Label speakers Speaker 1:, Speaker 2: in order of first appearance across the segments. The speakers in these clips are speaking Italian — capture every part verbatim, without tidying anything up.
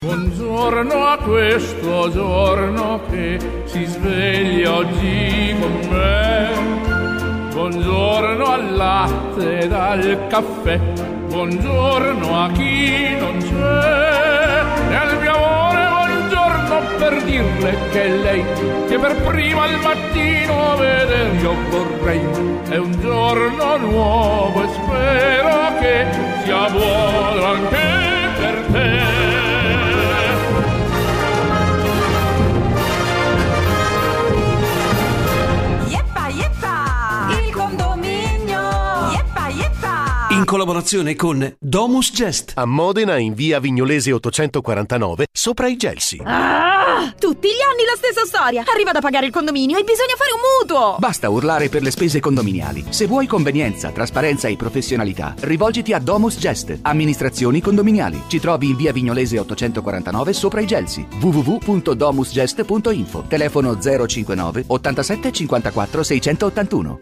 Speaker 1: Buongiorno a questo giorno che si sveglia oggi con me. Buongiorno al latte ed al caffè. Buongiorno a chi non c'è. E al mio amore buongiorno per dirle che è lei che per prima al mattino vedere io vorrei. È un giorno nuovo e spero che sia buono anche per te.
Speaker 2: In collaborazione con Domus Gest.
Speaker 3: A Modena, in via Vignolese ottocentoquarantanove, sopra i Gelsi.
Speaker 4: Ah, tutti gli anni la stessa storia. Arriva da pagare il condominio e bisogna fare un mutuo.
Speaker 5: Basta urlare per le spese condominiali. Se vuoi convenienza, trasparenza e professionalità, rivolgiti a Domus Gest, amministrazioni condominiali. Ci trovi in via Vignolese ottocentoquarantanove, sopra i Gelsi. w w w punto domus gest punto info. Telefono zero cinquantanove ottantasette cinquantaquattro seicentottantuno.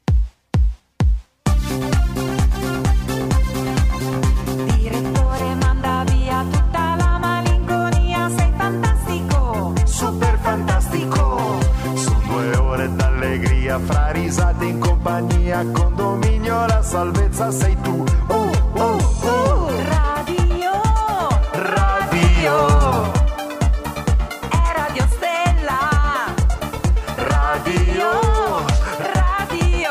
Speaker 6: Fra risate in compagnia, condominio, la salvezza sei tu. Uh, uh, uh.
Speaker 4: Radio,
Speaker 6: radio,
Speaker 4: è Radio Stella.
Speaker 6: radio,
Speaker 4: Radio,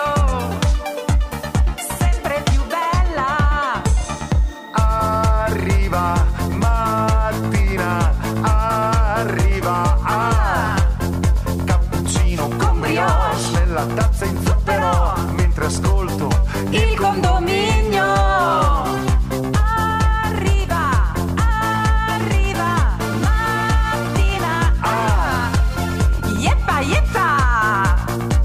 Speaker 4: sempre più bella.
Speaker 6: Arriva mattina, arriva a cappuccino con brioche nella tazza in zucchero, mentre ascolto
Speaker 4: Il condominio. Arriva, arriva, mattina. Ah. Yeppa, yeppa.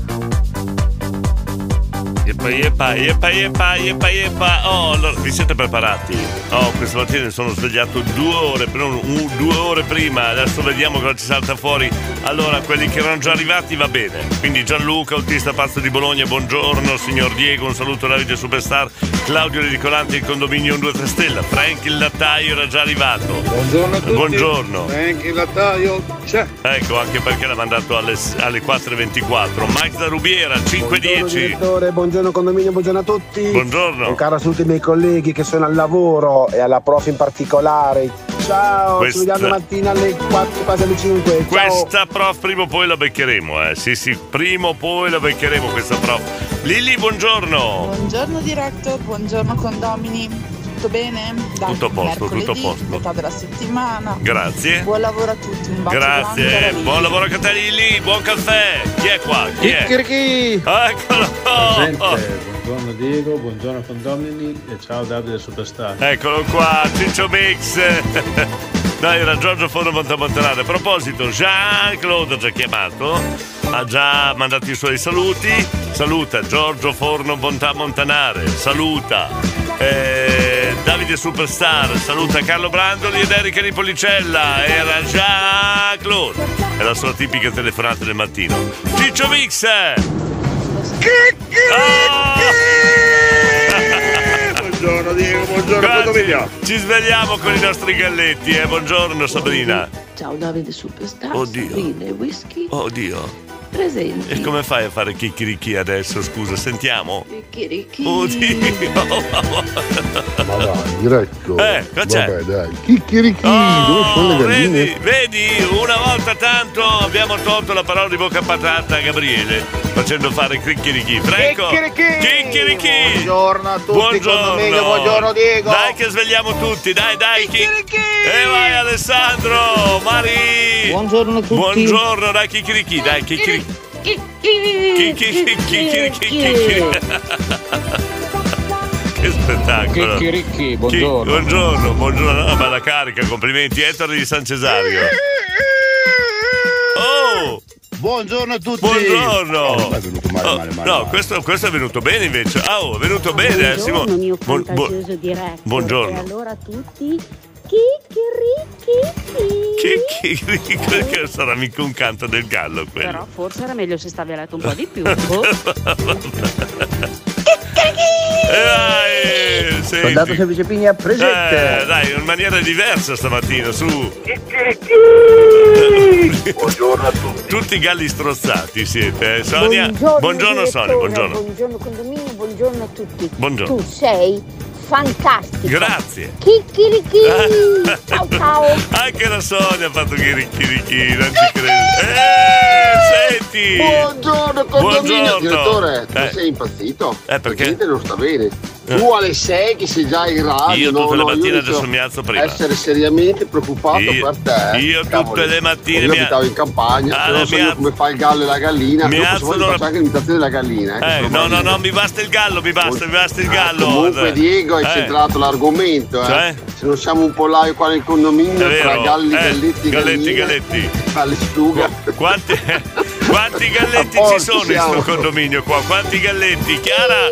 Speaker 7: Yeppa, yeppa, yeppa, yeppa, yeppa, yeppa. Oh, allora, vi siete preparati? Oh, questa mattina mi sono svegliato due ore, non, un, due ore prima. Adesso vediamo cosa ci salta fuori. Allora, quelli che erano già arrivati va bene. Quindi Gianluca, autista pazzo di Bologna, buongiorno. Signor Diego, un saluto Davide Superstar. Claudio Ridicolanti, il condominio un due tre stella. Frank il lattaio era già arrivato.
Speaker 8: Buongiorno a tutti.
Speaker 7: Buongiorno.
Speaker 8: Frank il lattaio c'è.
Speaker 7: Ecco, anche perché l'ha mandato alle, alle quattro e ventiquattro. Mike da Rubiera, cinque dieci.
Speaker 9: Buongiorno direttore, buongiorno condominio, buongiorno a tutti.
Speaker 7: Buongiorno.
Speaker 9: Un caro a tutti i miei colleghi che sono al lavoro e alla prof in particolare. Ciao,
Speaker 7: Questa...
Speaker 9: ci vediamo mattina alle quattro, quasi alle cinque. Ciao.
Speaker 7: Questa prof prima o poi la beccheremo, eh. Sì, sì, prima o poi la beccheremo questa prof. Lili, buongiorno.
Speaker 10: Buongiorno diretto, buongiorno condomini. Tutto bene? Dai,
Speaker 7: tutto a posto,
Speaker 10: mercoledì,
Speaker 7: tutto a posto.
Speaker 10: metà della settimana.
Speaker 7: Grazie.
Speaker 10: Buon lavoro a tutti, un bacio grande
Speaker 7: Grazie,
Speaker 10: dalla Lili.
Speaker 7: buon lavoro a te Lili, buon caffè. Chi è qua? Chi è?
Speaker 8: Chicchirichi.
Speaker 7: Eccolo.
Speaker 8: Presente. Buongiorno Diego, buongiorno condomini e ciao Davide Superstar.
Speaker 7: Eccolo qua, Ciccio Mix. Dai, era Giorgio Forno Montamontanare. A proposito, Jean-Claude ha già chiamato, ha già mandato i suoi saluti. Saluta Giorgio Forno Montamontanare, saluta eh, Davide Superstar, saluta Carlo Brandoli ed Erika Ripolicella. Era Jean-Claude. È la sua tipica telefonata del mattino. Ciccio Mix.
Speaker 8: Buongiorno Diego, buongiorno condominio.
Speaker 7: Ci svegliamo con i nostri galletti, eh. Buongiorno Sabrina.
Speaker 11: Ciao Davide Superstar.
Speaker 7: Oddio.
Speaker 11: Sabrina e whisky.
Speaker 7: Oddio.
Speaker 11: Presenti.
Speaker 7: E come fai a fare chicchirichi adesso? Scusa, sentiamo.
Speaker 11: Chicchirichi.
Speaker 7: Oddio.
Speaker 12: Ma dai, Greco.
Speaker 7: Eh, cosa c'è?
Speaker 12: Vabbè, dai. Chicchirichi,
Speaker 7: Oh,
Speaker 12: dove sono le galline?
Speaker 7: vedi, vedi, una volta tanto abbiamo tolto la parola di bocca patata a Gabriele, facendo fare chicchirichi. Franco.
Speaker 8: Chicchirichi.
Speaker 7: Chicchirichi.
Speaker 8: Buongiorno a tutti,
Speaker 7: Buongiorno.
Speaker 8: condominio, buongiorno Diego.
Speaker 7: Dai che svegliamo tutti, dai, dai.
Speaker 8: Chicchirichi.
Speaker 7: E vai Alessandro, Mari.
Speaker 11: Buongiorno a tutti.
Speaker 7: Buongiorno, dai chicchirichi, dai chicchirichi. Chicchirichi. Che spettacolo.
Speaker 8: Chicchirichi, buongiorno.
Speaker 7: Chi- Buongiorno, buongiorno. Una bella carica, complimenti. Ettore di San Cesario. Oh!
Speaker 8: Buongiorno a tutti.
Speaker 7: Buongiorno.
Speaker 12: Oh, è venuto male,
Speaker 7: Oh,
Speaker 12: male, male,
Speaker 7: no,
Speaker 12: male.
Speaker 7: questo, questo è venuto bene invece. Ah, oh, è venuto bene, eh, Simone.
Speaker 13: Buongiorno, mio
Speaker 7: Buon- buon-
Speaker 13: fantasioso diretto.
Speaker 7: buongiorno.
Speaker 13: E allora tutti chicchirichi.
Speaker 7: Chicchirichi, che sarà mica un canto del gallo quello.
Speaker 13: Però forse era meglio se stavi a letto un po' di più. Oh.
Speaker 7: E vai, senti.
Speaker 14: Soldato Semplice Pigna presente.
Speaker 7: Eh, dai, in maniera diversa stamattina, su.
Speaker 15: Buongiorno a tutti.
Speaker 7: Tutti i galli strozzati siete, eh? Sonia.
Speaker 16: Buongiorno,
Speaker 7: buongiorno Sonia, buongiorno.
Speaker 16: Buongiorno condominio, buongiorno a tutti.
Speaker 7: Buongiorno.
Speaker 16: Tu sei fantastico.
Speaker 7: Grazie.
Speaker 16: Chicchirichi. Ciao ciao.
Speaker 7: Anche la Sonia ha fatto chirichirichi, non ci credo. Eh, senti.
Speaker 12: Buongiorno condominio.
Speaker 7: Buongiorno.
Speaker 12: Direttore, tu
Speaker 7: Eh.
Speaker 12: sei impazzito?
Speaker 7: Eh, perché?
Speaker 12: La gente non sta bene. Tu alle sei che sei già in radio.
Speaker 7: Io tutte
Speaker 12: no,
Speaker 7: le
Speaker 12: no,
Speaker 7: mattine
Speaker 12: io
Speaker 7: adesso mi alzo prima.
Speaker 12: essere seriamente preoccupato
Speaker 7: Io-
Speaker 12: per te.
Speaker 7: io tutte
Speaker 12: Cavoli.
Speaker 7: le mattine
Speaker 12: Io
Speaker 7: mi-
Speaker 12: abitavo in campagna,
Speaker 7: Ah,
Speaker 12: se non so
Speaker 7: mi
Speaker 12: io
Speaker 7: alzo-
Speaker 12: come fa il gallo e la gallina.
Speaker 7: mi
Speaker 12: Dopo
Speaker 7: alzo
Speaker 12: se vuoi
Speaker 7: un'ora-
Speaker 12: faccio anche l'imitazione della gallina. Eh, che
Speaker 7: Eh,
Speaker 12: sono
Speaker 7: no, no,
Speaker 12: bravino.
Speaker 7: no, mi basta il gallo, mi basta, mi basta il gallo.
Speaker 12: Comunque Diego hai
Speaker 7: Eh.
Speaker 12: centrato l'argomento, eh.
Speaker 7: Cioè?
Speaker 12: Se non siamo un pollaio qua nel condominio
Speaker 7: È
Speaker 12: tra
Speaker 7: vero.
Speaker 12: galli,
Speaker 7: Eh,
Speaker 12: galletti,
Speaker 7: galletti,
Speaker 12: galline,
Speaker 7: galletti.
Speaker 12: alle struga.
Speaker 7: Quanti, quanti galletti
Speaker 12: A
Speaker 7: ci
Speaker 12: posto
Speaker 7: sono in
Speaker 12: siamo.
Speaker 7: questo condominio qua? Quanti galletti? Chiara?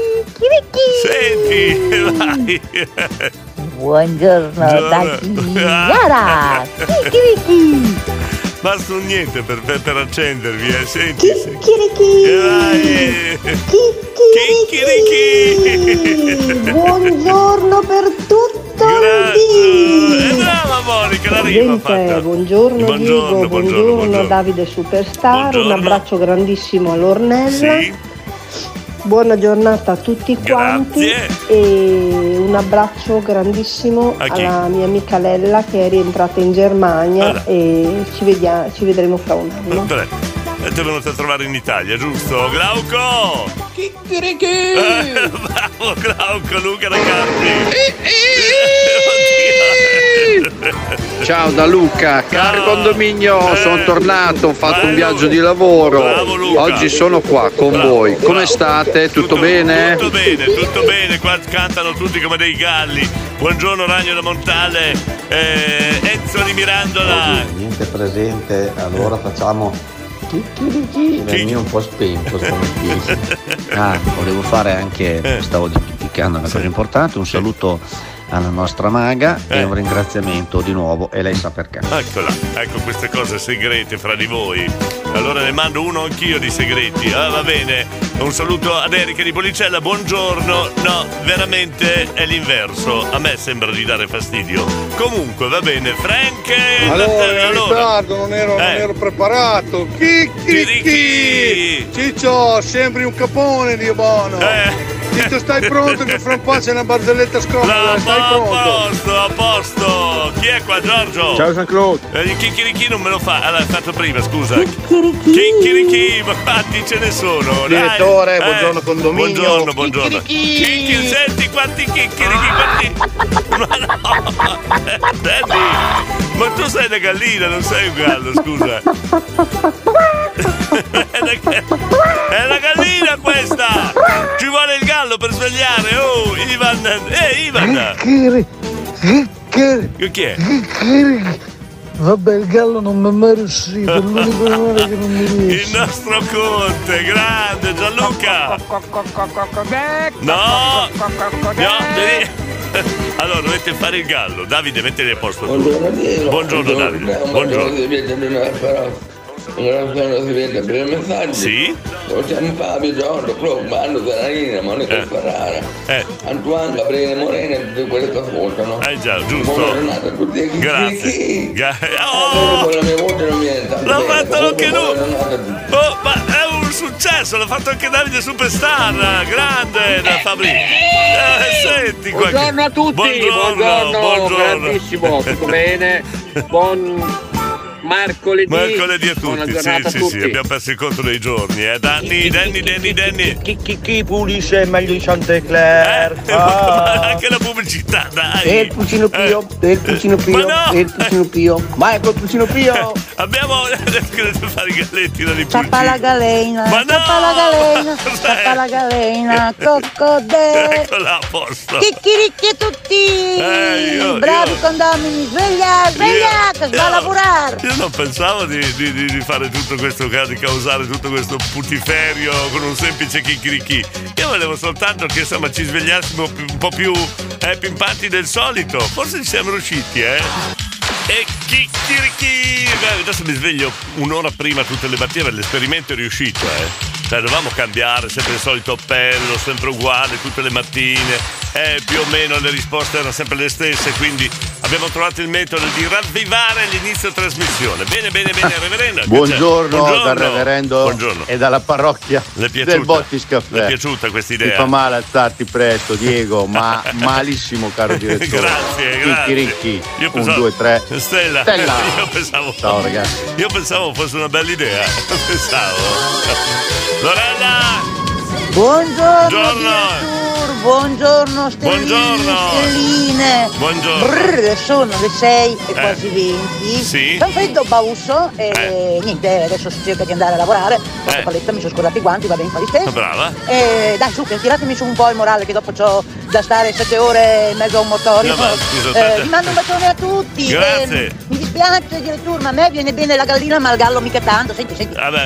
Speaker 7: Senti, vai.
Speaker 16: Buongiorno da
Speaker 7: Buongiorno.
Speaker 16: Chiara. Chicchirichi.
Speaker 7: Basta un niente per, per, per accendervi, eh. Senti. se-
Speaker 16: Chicchirichi.
Speaker 7: E vai. Chicchirichi.
Speaker 16: Buongiorno per tutto
Speaker 7: Grazie. E brava Monica, la rima
Speaker 17: Presente,
Speaker 7: fatta.
Speaker 17: buongiorno,
Speaker 7: Buongiorno,
Speaker 17: Diego,
Speaker 7: buongiorno,
Speaker 17: buongiorno,
Speaker 7: buongiorno.
Speaker 17: Davide Superstar,
Speaker 7: Buongiorno.
Speaker 17: un abbraccio grandissimo all'Ornella,
Speaker 7: Sì.
Speaker 17: buona giornata a tutti quanti
Speaker 7: Grazie.
Speaker 17: e un abbraccio grandissimo
Speaker 7: A chi?
Speaker 17: alla mia amica Lella che è rientrata in Germania
Speaker 7: Allora.
Speaker 17: e ci, vedia- ci vedremo fra un anno.
Speaker 7: Vabbè, e ti è venuto a trovare in Italia, giusto? Glauco!
Speaker 17: Chicchirichi!
Speaker 7: Eh, bravo Glauco, Luca da Carpi!
Speaker 18: Ciao da Luca, caro condominio,
Speaker 7: Eh.
Speaker 18: sono tornato, ho fatto
Speaker 7: Bello.
Speaker 18: un viaggio di lavoro.
Speaker 7: Bravo, Luca.
Speaker 18: Oggi sono qua con
Speaker 7: Bravo,
Speaker 18: voi. Come
Speaker 7: bravo.
Speaker 18: state? Tutto, bene?
Speaker 7: Tutto bene, tutto bene, qua cantano tutti come dei galli. Buongiorno Ragno da Montale, eh, Enzo di Mirandola.
Speaker 19: Niente presente, allora facciamo il mio un po' spento stamattina. Ah, volevo fare anche, stavo dimenticando una cosa importante, un saluto alla nostra maga e un ringraziamento di nuovo e lei sa perché.
Speaker 7: Eccola, ecco queste cose segrete fra di voi. Allora ne mando uno anch'io di segreti. Ah, va bene. Un saluto ad Erika di Policella, buongiorno. No, veramente è l'inverso. A me sembra di dare fastidio. Comunque, va bene. Frank.
Speaker 20: Allora, in ritardo, non ero, non
Speaker 7: Eh.
Speaker 20: ero preparato. Chi, chi, chi? Ciccio, sembri un capone, Dio buono.
Speaker 7: Eh.
Speaker 20: Ciccio, stai pronto che fra un po' c'è una barzelletta scomoda, stai
Speaker 7: A
Speaker 20: pronto?
Speaker 7: posto, a posto. Chi è qua, Giorgio?
Speaker 20: Ciao, Jean-Claude.
Speaker 7: Eh, il chicchirichi non me lo fa. Allora, l'hai fatto prima, scusa. Chicchirichi, ma quanti ce ne sono? Dai.
Speaker 20: Direttore,
Speaker 7: Eh,
Speaker 20: buongiorno condominio.
Speaker 7: Buongiorno, buongiorno. Chicchiri, senti quanti chicchirichi, quanti. Ma no! Senti, ma tu sei una gallina, non sei un gallo, scusa. È una, è una gallina questa! Ci vuole il gallo per svegliare! Oh, Ivan! Eh, Ivan! Chi è?
Speaker 20: Vabbè, il gallo non mi è mai riuscito, è l'unico animale che non mi riesce.
Speaker 7: Il nostro Conte, grande Gianluca! No! No, devi... Allora dovete fare il gallo. Davide, mettili a posto. tu.
Speaker 21: Buongiorno Diego.
Speaker 7: Buongiorno Davide. Buongiorno.
Speaker 21: Per il messaggio.
Speaker 7: Sì?
Speaker 21: Facciamo Fabio, Giorgio, Flo, Bando, Ferrarina, Monica Ferrara,
Speaker 7: Eh.
Speaker 21: Antoine, Gabriele Morena e tutte quelle che ascoltano.
Speaker 7: Eh già, giusto.
Speaker 21: Buona giornata a tutti.
Speaker 7: Grazie. Gra-
Speaker 21: Oh!
Speaker 7: oh!
Speaker 21: La mia voce non viene tanto
Speaker 7: L'ha
Speaker 21: bene.
Speaker 7: fatto anche
Speaker 21: Buona
Speaker 7: lui!
Speaker 21: giornata a tutti.
Speaker 7: Oh, ma è un successo, l'ha fatto anche Davide Superstar, grande da Fabri. Eh, senti qua.
Speaker 22: Buongiorno a tutti,
Speaker 7: Buongiorno,
Speaker 22: buongiorno,
Speaker 7: buongiorno.
Speaker 22: grandissimo, tutto bene? Buon mercoledì.
Speaker 7: Mercoledì a
Speaker 22: Buona
Speaker 7: tutti, sì,
Speaker 22: giornata a
Speaker 7: sì,
Speaker 22: tutti.
Speaker 7: sì, abbiamo perso il conto dei giorni, eh. Danny, Danny, Danny, Danny.
Speaker 19: Chi, chi, chi pulisce è meglio di Chantecler.
Speaker 7: Eh,
Speaker 19: Ah.
Speaker 7: anche la pubblicità, dai.
Speaker 19: E il Puccino Pio, e il Puccino Pio,
Speaker 7: Ma no!
Speaker 19: e il Puccino Pio. Ma ecco il Puccino Pio.
Speaker 7: Abbiamo detto fare i galletti da ripulire.
Speaker 16: Ciappa la galena,
Speaker 7: Ma no!
Speaker 16: ciappa la galena, ciappa la galena, coccodè.
Speaker 7: Eccola a posto.
Speaker 16: Chicchiricchi a tutti!
Speaker 7: Eh, io-
Speaker 16: Bravi
Speaker 7: io-
Speaker 16: condomini, sveglia, sveglia, che si va a lavorare!
Speaker 7: Io non pensavo di, di- di- di fare tutto questo, di causare tutto questo putiferio con un semplice chicchirichì. Io volevo soltanto che insomma ci svegliassimo più- un po' più eh, pimpanti del solito. Forse ci siamo riusciti, eh? E Chicchirichi. Adesso mi sveglio un'ora prima tutte le mattine, l'esperimento è riuscito, eh. Cioè, dovevamo cambiare, sempre il solito appello, sempre uguale, tutte le mattine. Eh, più o meno le risposte erano sempre le stesse, quindi abbiamo trovato il metodo di ravvivare l'inizio trasmissione. Bene, bene, bene, reverendo.
Speaker 1: Buongiorno,
Speaker 7: Buongiorno
Speaker 1: dal reverendo
Speaker 7: Buongiorno.
Speaker 1: e dalla parrocchia
Speaker 7: Le è piaciuta?
Speaker 1: del Bottis Caffè.
Speaker 7: Le è piaciuta questa idea?
Speaker 1: Ti fa male alzarti presto, Diego, ma malissimo, caro direttore.
Speaker 7: Grazie, grazie.
Speaker 1: Ricchi,
Speaker 7: Io
Speaker 1: un,
Speaker 7: pensavo-
Speaker 1: due, tre.
Speaker 7: Stella,
Speaker 1: Stella.
Speaker 7: Io pensavo,
Speaker 1: Ciao ragazzi.
Speaker 7: Io pensavo fosse una bella idea. Pensavo. Lorella!
Speaker 16: Buongiorno,
Speaker 7: Buongiorno.
Speaker 16: direttore, buongiorno stelline,
Speaker 7: Buongiorno.
Speaker 16: stelline.
Speaker 7: Buongiorno.
Speaker 16: Brr, sono le sei e
Speaker 7: Eh.
Speaker 16: quasi venti.
Speaker 7: Sì.
Speaker 16: Fa freddo, bausso e
Speaker 7: Eh.
Speaker 16: niente, adesso si cerca di andare a lavorare. Posso
Speaker 7: Eh.
Speaker 16: paletta, mi sono scordati i guanti, va bene, fa di stesso.
Speaker 7: Brava.
Speaker 16: E dai, su, tiratemi su un po' il morale che dopo c'ho da stare sette ore in mezzo a un motorio.
Speaker 7: No, ma scusa,
Speaker 16: Eh,
Speaker 7: aspetta.
Speaker 16: vi mando un bacione a tutti.
Speaker 7: Grazie.
Speaker 16: Eh, mi dispiace, direttore, ma a me viene bene la gallina, ma il gallo mica tanto. Senti, senti.
Speaker 7: Vabbè.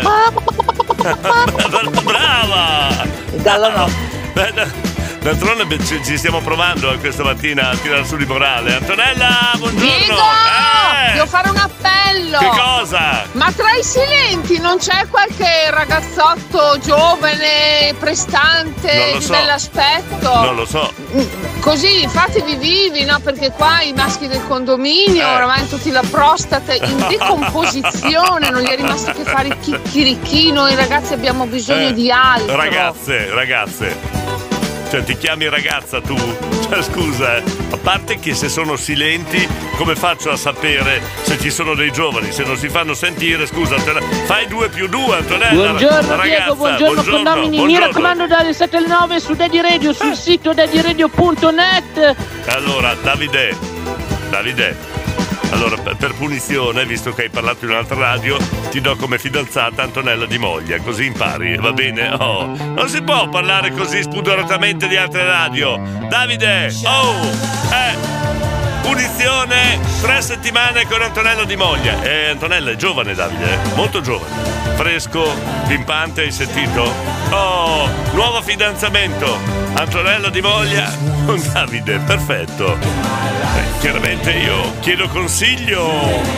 Speaker 7: Brava!
Speaker 16: Il gallo no.
Speaker 7: Beh, d- D'altronde beh, ci, ci stiamo provando eh, questa mattina a tirare su di morale. Antonella, buongiorno!
Speaker 14: Diego!
Speaker 7: Eh,
Speaker 14: Devo fare un appello!
Speaker 7: Che cosa?
Speaker 14: Ma tra i silenti non c'è qualche ragazzotto giovane, prestante,
Speaker 7: Non lo
Speaker 14: di
Speaker 7: so.
Speaker 14: bell'aspetto?
Speaker 7: Non lo so.
Speaker 14: Così fatevi vivi, no? Perché qua i maschi del condominio,
Speaker 7: Eh.
Speaker 14: oramai tutti la prostata in decomposizione, non gli è rimasto che fare il chicchirichino, noi ragazzi abbiamo bisogno
Speaker 7: Eh,
Speaker 14: di altro.
Speaker 7: Ragazze, ragazze. Cioè, ti chiami ragazza tu? Cioè, scusa, eh. A parte che se sono silenti, come faccio a sapere se ci sono dei giovani? Se non si fanno sentire, scusa, te la- fai due più due, Antonella.
Speaker 23: Buongiorno
Speaker 7: ragazza,
Speaker 23: Diego, buongiorno, condomini, mi
Speaker 7: buongiorno.
Speaker 23: raccomando dalle sette alle nove su Daddy Radio, sul sito daddy radio punto net.
Speaker 7: Allora, Davide, Davide, allora per per punizione, visto che hai parlato in un'altra radio, ti do come fidanzata Antonella Di Moglia, così impari, va bene? Oh, non si può parlare così spudoratamente di altre radio. Davide, oh, eh. Punizione, tre settimane con Antonella Di Moglia. E Antonella è giovane, Davide, eh? Molto giovane. Fresco, pimpante, hai sentito? Oh, nuovo fidanzamento. Antonella Di Moglia con Davide, perfetto. Eh, chiaramente io chiedo consiglio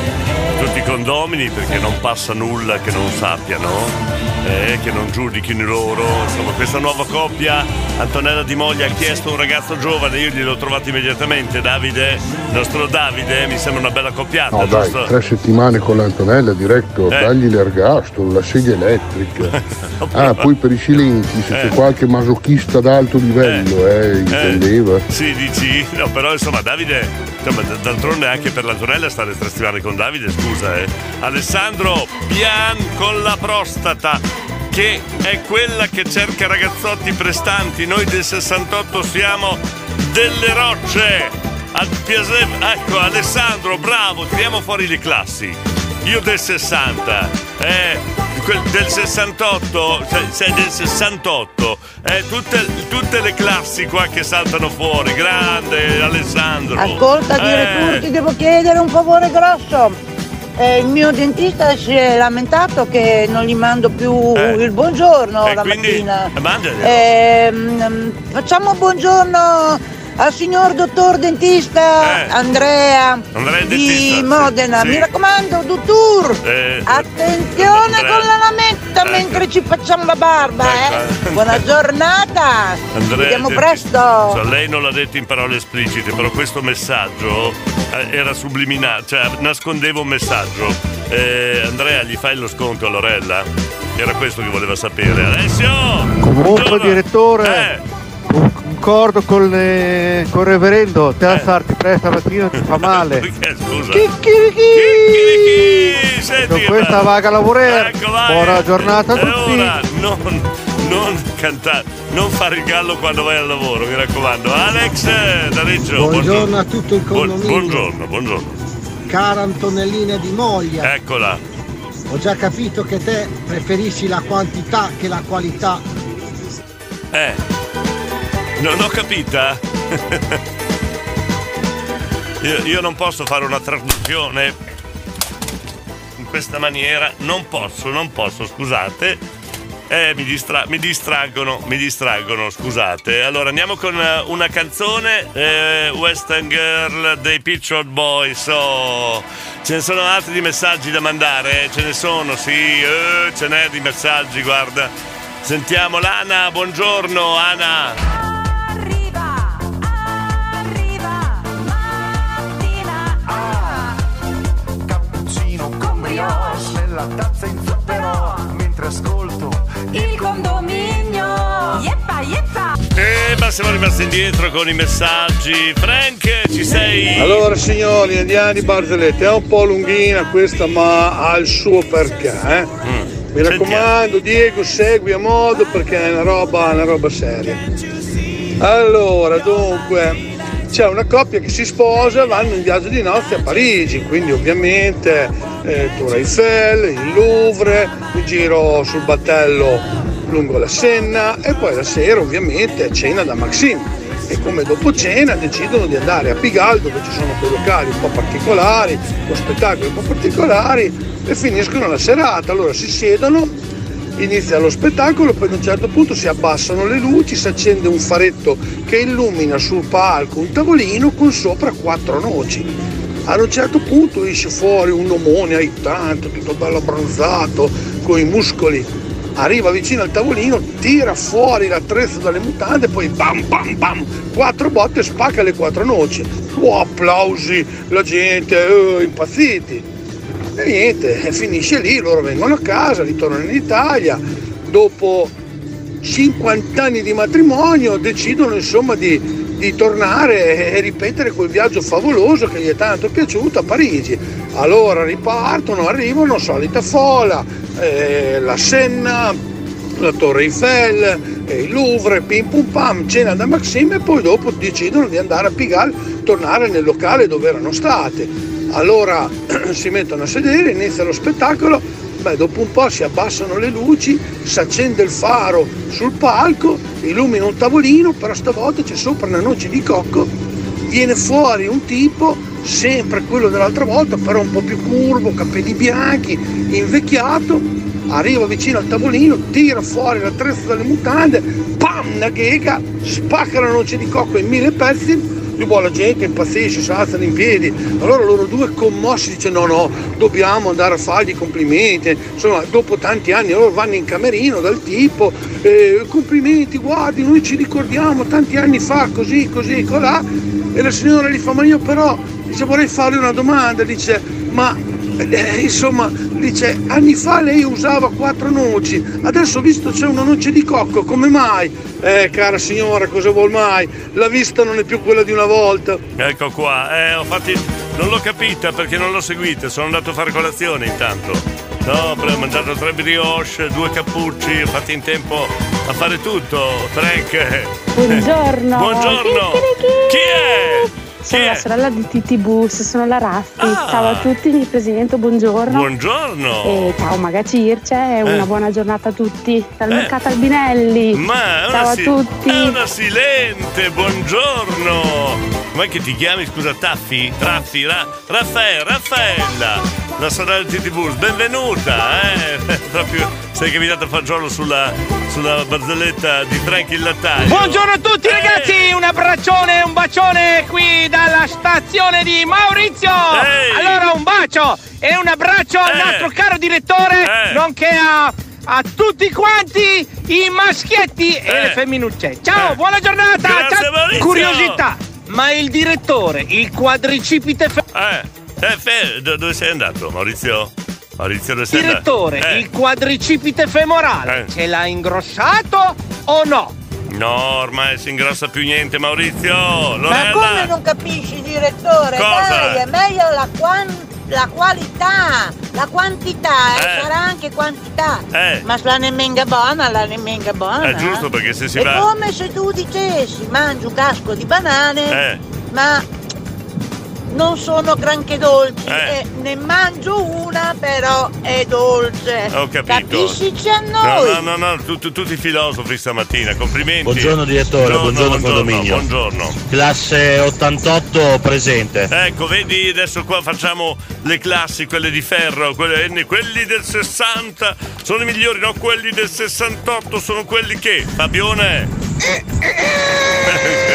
Speaker 7: a tutti i condomini perché non passa nulla che non sappiano. Eh, che non giudichino loro, insomma, questa nuova coppia. Antonella Di Moglia ha chiesto un ragazzo giovane, io gliel'ho trovato immediatamente. Davide, il nostro Davide, mi sembra una bella coppiata.
Speaker 24: No dai,
Speaker 7: giusto?
Speaker 24: tre settimane con l'Antonella diretto,
Speaker 7: Eh.
Speaker 24: dagli l'ergastolo, la sedia elettrica. Ah, poi per i silenti, se c'è
Speaker 7: Eh.
Speaker 24: qualche masochista d'alto livello, eh, intendeva.
Speaker 7: Sì, dici? No, però insomma Davide, insomma, d- d'altronde anche per l'Antonella stare tre settimane con Davide, scusa, eh. Alessandro, pian con la prostata, che è quella che cerca ragazzotti prestanti. Noi del sessantotto siamo delle rocce. Al Piase- ecco, Alessandro, bravo, tiriamo fuori le classi. Io del sessanta, eh, quel del sessantotto, sei, sei del sessantotto, eh, tutte, tutte le classi qua che saltano fuori. Grande Alessandro.
Speaker 16: Ascolta, direttore,
Speaker 7: Eh,
Speaker 16: ti devo chiedere un favore grosso. Eh, il mio dentista si è lamentato che non gli mando più il buongiorno
Speaker 7: e
Speaker 16: la
Speaker 7: quindi,
Speaker 16: mattina.
Speaker 7: eh, mangiali.
Speaker 16: Ehm, facciamo buongiorno al signor dottor dentista
Speaker 7: Eh.
Speaker 16: Andrea,
Speaker 7: Andrea il
Speaker 16: di
Speaker 7: dentista, sì,
Speaker 16: Modena.
Speaker 7: sì.
Speaker 16: Mi raccomando, dottor,
Speaker 7: Eh,
Speaker 16: attenzione
Speaker 7: Andrea.
Speaker 16: con la lametta
Speaker 7: Ecco.
Speaker 16: mentre ci facciamo la barba.
Speaker 7: Ecco.
Speaker 16: Eh. Buona giornata. Ci
Speaker 7: Andrea,
Speaker 16: vediamo
Speaker 7: ti-
Speaker 16: presto.
Speaker 7: so, lei non l'ha detto in parole esplicite, però questo messaggio eh, era subliminale, cioè nascondeva un messaggio. Eh, Andrea, gli fai lo sconto a Lorella? Era questo che voleva sapere. Alessio!
Speaker 25: Comunque,
Speaker 7: buongiorno.
Speaker 25: direttore, concordo con, le- con il reverendo, te alzarti presto stamattina ti fa male.
Speaker 7: Perché, scusa?
Speaker 25: Chicchirichi!
Speaker 7: Senti
Speaker 25: Con
Speaker 7: che
Speaker 25: questa
Speaker 7: bello.
Speaker 25: vaga a lavorare.
Speaker 7: Ecco, vai.
Speaker 25: Buona giornata a
Speaker 7: E
Speaker 25: tutti.
Speaker 7: ora non, non cantare, non fare il gallo quando vai al lavoro, mi raccomando. Alex eh, da Reggio,
Speaker 26: Buongiorno a tutto il
Speaker 7: Buon-
Speaker 26: condominio.
Speaker 7: buongiorno, buongiorno.
Speaker 26: Cara Antonellina Di Moglia,
Speaker 7: Eccola.
Speaker 26: ho già capito che te preferisci la quantità che la qualità.
Speaker 7: Eh, non ho capita. io, io non posso fare una traduzione in questa maniera, non posso, non posso, scusate. Eh, mi, distra- mi distraggono, mi distraggono, scusate. Allora andiamo con eh, una canzone, eh, Western Girl dei Picture Boys. Oh, Ce ne sono altri di messaggi da mandare, eh? Ce ne sono, sì, eh, ce n'è di messaggi, guarda. Sentiamo l'Ana, buongiorno Ana.
Speaker 2: Nella tazza in zucchero mentre ascolto il condominio. Yeppa yeppa.
Speaker 7: Eh, ma siamo rimasti indietro con i messaggi. Frank, ci sei?
Speaker 20: Allora signori, andiamo di barzellette. È un po' lunghina questa, ma ha il suo perché, eh? Mm. Mi raccomando, Diego, segui a modo perché è una roba, una roba seria. Allora, dunque, c'è una coppia che si sposa, vanno in viaggio di nozze a Parigi, quindi ovviamente eh, Tour Eiffel, il Louvre, il giro sul battello lungo la Senna e poi la sera ovviamente cena da Maxime. E come dopo cena decidono di andare a Pigalle, dove ci sono quei locali un po' particolari, con spettacoli un po' particolari, e finiscono la serata. Allora si siedono, inizia lo spettacolo, poi ad un certo punto si abbassano le luci, si accende un faretto che illumina sul palco un tavolino con sopra quattro noci. Ad un certo punto esce fuori un omone aiutante, tutto bello abbronzato, con i muscoli. Arriva vicino al tavolino, tira fuori l'attrezzo dalle mutande, poi bam bam bam, quattro botte, spacca le quattro noci. Oh, applausi, la gente, eh, impazziti. E niente, finisce lì, loro vengono a casa, ritornano in Italia, dopo cinquanta anni di matrimonio decidono insomma di, di tornare e ripetere quel viaggio favoloso che gli è tanto piaciuto a Parigi. Allora ripartono, arrivano, solita folla, eh, la Senna, la Torre Eiffel, eh, il Louvre, pim pum pam, cena da Maxime e poi dopo decidono di andare a Pigalle, tornare nel locale dove erano state. Allora si mettono a sedere, inizia lo spettacolo, beh, dopo un po' si abbassano le luci, si accende il faro sul palco, illumina un tavolino, però stavolta c'è sopra una noce di cocco, viene fuori un tipo, sempre quello dell'altra volta, però un po' più curvo, capelli bianchi, invecchiato, arriva vicino al tavolino, tira fuori l'attrezzo dalle mutande, pam, una ghega, spacca la noce di cocco in mille pezzi. La gente impazzisce, si alzano in piedi. Allora loro due commossi dicono no no, dobbiamo andare a fargli i complimenti. Insomma, dopo tanti anni loro vanno in camerino dal tipo eh, complimenti, guardi, noi ci ricordiamo tanti anni fa così, così, colà. E la signora gli fa ma io però dice, vorrei farle una domanda, dice ma eh, insomma, dice anni fa lei usava quattro noci, adesso visto c'è una noce di cocco, come mai? Eh cara signora, cosa vuol mai? La vista non è più quella di una volta.
Speaker 7: Ecco qua, eh, ho fatti, non l'ho capita perché non l'ho seguita, sono andato a fare colazione intanto. No, ho mangiato tre brioche, due cappucci, ho fatto in tempo a fare tutto. Frank.
Speaker 13: Buongiorno.
Speaker 7: Buongiorno. Chi è?
Speaker 13: Sono la sorella di Titi Bus, sono la Raffi. Ah. Ciao a tutti, mi presento, buongiorno.
Speaker 7: Buongiorno.
Speaker 13: E ciao Magaci Irce, e una
Speaker 7: Eh.
Speaker 13: buona giornata a tutti. Dal
Speaker 7: Eh.
Speaker 13: mercato Albinelli.
Speaker 7: Ma è
Speaker 13: ciao
Speaker 7: una
Speaker 13: a
Speaker 7: si-
Speaker 13: tutti.
Speaker 7: È una silente, buongiorno. Ma che ti chiami, scusa, Taffi? Raffi, Ra- Raffaele, Raffaella, la sorella di Titi Bus, benvenuta, eh? Proprio sei capitato a fagiolo sulla, sulla barzelletta di Frank il lattaio.
Speaker 23: Buongiorno a tutti ragazzi, un abbraccione, un bacione qui dalla stazione di Maurizio.
Speaker 7: Ehi.
Speaker 23: Allora un bacio e un abbraccio al
Speaker 7: Eh.
Speaker 23: nostro caro direttore,
Speaker 7: Eh.
Speaker 23: nonché a, a tutti quanti i maschietti e
Speaker 7: Eh.
Speaker 23: le femminucce. Ciao,
Speaker 7: Eh.
Speaker 23: buona giornata.
Speaker 7: Grazie,
Speaker 23: Ciao.
Speaker 7: Maurizio.
Speaker 23: Curiosità, ma il direttore, il quadricipite fe-
Speaker 7: Eh, eh, fe- do- dove sei andato, Maurizio? Maurizio, dove sei
Speaker 23: direttore,
Speaker 7: andato? Eh.
Speaker 23: il quadricipite femorale,
Speaker 7: Eh.
Speaker 23: ce l'ha ingrossato o no?
Speaker 7: No, ormai si ingrossa più niente, Maurizio.
Speaker 16: Ma
Speaker 7: Lorella.
Speaker 16: come non capisci, direttore?
Speaker 7: Cosa?
Speaker 16: Dai, è meglio la, quan- la qualità, la quantità, eh,
Speaker 7: Eh.
Speaker 16: sarà anche quantità.
Speaker 7: Eh.
Speaker 16: Ma la nemmenga buona, la nemmenga buona.
Speaker 7: È giusto, perché se si
Speaker 16: è
Speaker 7: va-
Speaker 16: come se tu dicessi, mangio un casco di banane,
Speaker 7: Eh.
Speaker 16: ma non sono granché dolci,
Speaker 7: Eh.
Speaker 16: e ne mangio una, però è dolce.
Speaker 7: Ho capito.
Speaker 16: Capiscici a
Speaker 7: No,
Speaker 16: noi.
Speaker 7: no, no, no, tu- tu- tutti filosofi stamattina, complimenti.
Speaker 3: Buongiorno direttore, buongiorno, condominio.
Speaker 7: Buongiorno.
Speaker 3: Classe ottantotto presente.
Speaker 7: Ecco, vedi, adesso qua facciamo le classi, quelle di ferro, quelle- quelli del sessanta sono i migliori, no? Quelli del sessantotto sono quelli che, Fabione.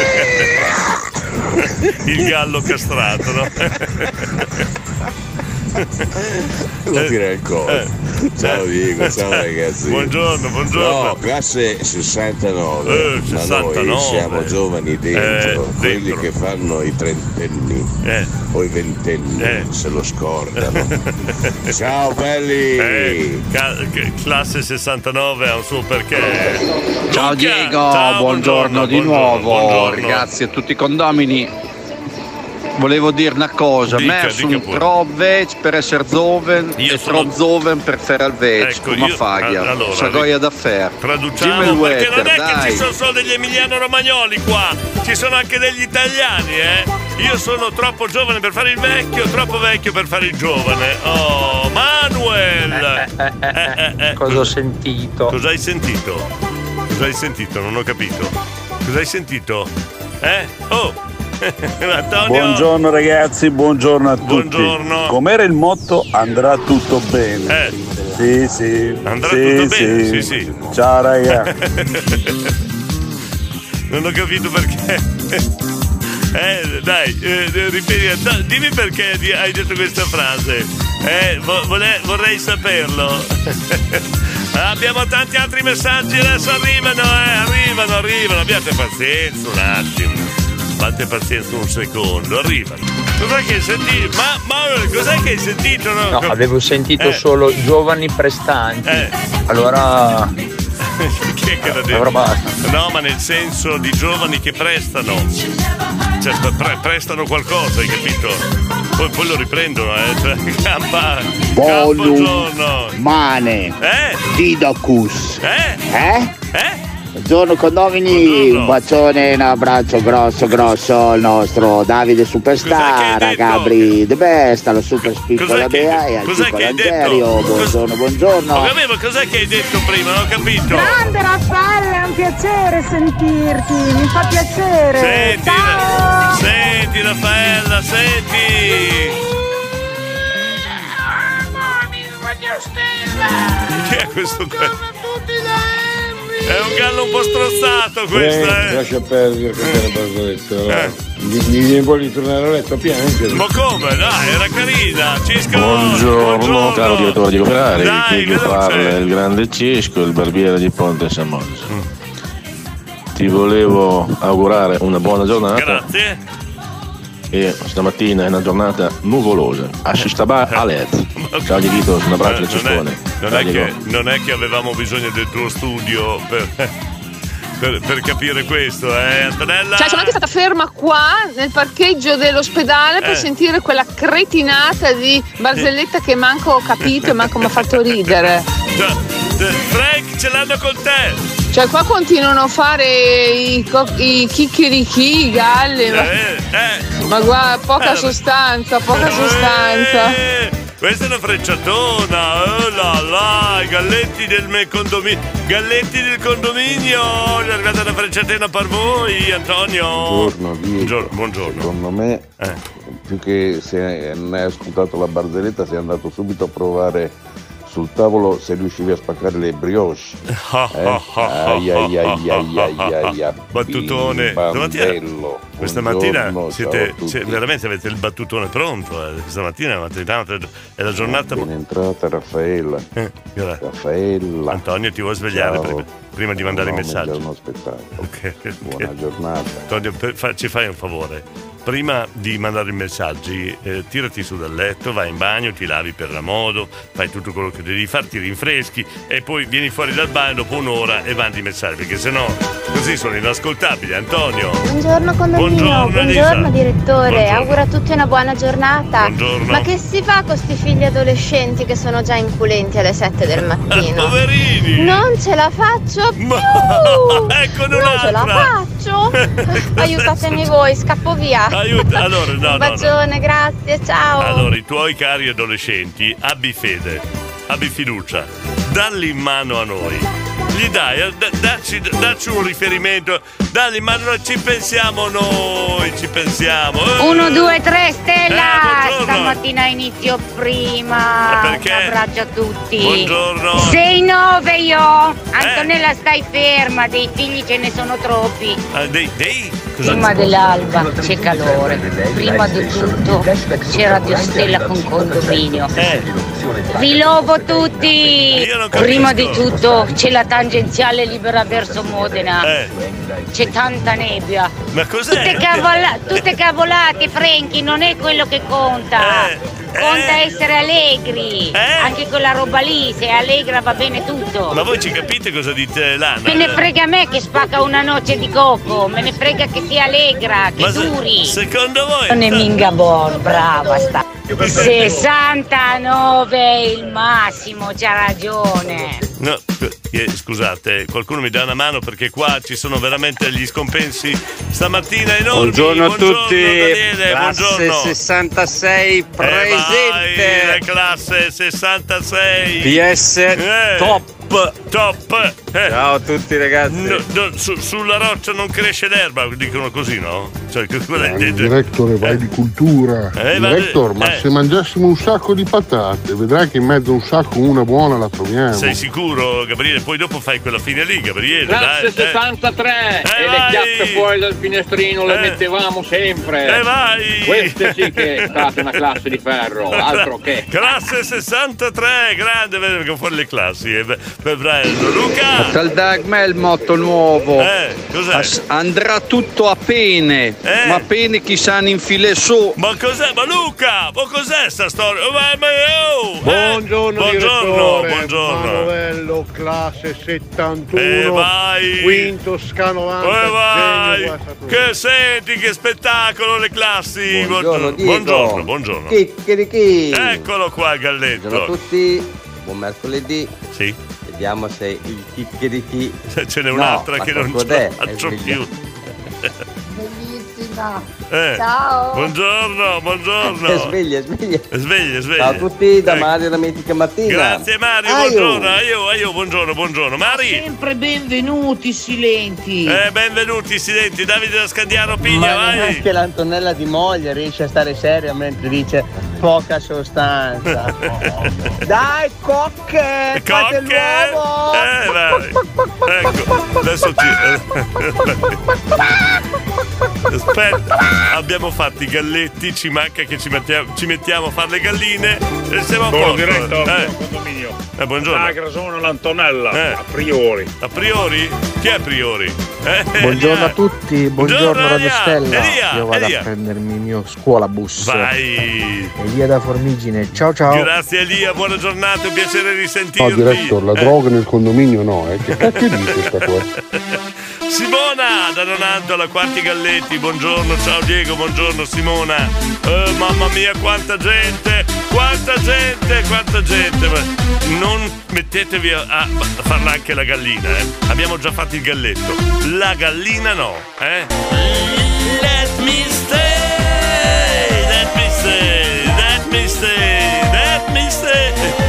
Speaker 7: Il gallo castrato, no?
Speaker 4: Lo direi il coso.
Speaker 7: Eh.
Speaker 4: Ciao Diego, ciao ragazzi.
Speaker 7: Buongiorno, buongiorno.
Speaker 4: No, classe sessantanove.
Speaker 7: Eh,
Speaker 4: Ma
Speaker 7: sessantanove.
Speaker 4: noi siamo giovani dentro,
Speaker 7: Eh,
Speaker 4: quelli
Speaker 7: dentro.
Speaker 4: che fanno i trentenni
Speaker 7: Eh.
Speaker 4: o i ventenni
Speaker 7: Eh.
Speaker 4: se lo scordano. Ciao belli.
Speaker 7: Eh, ca- che- classe sessantanove ha un suo perché.
Speaker 18: Ciao
Speaker 7: Luca,
Speaker 18: Diego,
Speaker 7: ciao,
Speaker 18: buongiorno, di
Speaker 7: buongiorno,
Speaker 18: nuovo,
Speaker 7: buongiorno.
Speaker 18: ragazzi a tutti i condomini. Volevo dire una cosa,
Speaker 7: Dica,
Speaker 18: me
Speaker 7: dica
Speaker 18: sono
Speaker 7: pure.
Speaker 18: troppo vec per essere zoven
Speaker 7: Io
Speaker 18: e
Speaker 7: sono-
Speaker 18: troppo zoven per fare al vec,
Speaker 7: Ecco,
Speaker 18: come
Speaker 7: io-
Speaker 18: faglia,
Speaker 7: a- allora,
Speaker 18: sagoia da fer.
Speaker 7: Traduciamo
Speaker 18: Jimmy
Speaker 7: perché non
Speaker 18: Wetter,
Speaker 7: è che
Speaker 18: dai.
Speaker 7: ci sono solo degli emiliano-romagnoli qua, ci sono anche degli italiani, eh. Io sono troppo giovane per fare il vecchio, troppo vecchio per fare il giovane. Oh, Manuel! Eh, eh, eh.
Speaker 5: Cosa ho sentito?
Speaker 7: Cosa hai sentito? Cosa hai sentito? Non ho capito. Cosa hai sentito? Eh? Oh! Antonio!
Speaker 1: Buongiorno ragazzi, buongiorno a tutti.
Speaker 7: Buongiorno.
Speaker 1: Com'era il motto? Andrà tutto bene.
Speaker 7: Eh.
Speaker 1: Sì, sì.
Speaker 7: Andrà
Speaker 1: sì,
Speaker 7: tutto bene?
Speaker 1: sì.
Speaker 7: Sì, sì.
Speaker 1: Ciao raga.
Speaker 7: Non ho capito perché. Eh, dai, eh, ripeti, da- dimmi perché di- hai detto questa frase. Eh, vo- vole- vorrei saperlo. Abbiamo tanti altri messaggi, adesso arrivano, eh, arrivano, arrivano. Abbiate pazienza un attimo. Fate pazienza un secondo, arrivano. Cos'è che hai sentito? Ma, ma cos'è che hai sentito? No,
Speaker 5: No, avevo sentito
Speaker 7: Eh.
Speaker 5: solo giovani prestanti.
Speaker 7: Eh.
Speaker 5: Allora
Speaker 7: Chi è che l'ha detto?
Speaker 5: Allora basta.
Speaker 7: No, ma nel senso di giovani che prestano. Cioè, pre- prestano qualcosa, hai capito? Poi, poi lo riprendono, eh. Cioè, campa. Buongiorno.
Speaker 12: Mane.
Speaker 7: Eh?
Speaker 12: Didocus.
Speaker 7: Eh?
Speaker 12: Eh?
Speaker 7: Eh?
Speaker 12: Buongiorno condomini, un bacione e un abbraccio grosso grosso al nostro Davide Superstar, a Gabri De Best, alla super spiccola Bea e al
Speaker 7: cos'è
Speaker 12: piccolo
Speaker 7: che hai detto?
Speaker 12: Angerio. Buongiorno, buongiorno.
Speaker 7: Ho capito, cos'è che hai detto prima? Non ho capito.
Speaker 6: Grande Raffaele, è un piacere sentirti, mi fa piacere.
Speaker 7: Senti,
Speaker 6: Ciao.
Speaker 7: senti Raffaella, senti. Chi è questo qua? È un gallo un po' strozzato questo, eh.
Speaker 8: Lascia perdere che te le barzellette. allora.
Speaker 7: Eh.
Speaker 8: Mi, mi viene voglia di tornare a letto piangere.
Speaker 7: Ma come? Dai, era carina. Cisco.
Speaker 3: Buongiorno, caro direttore di Operari,
Speaker 7: Dai,
Speaker 3: qui che
Speaker 7: veloce.
Speaker 3: parla il grande Cisco, il barbiere di Ponte Samoggia. Ti volevo augurare una buona giornata.
Speaker 7: Grazie.
Speaker 3: E stamattina è una giornata nuvolosa. A Sistaba a letto. Ciao Dieguito, un abbraccio da
Speaker 7: Eh, non, è,
Speaker 3: Cistone.
Speaker 7: non,
Speaker 3: Ciao,
Speaker 7: è che,
Speaker 3: Diego.
Speaker 7: non è che avevamo bisogno del tuo studio per, per, per capire questo, eh, Antonella?
Speaker 14: Cioè, sono anche stata ferma qua nel parcheggio dell'ospedale per
Speaker 7: Eh.
Speaker 14: sentire quella cretinata di barzelletta che manco ho capito e manco mi ha fatto ridere.
Speaker 7: Cioè, eh, Frank, ce l'hanno con te.
Speaker 14: Cioè, qua continuano a fare i, co- i chicchirichi, i galli, ma,
Speaker 7: Eh, eh.
Speaker 14: ma guarda, poca
Speaker 7: Eh,
Speaker 14: sostanza, poca sostanza.
Speaker 7: Eh, questa è una frecciatona, oh là là, i galletti del me condominio, galletti del condominio, è arrivata una frecciatina per voi, Antonio.
Speaker 24: Buongiorno, Diego.
Speaker 7: Buongiorno, buongiorno.
Speaker 24: Secondo me,
Speaker 7: Eh.
Speaker 24: più che se non hai ascoltato la barzelletta, sei andato subito a provare sul tavolo se riuscivi a spaccare le brioche. Eh? Ai ai ai ai ai ai ai.
Speaker 7: Battutone. Stamattina,
Speaker 24: Bandello.
Speaker 7: questa mattina
Speaker 24: Buongiorno,
Speaker 7: siete,
Speaker 24: ciao a tutti.
Speaker 7: se- veramente avete il battutone pronto. Eh. Questa mattina è una mattinata- è la giornata.
Speaker 24: Appena entrata Raffaella.
Speaker 7: Eh, grazie.
Speaker 24: Raffaella.
Speaker 7: Antonio, ti vuoi svegliare
Speaker 24: Ciao.
Speaker 7: prima, prima di mandare i
Speaker 24: No,
Speaker 7: messaggi?
Speaker 24: mi già uno spettacolo.
Speaker 7: Ok, ok.
Speaker 24: Buona giornata.
Speaker 7: Antonio, per- fa- ci fai un favore. Prima di mandare i messaggi, eh, tirati su dal letto, vai in bagno, ti lavi per la modo, fai tutto quello che devi fare, ti rinfreschi e poi vieni fuori dal bagno dopo un'ora e mandi i messaggi, perché sennò così sono inascoltabili. Antonio.
Speaker 9: Buongiorno condominio,
Speaker 7: Buongiorno,
Speaker 9: buongiorno,
Speaker 7: Elisa.
Speaker 9: direttore,
Speaker 7: Buongiorno.
Speaker 9: auguro a tutti una buona giornata.
Speaker 7: Buongiorno.
Speaker 9: Ma che si fa con sti figli adolescenti che sono già inculenti alle sette del mattino?
Speaker 7: Poverini!
Speaker 9: Non ce la faccio più!
Speaker 7: Ecco
Speaker 9: non ce la faccio! Aiutatemi voi, scappo via!
Speaker 7: Aiuta, allora, no,
Speaker 9: Un
Speaker 7: no, no.
Speaker 9: bacione, grazie, ciao!
Speaker 7: Allora, i tuoi cari adolescenti, abbi fede, abbi fiducia, dalli in mano a noi. Gli dai, eh, da- dacci, dacci un riferimento, dalli in mano, noi ci pensiamo noi, ci pensiamo. Eh.
Speaker 10: uno, due, tre, Stella!
Speaker 7: Eh, buongiorno.
Speaker 10: Stamattina inizio prima.
Speaker 7: Ma perché?
Speaker 10: Un abbraccio a tutti.
Speaker 7: Buongiorno.
Speaker 10: sei nove io. Antonella, stai ferma, dei figli ce ne sono troppi.
Speaker 7: Ah, dei, dei?
Speaker 10: Prima dell'alba c'è calore, prima di tutto c'è Radio Stella con condominio. Vi lovo tutti! Prima di tutto c'è la tangenziale libera verso Modena. C'è tanta nebbia.
Speaker 7: Ma cos'è?
Speaker 10: Tutte, cavola- tutte cavolate, Franky, non è quello che conta. Conta essere allegri. Anche quella roba lì, se è allegra va bene tutto.
Speaker 7: Ma voi ci capite cosa dite, Lana?
Speaker 10: Me ne frega a me che spacca una noce di cocco, me ne frega che sia allegra, che
Speaker 7: Ma se-
Speaker 10: duri.
Speaker 7: secondo voi?
Speaker 10: Non è minga buon, brava sta. sessantanove è il massimo, c'ha ragione.
Speaker 7: No, eh, scusate, qualcuno mi dà una mano perché qua ci sono veramente gli scompensi stamattina enormi.
Speaker 1: Buongiorno a tutti.
Speaker 7: Daniele,
Speaker 1: Classe
Speaker 7: buongiorno.
Speaker 1: sessantasei presente.
Speaker 7: Eh vai, classe sessantasei.
Speaker 1: P S
Speaker 7: Eh.
Speaker 1: top.
Speaker 7: Top. Eh.
Speaker 1: Ciao a tutti ragazzi.
Speaker 7: No, no, su- sulla roccia non cresce l'erba, dicono così, no? Cioè, che quella è
Speaker 11: Direttore, vai di cultura.
Speaker 7: Eh, va-
Speaker 11: Direttore, ma
Speaker 7: eh.
Speaker 11: se mangiassimo un sacco di patate, vedrai che in mezzo a un sacco una buona la troviamo.
Speaker 7: Sei sicuro, Gabriele? Poi dopo fai quella fine lì, Gabriele.
Speaker 23: Classe
Speaker 7: dai, eh.
Speaker 23: sessantatré
Speaker 7: Eh,
Speaker 23: e
Speaker 7: vai.
Speaker 23: le chiappe fuori dal finestrino le
Speaker 7: Eh.
Speaker 23: mettevamo sempre.
Speaker 7: Eh, vai.
Speaker 23: Questa sì che è stata una classe di ferro, altro che.
Speaker 7: Classe sessantatré, grande, vengono fuori le classi. eh, Per Brian, Luca.
Speaker 18: Dal Dagma il motto nuovo.
Speaker 7: Eh, cos'è?
Speaker 18: As- andrà tutto a pene,
Speaker 7: Eh.
Speaker 18: ma pene chi sa in file su.
Speaker 7: Ma cos'è? Ma Luca, ma cos'è sta storia? Oh, ma- ma- oh, eh.
Speaker 20: Buongiorno,
Speaker 7: buongiorno,
Speaker 20: direttore.
Speaker 7: buongiorno.
Speaker 20: Manovello, classe settantuno.
Speaker 7: Eh, vai.
Speaker 20: Quinto scanovanta.
Speaker 7: Eh, vai.
Speaker 20: genio, guarda tu.
Speaker 7: Che senti che spettacolo le classi.
Speaker 15: Buongiorno, Diego.
Speaker 7: buongiorno, buongiorno.
Speaker 15: Chicchirichi.
Speaker 7: Eccolo qua, Galletto.
Speaker 15: Buongiorno a tutti, buon mercoledì.
Speaker 7: Sì.
Speaker 15: Vediamo se il chicchirichi.
Speaker 7: Ce n'è
Speaker 15: No,
Speaker 7: un'altra
Speaker 15: ma
Speaker 7: che non ce
Speaker 15: cos'è?
Speaker 7: la faccio
Speaker 15: È
Speaker 7: più.
Speaker 9: Bellissima.
Speaker 7: Eh.
Speaker 9: Ciao.
Speaker 7: Buongiorno, buongiorno.
Speaker 15: Sveglia, sveglia.
Speaker 7: Sveglia, sveglia.
Speaker 15: Ciao a tutti da
Speaker 7: Ecco.
Speaker 15: Mario la Mitica Mattina.
Speaker 7: Grazie Mario,
Speaker 15: Aio.
Speaker 7: buongiorno. Aio, aio, buongiorno, buongiorno. Mari.
Speaker 17: Sempre benvenuti, silenti.
Speaker 7: Eh, benvenuti, silenti. Davide da Scandiano Piglia,
Speaker 15: Ma
Speaker 7: vai.
Speaker 15: neanche l'Antonella di moglie riesce a stare seria mentre dice poca sostanza. Dai, cocche! Fate l'uovo!
Speaker 7: Eh, vai. Ecco, adesso ci. Aspetta, abbiamo fatto i galletti, ci manca che ci mettiamo, ci mettiamo a fare le galline e siamo a
Speaker 19: Buon
Speaker 7: posto.
Speaker 19: diretto,
Speaker 7: Eh.
Speaker 19: buon condominio.
Speaker 7: Eh, buongiorno.
Speaker 19: Sagra sono l'Antonella,
Speaker 7: Eh.
Speaker 19: a priori.
Speaker 7: A priori? Chi è a priori? Eh,
Speaker 21: Buongiorno
Speaker 7: Elia.
Speaker 21: a tutti, buongiorno
Speaker 7: Buongiorno,
Speaker 21: Radio
Speaker 7: Elia.
Speaker 21: Stella.
Speaker 7: Elia,
Speaker 21: Io vado
Speaker 7: Elia.
Speaker 21: a prendermi il mio scuolabus.
Speaker 7: Vai.
Speaker 21: Elia da Formigine. Ciao ciao.
Speaker 7: Grazie Elia, buona giornata, un piacere
Speaker 11: No,
Speaker 7: risentirti.
Speaker 11: direttore, la
Speaker 7: Eh.
Speaker 11: droga nel condominio no, eh. Che cacchio dice sta qua?
Speaker 7: Simona da Nonanto alla Quarti Galletti, buongiorno, ciao Diego, buongiorno Simona. Eh, mamma mia quanta gente, quanta gente, quanta gente. Ma non mettetevi a, a farla anche la gallina, eh. Abbiamo già fatto il galletto. La gallina no, eh. Let me stay, let me stay, let me stay, let me stay.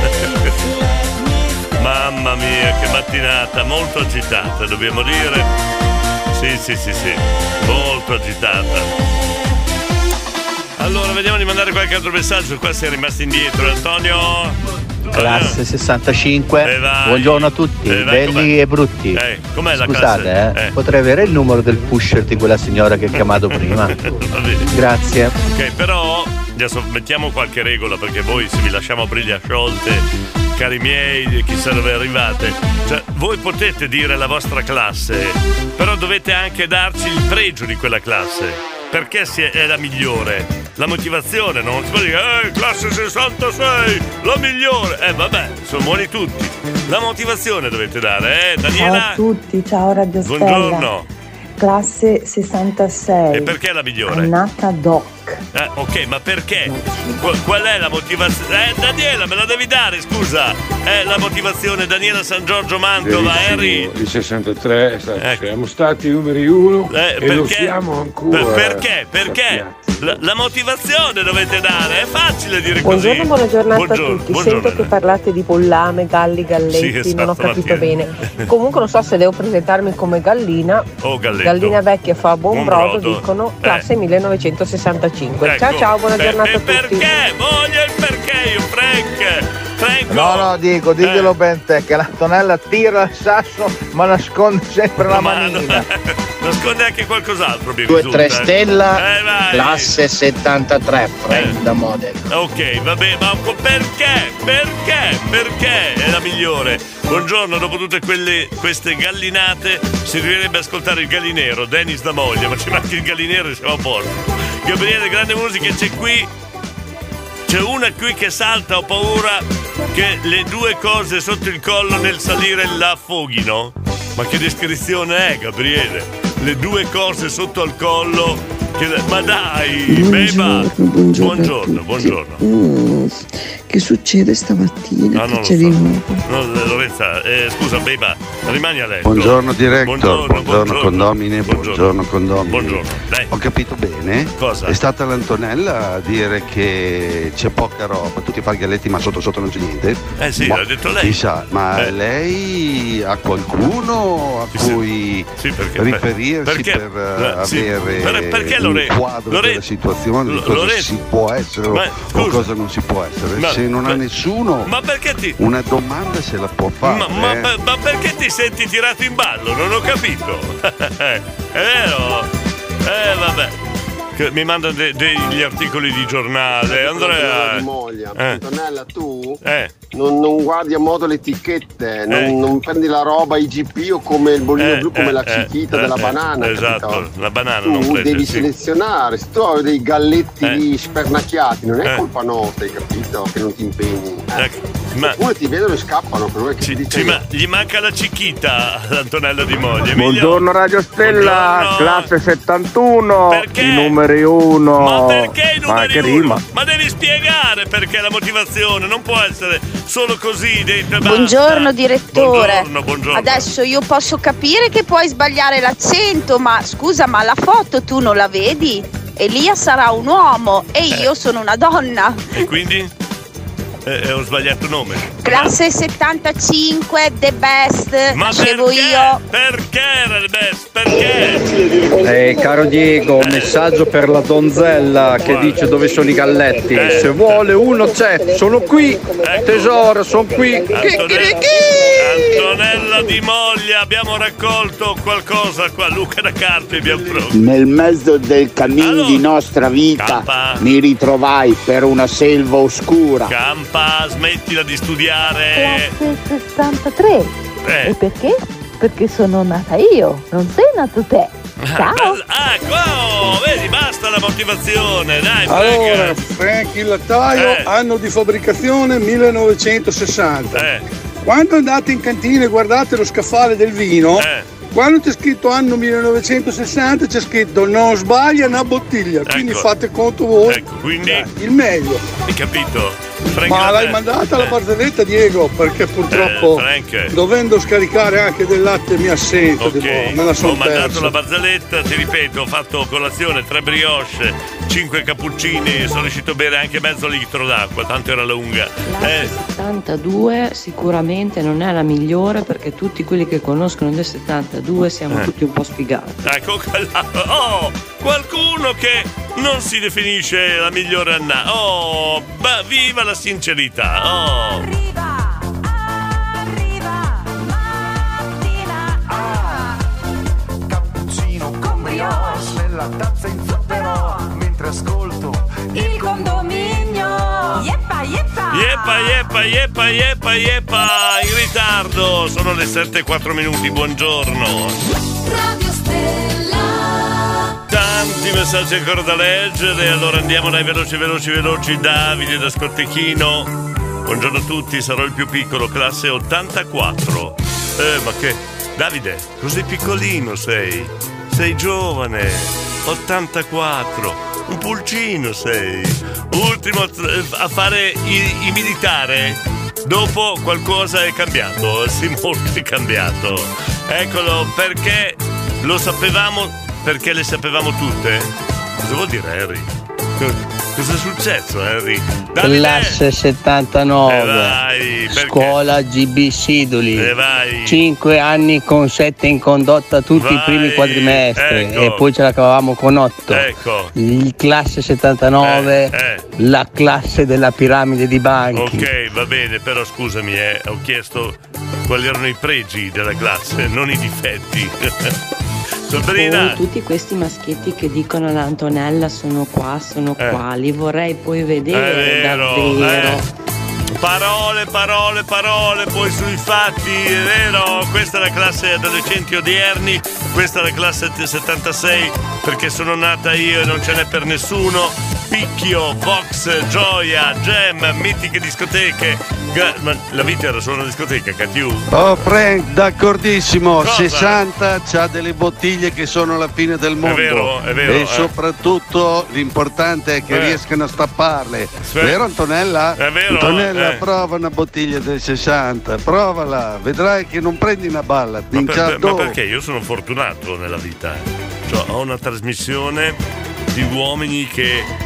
Speaker 7: Mamma mia, che mattinata, molto agitata, dobbiamo dire. Sì, sì, sì, sì, molto agitata. Allora, vediamo di mandare qualche altro messaggio. Qua si è rimasti indietro. Antonio.
Speaker 21: Classe sessantacinque.
Speaker 7: Eh, vai.
Speaker 21: Buongiorno a tutti,
Speaker 7: Eh, vai,
Speaker 21: belli
Speaker 7: com'è?
Speaker 21: e brutti.
Speaker 7: Eh, com'è la
Speaker 21: Scusate,
Speaker 7: classe?
Speaker 21: eh,
Speaker 7: Eh.
Speaker 21: potrei avere il numero del pusher di quella signora che ha chiamato prima.
Speaker 7: Va bene.
Speaker 21: Grazie.
Speaker 7: Ok, però adesso mettiamo qualche regola perché voi se vi lasciamo briglie sciolte, cari miei, chissà dove arrivate. Cioè, voi potete dire la vostra classe, però dovete anche darci il pregio di quella classe. Perché si è, è la migliore? La motivazione, non si può dire, eh, classe sessantasei, la migliore. Eh, vabbè, sono buoni tutti. La motivazione dovete dare, eh, Daniela?
Speaker 22: Ciao a tutti, ciao Radio Stella.
Speaker 7: Buongiorno.
Speaker 22: Classe sessantasei.
Speaker 7: E perché è la migliore?
Speaker 22: Annata Doc.
Speaker 7: Eh, ok, ma perché? Qu- qual è la motivazione? Eh, Daniela, me la devi dare, scusa. È la motivazione, Daniela San Giorgio Mantova, Harry.
Speaker 24: Il sessantatré, siamo stati numeri uno
Speaker 7: Eh,
Speaker 24: e lo siamo ancora.
Speaker 7: Per- perché? Perché? La, la motivazione dovete dare, è facile dire così.
Speaker 27: Buongiorno, buona giornata
Speaker 7: Buongiorno,
Speaker 27: a tutti.
Speaker 7: buongiorno.
Speaker 27: Sento che parlate di pollame, galli, galletti,
Speaker 7: Sì, esatto,
Speaker 27: non ho capito
Speaker 7: Mattia.
Speaker 27: bene. Comunque non so se devo presentarmi come gallina.
Speaker 7: Oh, galletto.
Speaker 27: Gallina vecchia fa buon,
Speaker 7: Buon
Speaker 27: brodo,
Speaker 7: brodo.
Speaker 27: dicono
Speaker 7: Eh.
Speaker 27: classe millenovecentosessantacinque.
Speaker 7: Ecco.
Speaker 27: Ciao ciao, buona
Speaker 7: Eh,
Speaker 27: giornata
Speaker 7: e
Speaker 27: a tutti.
Speaker 7: perché? Voglio il perché, io Frank. Franco.
Speaker 28: No, no, Diego, diglielo ben te che l'Antonella tira il sasso ma nasconde sempre la
Speaker 7: mano.
Speaker 28: manina.
Speaker 7: nasconde anche qualcos'altro. Mi
Speaker 2: due
Speaker 7: risulta,
Speaker 2: tre
Speaker 7: eh.
Speaker 2: stella,
Speaker 7: Eh, vai.
Speaker 2: classe settantatré, friend da model.
Speaker 7: Ok, vabbè, ma perché? Perché? Perché è la migliore? Buongiorno, dopo tutte quelle, queste gallinate si dovrebbe ascoltare il gallinero, Dennis da moglie, ma ci manca il gallinero e siamo a posto. Gabriele, grande musica, c'è qui, c'è una qui che salta, ho paura che le due cose sotto il collo nel salire la affoghino. Ma che descrizione è, Gabriele? Le due cose sotto al collo che... Ma dai, beba! Buongiorno, buongiorno.
Speaker 4: Mm, che succede stamattina?
Speaker 7: Ah,
Speaker 4: che
Speaker 7: non
Speaker 4: c'è
Speaker 7: lo
Speaker 4: di
Speaker 7: so.
Speaker 4: nuovo?
Speaker 7: No, Lorenza, eh, scusa, beba, rimani a letto.
Speaker 24: Buongiorno director,
Speaker 7: Buongiorno,
Speaker 24: buongiorno,
Speaker 7: buongiorno.
Speaker 24: condomini, buongiorno condomini.
Speaker 7: Buongiorno, dai.
Speaker 24: Ho capito bene?
Speaker 7: Cosa?
Speaker 24: È stata l'Antonella a dire che c'è poca roba, tutti fanno i galletti ma sotto sotto non c'è niente.
Speaker 7: Eh sì,
Speaker 24: Boh,
Speaker 7: l'ha detto lei.
Speaker 24: Chissà, ma
Speaker 7: Eh.
Speaker 24: lei ha qualcuno a
Speaker 7: Sì, sì.
Speaker 24: cui
Speaker 7: Sì, perché-
Speaker 24: riferirsi
Speaker 7: perché-
Speaker 24: per
Speaker 7: eh, sì,
Speaker 24: avere
Speaker 7: per- perché
Speaker 24: un
Speaker 7: Lore-
Speaker 24: quadro
Speaker 7: Lore-
Speaker 24: della situazione, di
Speaker 7: Lo-
Speaker 24: cosa
Speaker 7: Lorenzo-
Speaker 24: si può essere
Speaker 7: Ma,
Speaker 24: o
Speaker 7: scusa.
Speaker 24: cosa non si può essere.
Speaker 7: Ma-
Speaker 24: Se non ha
Speaker 7: ma-
Speaker 24: nessuno,
Speaker 7: Ma perché ti...
Speaker 24: una domanda se la può fare.
Speaker 7: Ma, ma-
Speaker 24: eh.
Speaker 7: ma- ma perché ti senti tirato in ballo? Non ho capito. È vero? Eh, vabbè. Che mi mandano de- degli articoli di giornale. Andrea.
Speaker 5: Di moglie.
Speaker 7: Eh.
Speaker 5: Antonella, tu
Speaker 7: Eh.
Speaker 5: non, non guardi a modo le etichette, non,
Speaker 7: Eh.
Speaker 5: non prendi la roba I G P o come il bollino
Speaker 7: Eh,
Speaker 5: blu, come
Speaker 7: eh,
Speaker 5: la
Speaker 7: eh,
Speaker 5: cicchita
Speaker 7: eh,
Speaker 5: della
Speaker 7: eh,
Speaker 5: banana.
Speaker 7: Esatto,
Speaker 5: capito?
Speaker 7: la banana
Speaker 5: Tu
Speaker 7: non prende,
Speaker 5: devi
Speaker 7: sì.
Speaker 5: selezionare, se tu hai dei galletti
Speaker 7: Eh.
Speaker 5: lì spernacchiati, non è
Speaker 7: Eh.
Speaker 5: colpa nostra, hai capito? Che non ti impegni. Eh.
Speaker 7: Ecco, ma-
Speaker 5: Oppure ti vedono e scappano, per voi che ti dice
Speaker 7: Sì, ma gli manca la cicchita ad Antonello di moglie. Emilio?
Speaker 13: Buongiorno Radio Stella,
Speaker 7: Buongiorno.
Speaker 13: classe settantuno,
Speaker 7: Perché?
Speaker 13: i numeri uno.
Speaker 7: Ma perché i
Speaker 13: Ma
Speaker 7: numeri
Speaker 13: che
Speaker 7: uno?
Speaker 13: rima?
Speaker 7: Ma devi spiegare perché la motivazione non può essere solo così detto e basta.
Speaker 16: Buongiorno direttore.
Speaker 7: Buongiorno, buongiorno.
Speaker 16: Adesso io posso capire che puoi sbagliare l'accento, ma scusa, ma la foto tu non la vedi? Elia sarà un uomo e io sono una donna.
Speaker 7: E quindi? Eh, eh, ho sbagliato nome.
Speaker 16: Classe settantacinque, the best,
Speaker 7: Ma
Speaker 16: facevo
Speaker 7: perché?
Speaker 16: io.
Speaker 7: Perché era il best? Perché?
Speaker 18: Eh, caro Diego, un messaggio per la donzella che dice dove sono i galletti.
Speaker 7: Eh.
Speaker 18: Se vuole uno c'è, sono qui. Tesoro, sono qui.
Speaker 7: Antonella, Antonella di moglie, abbiamo raccolto qualcosa qua. Luca da Carpi abbiamo pronto.
Speaker 12: Nel mezzo del cammin di nostra vita
Speaker 7: Campa.
Speaker 12: mi ritrovai per una selva oscura.
Speaker 7: Campa, smettila di studiare.
Speaker 22: Classe sessantatré.
Speaker 7: Eh.
Speaker 22: E perché? Perché sono nata io, non sei nato te. Ciao.
Speaker 7: Bella- Ah, wow, vedi, basta la motivazione, dai,
Speaker 20: Allora,
Speaker 7: prega.
Speaker 20: Frank il lattaio,
Speaker 7: Eh.
Speaker 20: anno di fabbricazione millenovecentosessanta.
Speaker 7: Eh.
Speaker 20: Quando andate in cantina e guardate lo scaffale del vino,
Speaker 7: Eh.
Speaker 20: quando c'è scritto anno millenovecentosessanta c'è scritto non sbaglia una bottiglia, quindi
Speaker 7: Ecco.
Speaker 20: fate conto voi.
Speaker 7: Ecco, quindi
Speaker 20: Eh, il meglio.
Speaker 7: hai capito? Frank
Speaker 20: Ma l'hai
Speaker 7: Latte-
Speaker 20: mandata alla
Speaker 7: Eh.
Speaker 20: barzelletta, Diego? Perché purtroppo
Speaker 7: Eh, Frank.
Speaker 20: dovendo scaricare anche del latte mi assento,
Speaker 7: Ok,
Speaker 20: devo- me la sono
Speaker 7: ho mandato
Speaker 20: persa.
Speaker 7: la barzelletta, ti ripeto, ho fatto colazione, tre brioche, cinque cappuccini, sono riuscito a bere anche mezzo litro d'acqua, tanto era lunga. Eh,
Speaker 25: settantadue sicuramente non è la migliore perché tutti quelli che conoscono del settantadue siamo
Speaker 7: Eh.
Speaker 25: tutti un po' sfigati.
Speaker 7: ecco quella. Oh, qualcuno che non si definisce la migliore Anna. Oh, beh, viva la sincerità. Oh.
Speaker 26: Cappuccino con brioche nella tazza in zucchero mentre ascolto il condominio. Yeppa, yeppa.
Speaker 7: Yeppa, yeppa, yeppa, yeppa, yeppa, in ritardo, sono le sette e quattro minuti, buongiorno.
Speaker 26: Radio Stella.
Speaker 7: Tanti messaggi ancora da leggere, allora andiamo dai veloci, veloci, veloci. Davide da Scottechino. Buongiorno a tutti, sarò il più piccolo, classe ottantaquattro. Eh, ma che? Davide, così piccolino sei. Sei giovane. ottantaquattro. Un pulcino sei. Ultimo a fare i, i militare. Dopo qualcosa è cambiato. Sì, molto è cambiato. Eccolo, perché lo sapevamo, perché le sapevamo tutte? Cosa vuol dire, Harry? Cosa è successo, Harry? Davide!
Speaker 15: Classe settantanove,
Speaker 7: Eh vai, perché?
Speaker 15: scuola G B Sidoli,
Speaker 7: Eh vai.
Speaker 15: cinque anni con sette in condotta tutti i
Speaker 7: Vai,
Speaker 15: primi quadrimestri
Speaker 7: ecco.
Speaker 15: e poi ce la cavavamo con otto.
Speaker 7: Ecco.
Speaker 15: Il classe settantanove,
Speaker 7: Eh, eh.
Speaker 15: la classe della piramide di banchi.
Speaker 7: Ok, va bene, però scusami, eh, ho chiesto quali erano i pregi della classe, non i difetti. Sabrina.
Speaker 25: Poi tutti questi maschietti che dicono all'Antonella sono qua, sono
Speaker 7: Eh.
Speaker 25: qua, li vorrei poi vedere
Speaker 7: È vero,
Speaker 25: davvero.
Speaker 7: eh. Parole, parole, parole, poi sui fatti, è vero, questa è la classe adolescenti odierni, questa è la classe settantasei, perché sono nata io e non ce n'è per nessuno. Picchio, Vox, Gioia, Gem, mitiche discoteche. Gra- ma la vita era solo una discoteca, Catiu.
Speaker 18: Oh Frank, d'accordissimo,
Speaker 7: Cosa?
Speaker 18: sessanta c'ha delle bottiglie che sono la fine del mondo.
Speaker 7: vero, è vero,
Speaker 18: E
Speaker 7: eh.
Speaker 18: soprattutto l'importante è che
Speaker 7: Eh.
Speaker 18: riescano a stapparle.
Speaker 7: Sì.
Speaker 18: Vero Antonella?
Speaker 7: È vero,
Speaker 18: Antonella,
Speaker 7: eh.
Speaker 18: prova una bottiglia del sessanta, provala, vedrai che non prendi una balla.
Speaker 7: Ma, per-
Speaker 18: Pinciato.
Speaker 7: ma perché io sono fortunato nella vita, eh. Cioè, ho una trasmissione di uomini che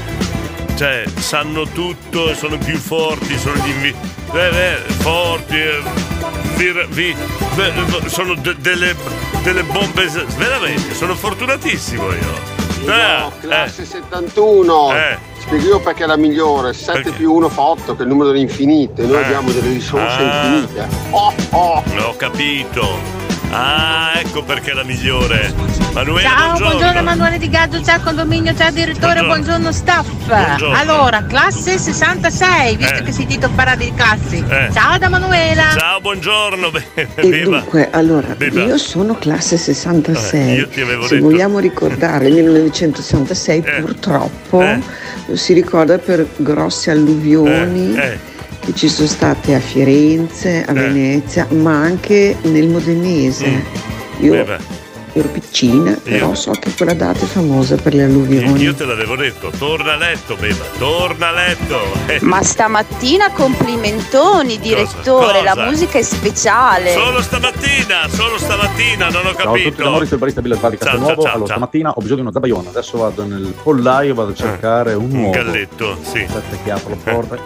Speaker 7: cioè sanno tutto e sono più forti, sono gli invi- eh, eh, forti, eh, vi- vi- ve- sono de- delle, delle bombe, veramente, sono fortunatissimo io.
Speaker 5: No,
Speaker 7: Eh,
Speaker 5: classe
Speaker 7: eh.
Speaker 5: settantuno.
Speaker 7: Eh.
Speaker 5: Spiego io perché è la migliore. sette
Speaker 7: Perché?
Speaker 5: più uno fa otto, che è il numero dell'infinito. E noi
Speaker 7: Eh.
Speaker 5: abbiamo delle risorse
Speaker 7: Ah.
Speaker 5: infinite. Oh, oh.
Speaker 7: Ho capito. Ah, ecco perché è la migliore. Manuela,
Speaker 17: Ciao,
Speaker 7: buongiorno.
Speaker 17: buongiorno Emanuele Di Gaggio, ciao condominio, ciao direttore,
Speaker 7: Buongiorno.
Speaker 17: buongiorno, staff.
Speaker 7: Buongiorno.
Speaker 17: Allora, classe sessantasei, visto
Speaker 7: Eh.
Speaker 17: che si dito parlare di classi.
Speaker 7: Eh.
Speaker 17: Ciao da Manuela.
Speaker 7: Ciao, buongiorno. Be-
Speaker 4: E
Speaker 7: Beba.
Speaker 4: dunque, allora,
Speaker 7: Beba.
Speaker 4: io sono classe sessantasei.
Speaker 7: Eh, io ti avevo
Speaker 4: Se
Speaker 7: detto-
Speaker 4: vogliamo ricordare il millenovecentosessantasei,
Speaker 7: Eh.
Speaker 4: purtroppo
Speaker 7: Eh.
Speaker 4: lo si ricorda per grosse alluvioni
Speaker 7: Eh, eh.
Speaker 4: che ci sono state a Firenze, a Venezia, ma anche nel Modenese. Io
Speaker 7: Beba.
Speaker 4: ero piccina, però so che quella data è famosa per le alluvioni.
Speaker 7: Io te l'avevo detto, torna a letto, Beba, torna a letto. Eh.
Speaker 16: Ma stamattina complimentoni, direttore,
Speaker 7: Cosa?
Speaker 16: la musica è speciale.
Speaker 7: Solo stamattina, solo stamattina, non ho
Speaker 1: Ciao a tutti,
Speaker 7: capito.
Speaker 1: da Maurizio il barista Villa Sbarri
Speaker 7: Ciao,
Speaker 1: Castelnuovo.
Speaker 7: ciao, ciao,
Speaker 1: Allora,
Speaker 7: ciao.
Speaker 1: stamattina ho bisogno di uno zabaione. Adesso vado nel pollaio, vado a cercare un
Speaker 7: Un
Speaker 1: uovo.
Speaker 7: galletto, sì.
Speaker 1: Aspetta che apro la porta.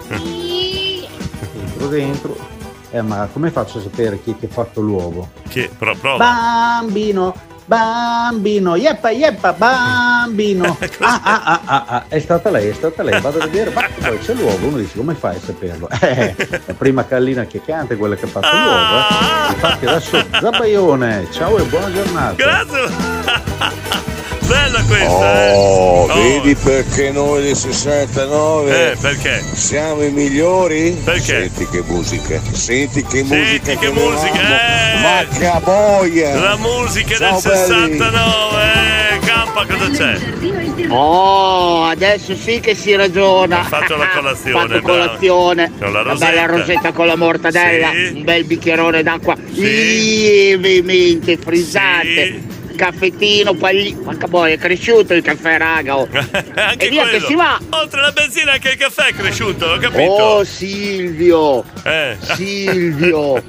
Speaker 1: Entro dentro. Eh, ma come faccio a sapere chi è che ha fatto l'uovo?
Speaker 7: Che, pro- prova.
Speaker 1: Bambino, bambino, yeppa, yeppa, bambino. Ah, ah, ah, ah, ah, è stata lei, è stata lei. Vado a vedere, ma poi c'è l'uovo. Uno dice, come fai a saperlo? Eh, la prima gallina che canta è quella che ha fatto l'uovo. Eh. Infatti adesso, zabaione, ciao e buona giornata.
Speaker 7: Grazie. Bella questa,
Speaker 3: Oh,
Speaker 7: eh.
Speaker 3: vedi perché noi del sessantanove
Speaker 7: Eh, perché?
Speaker 3: siamo i migliori?
Speaker 7: Perché?
Speaker 3: Senti che musica, senti che
Speaker 7: Senti
Speaker 3: musica
Speaker 7: che musica, eh.
Speaker 3: Ma che boia!
Speaker 7: La musica
Speaker 3: Ciao,
Speaker 7: del
Speaker 3: belli.
Speaker 7: sessantanove, eh. Campa, cosa c'è?
Speaker 12: Oh, adesso sì che si ragiona.
Speaker 7: Ho fatto la colazione,
Speaker 12: Fatto
Speaker 7: bravo.
Speaker 12: colazione.
Speaker 7: Con la
Speaker 12: Una
Speaker 7: rosetta.
Speaker 12: bella rosetta con la mortadella,
Speaker 7: Sì.
Speaker 12: un bel bicchierone d'acqua
Speaker 7: Sì.
Speaker 12: lievemente frizzante.
Speaker 7: Sì.
Speaker 12: Caffettino, paglino. Ma poi è cresciuto il caffè, raga. Oh.
Speaker 7: Anche
Speaker 12: E via
Speaker 7: quello.
Speaker 12: che si va.
Speaker 7: Oltre alla benzina anche il caffè è cresciuto, ho capito.
Speaker 12: Oh Silvio,
Speaker 7: Eh.
Speaker 12: Silvio,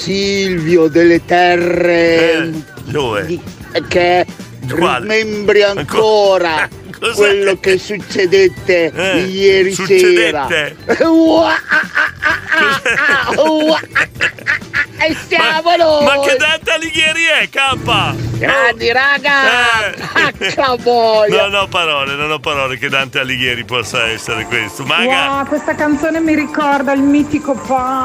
Speaker 12: Silvio delle terre
Speaker 7: Eh, dove?
Speaker 12: di- che
Speaker 7: Quale?
Speaker 12: rimembri ancora
Speaker 7: Cos'è?
Speaker 12: quello che succedette
Speaker 7: Eh,
Speaker 12: ieri
Speaker 7: succedette?
Speaker 12: sera. Ua, ah, ah, ah, ah, ua, ah, ah, ah, E siamo noi.
Speaker 7: Ma che Dante Alighieri è, Campa?
Speaker 12: Grandi raga,
Speaker 7: Eh.
Speaker 12: cacca boia.
Speaker 7: Non ho parole, non ho parole che Dante Alighieri possa essere questo. Maga,
Speaker 6: Wow, questa canzone mi ricorda il mitico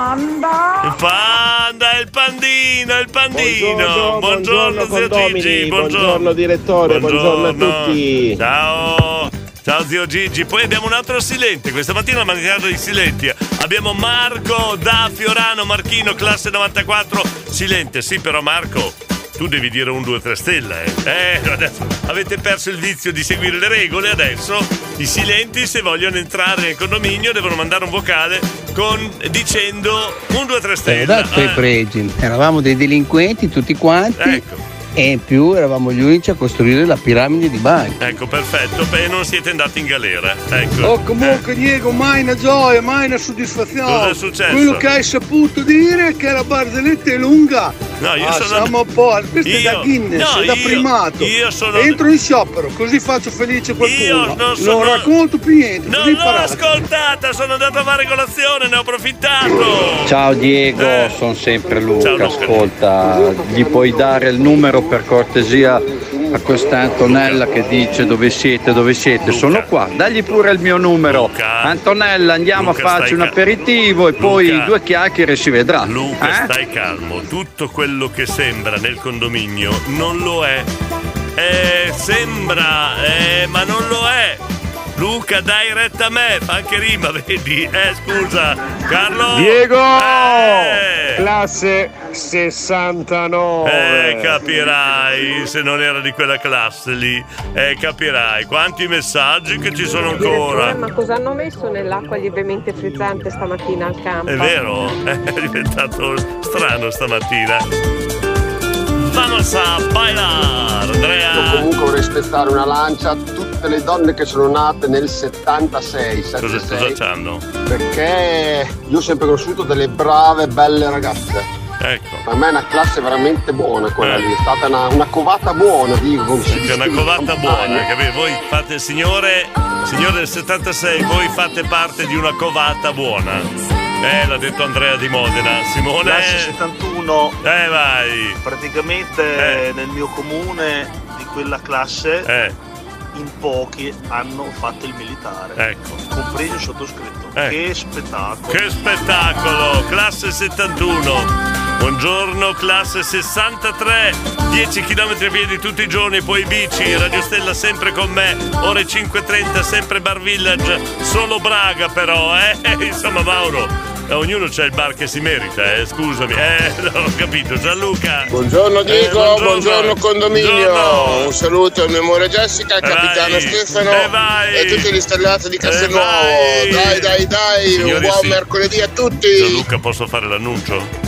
Speaker 6: Panda.
Speaker 7: il panda, il pandino, il pandino.
Speaker 8: Buongiorno, buongiorno,
Speaker 7: zio
Speaker 8: condomini,
Speaker 7: Gigi,
Speaker 8: buongiorno, direttore, buongiorno a tutti.
Speaker 7: Ciao. Ciao zio Gigi, poi abbiamo un altro silente, questa mattina abbiamo mancato i silenti. Abbiamo Marco da Fiorano, Marchino, classe novantaquattro, silente, sì però Marco, tu devi dire un due tre stelle, eh. Eh, adesso avete perso il vizio di seguire le regole, adesso i silenti se vogliono entrare nel condominio devono mandare un vocale con dicendo un due tre stelle.
Speaker 15: Esatto,
Speaker 7: eh.
Speaker 15: pregi. Eravamo dei delinquenti tutti quanti.
Speaker 7: Ecco.
Speaker 15: E in più eravamo gli unici a costruire la piramide di banca.
Speaker 7: Ecco, perfetto, beh, non siete andati in galera. Ecco.
Speaker 20: Oh, comunque, Diego, mai una gioia, mai una soddisfazione.
Speaker 7: Cosa è successo?
Speaker 20: Quello che hai saputo dire è che la barzelletta è lunga.
Speaker 7: No, io
Speaker 20: ah,
Speaker 7: sono-
Speaker 20: siamo un po'. Questo è da
Speaker 7: Io-
Speaker 20: Guinness,
Speaker 7: no,
Speaker 20: è da
Speaker 7: io-
Speaker 20: primato.
Speaker 7: io sono-
Speaker 20: Entro in sciopero, così faccio felice qualcuno.
Speaker 7: Io non sono-
Speaker 20: Non racconto più niente.
Speaker 7: Non
Speaker 20: così
Speaker 7: l'ho
Speaker 20: imparate.
Speaker 7: ascoltata, sono andato a fare colazione, ne ho approfittato.
Speaker 18: Ciao Diego,
Speaker 7: Eh.
Speaker 18: sono sempre Luca.
Speaker 7: Ciao, Luca.
Speaker 18: Ascolta, gli puoi dare il numero per cortesia a questa Antonella che dice dove siete, dove siete?
Speaker 7: Luca.
Speaker 18: Sono qua, dagli pure il mio numero.
Speaker 7: Luca.
Speaker 18: Antonella, andiamo
Speaker 7: Luca,
Speaker 18: a farci
Speaker 7: stai
Speaker 18: un
Speaker 7: ca-
Speaker 18: aperitivo e poi
Speaker 7: Luca.
Speaker 18: due chiacchiere si vedrà.
Speaker 7: Luca,
Speaker 18: Eh?
Speaker 7: stai calmo, tutto quello che sembra nel condominio non lo è. Eh, sembra, eh, ma non lo è. Luca, dai retta a me, fa anche rima, vedi? Eh, scusa, Carlo.
Speaker 8: Diego!
Speaker 7: Eh.
Speaker 8: Classe sessantanove.
Speaker 7: Eh, capirai, se non era di quella classe lì. Eh, capirai, quanti messaggi che ci sono ancora.
Speaker 27: Ma cosa hanno messo nell'acqua lievemente frizzante stamattina al campo?
Speaker 7: È vero, è diventato strano stamattina. Vamos a bailar, Andrea.
Speaker 5: Io comunque vorrei spezzare una lancia a tutte le donne che sono nate nel settantasei.
Speaker 7: Cosa, cosa c'hanno?
Speaker 5: Perché io ho sempre conosciuto delle brave, belle ragazze.
Speaker 7: Ecco.
Speaker 5: Per me è una classe veramente buona quella
Speaker 7: Eh.
Speaker 5: lì, è stata una, una covata buona, dico. come si
Speaker 7: È
Speaker 5: dice
Speaker 7: una
Speaker 5: in
Speaker 7: covata
Speaker 5: campagna.
Speaker 7: buona, capito? Voi fate, signore, signore del settantasei, voi fate parte di una covata buona. Eh, l'ha detto Andrea di Modena. Simone.
Speaker 9: Classe settantuno.
Speaker 7: Eh, vai.
Speaker 9: Praticamente
Speaker 7: Eh.
Speaker 9: nel mio comune di quella classe
Speaker 7: Eh.
Speaker 9: in pochi hanno fatto il militare.
Speaker 7: Ecco.
Speaker 9: Compreso il sottoscritto.
Speaker 7: Eh.
Speaker 9: Che spettacolo.
Speaker 7: Che spettacolo! Classe settantuno. Buongiorno, classe sessantatré. dieci chilometri a piedi tutti i giorni, poi bici. Radio Stella sempre con me. Ore cinque e trenta, sempre Bar Village. Solo Braga però, eh? Insomma, Mauro, eh, ognuno c'ha il bar che si merita, eh? Scusami. Eh, non ho capito. Gianluca.
Speaker 2: Buongiorno Diego,
Speaker 7: Eh,
Speaker 2: buongiorno, condominio.
Speaker 7: Buongiorno.
Speaker 2: Un saluto al mio amore Jessica, al
Speaker 7: Vai.
Speaker 2: capitano Stefano
Speaker 7: Eh, vai.
Speaker 2: e tutti gli stellati di Castelnuovo.
Speaker 7: Eh, vai.
Speaker 2: dai, dai, dai,
Speaker 7: Signori,
Speaker 2: un buon
Speaker 7: sì.
Speaker 2: mercoledì a tutti.
Speaker 7: Gianluca, posso fare l'annuncio?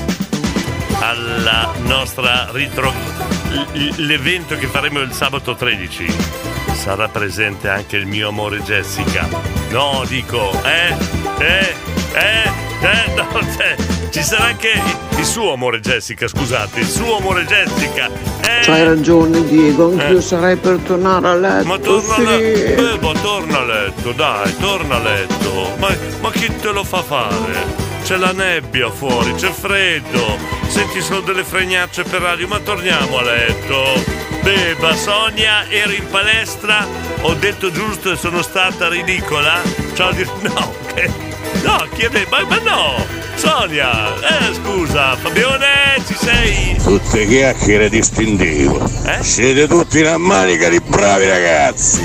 Speaker 7: Alla nostra ritro... l- l'evento che faremo il sabato tredici sarà presente anche il mio amore Jessica. No, dico, eh, eh, eh, eh, no, cioè, ci sarà anche il suo amore Jessica, scusate, il suo amore Jessica. Eh,
Speaker 4: C'hai ragione Diego, anch'io
Speaker 7: Eh.
Speaker 4: sarei per tornare a letto.
Speaker 7: ma torna
Speaker 4: sì.
Speaker 7: a letto, Bebo, torna a letto, dai, torna a letto. Ma, ma chi te lo fa fare? C'è la nebbia fuori, c'è freddo, senti solo delle fregnacce per radio, ma torniamo a letto. Beba, Sonia, ero in palestra, ho detto giusto e sono stata ridicola? Ciao di... No, che... No, chiede... Ma, ma no! Sonia! Eh, scusa, Fabione, ci sei?
Speaker 3: Tutte chiacchiere distintivo.
Speaker 7: Eh?
Speaker 3: Siete tutti una manica di bravi ragazzi.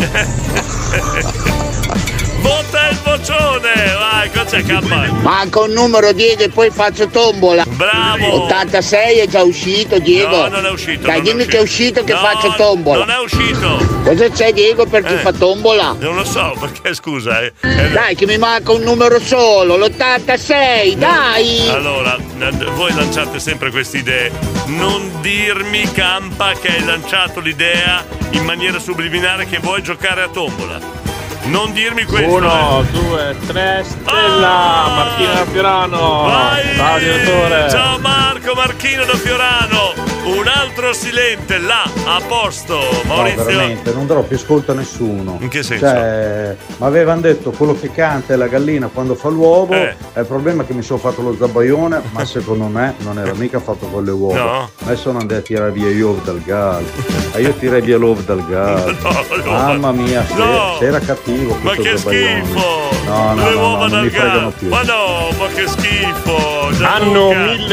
Speaker 7: Vota il vocione! Vai, cosa c'è K?
Speaker 12: Manca un numero Diego e poi faccio tombola.
Speaker 7: Bravo!
Speaker 12: ottantasei è già uscito Diego.
Speaker 7: No, non è uscito.
Speaker 12: Dai,
Speaker 7: non
Speaker 12: dimmi
Speaker 7: è
Speaker 12: che è uscito che
Speaker 7: No,
Speaker 12: faccio tombola.
Speaker 7: Non è uscito.
Speaker 12: Cosa c'è Diego per chi
Speaker 7: Eh.
Speaker 12: fa tombola?
Speaker 7: Non lo so, perché scusa, eh. Eh,
Speaker 12: Dai che mi manca un numero solo, l'ottantasei, dai!
Speaker 7: Allora, eh, voi lanciate sempre queste idee. Non dirmi, Campa, che hai lanciato l'idea in maniera subliminare che vuoi giocare a tombola. Non dirmi questo.
Speaker 8: Uno,
Speaker 7: eh.
Speaker 8: due, tre, Stella,
Speaker 7: Ah!
Speaker 8: Martina da Fiorano.
Speaker 7: Vai!
Speaker 8: Ciao direttore.
Speaker 7: Ciao Marco, Marchino da Fiorano. Un altro silente là, a posto.
Speaker 1: No,
Speaker 7: Maurizio.
Speaker 1: veramente, non darò più ascolto a nessuno.
Speaker 7: In che senso?
Speaker 1: Cioè, mi avevano detto quello che canta è la gallina quando fa l'uovo.
Speaker 7: Eh.
Speaker 1: È il problema è che mi sono fatto lo zabaione, ma secondo me non era mica fatto con le uova.
Speaker 7: No.
Speaker 1: A me sono andati a tirare via gli uova dal gas. E io tirei via l'uovo dal gas.
Speaker 7: No, no,
Speaker 1: Mamma mia, se,
Speaker 7: no.
Speaker 1: se era cattivo
Speaker 7: Ma
Speaker 1: questo
Speaker 7: che
Speaker 1: zabaione.
Speaker 7: schifo!
Speaker 1: No, no,
Speaker 7: Le
Speaker 1: no,
Speaker 7: uova
Speaker 1: no, non
Speaker 7: dal
Speaker 1: mi fregano
Speaker 7: gas.
Speaker 1: più.
Speaker 7: Ma no, ma che schifo! Gianluca.
Speaker 8: Anno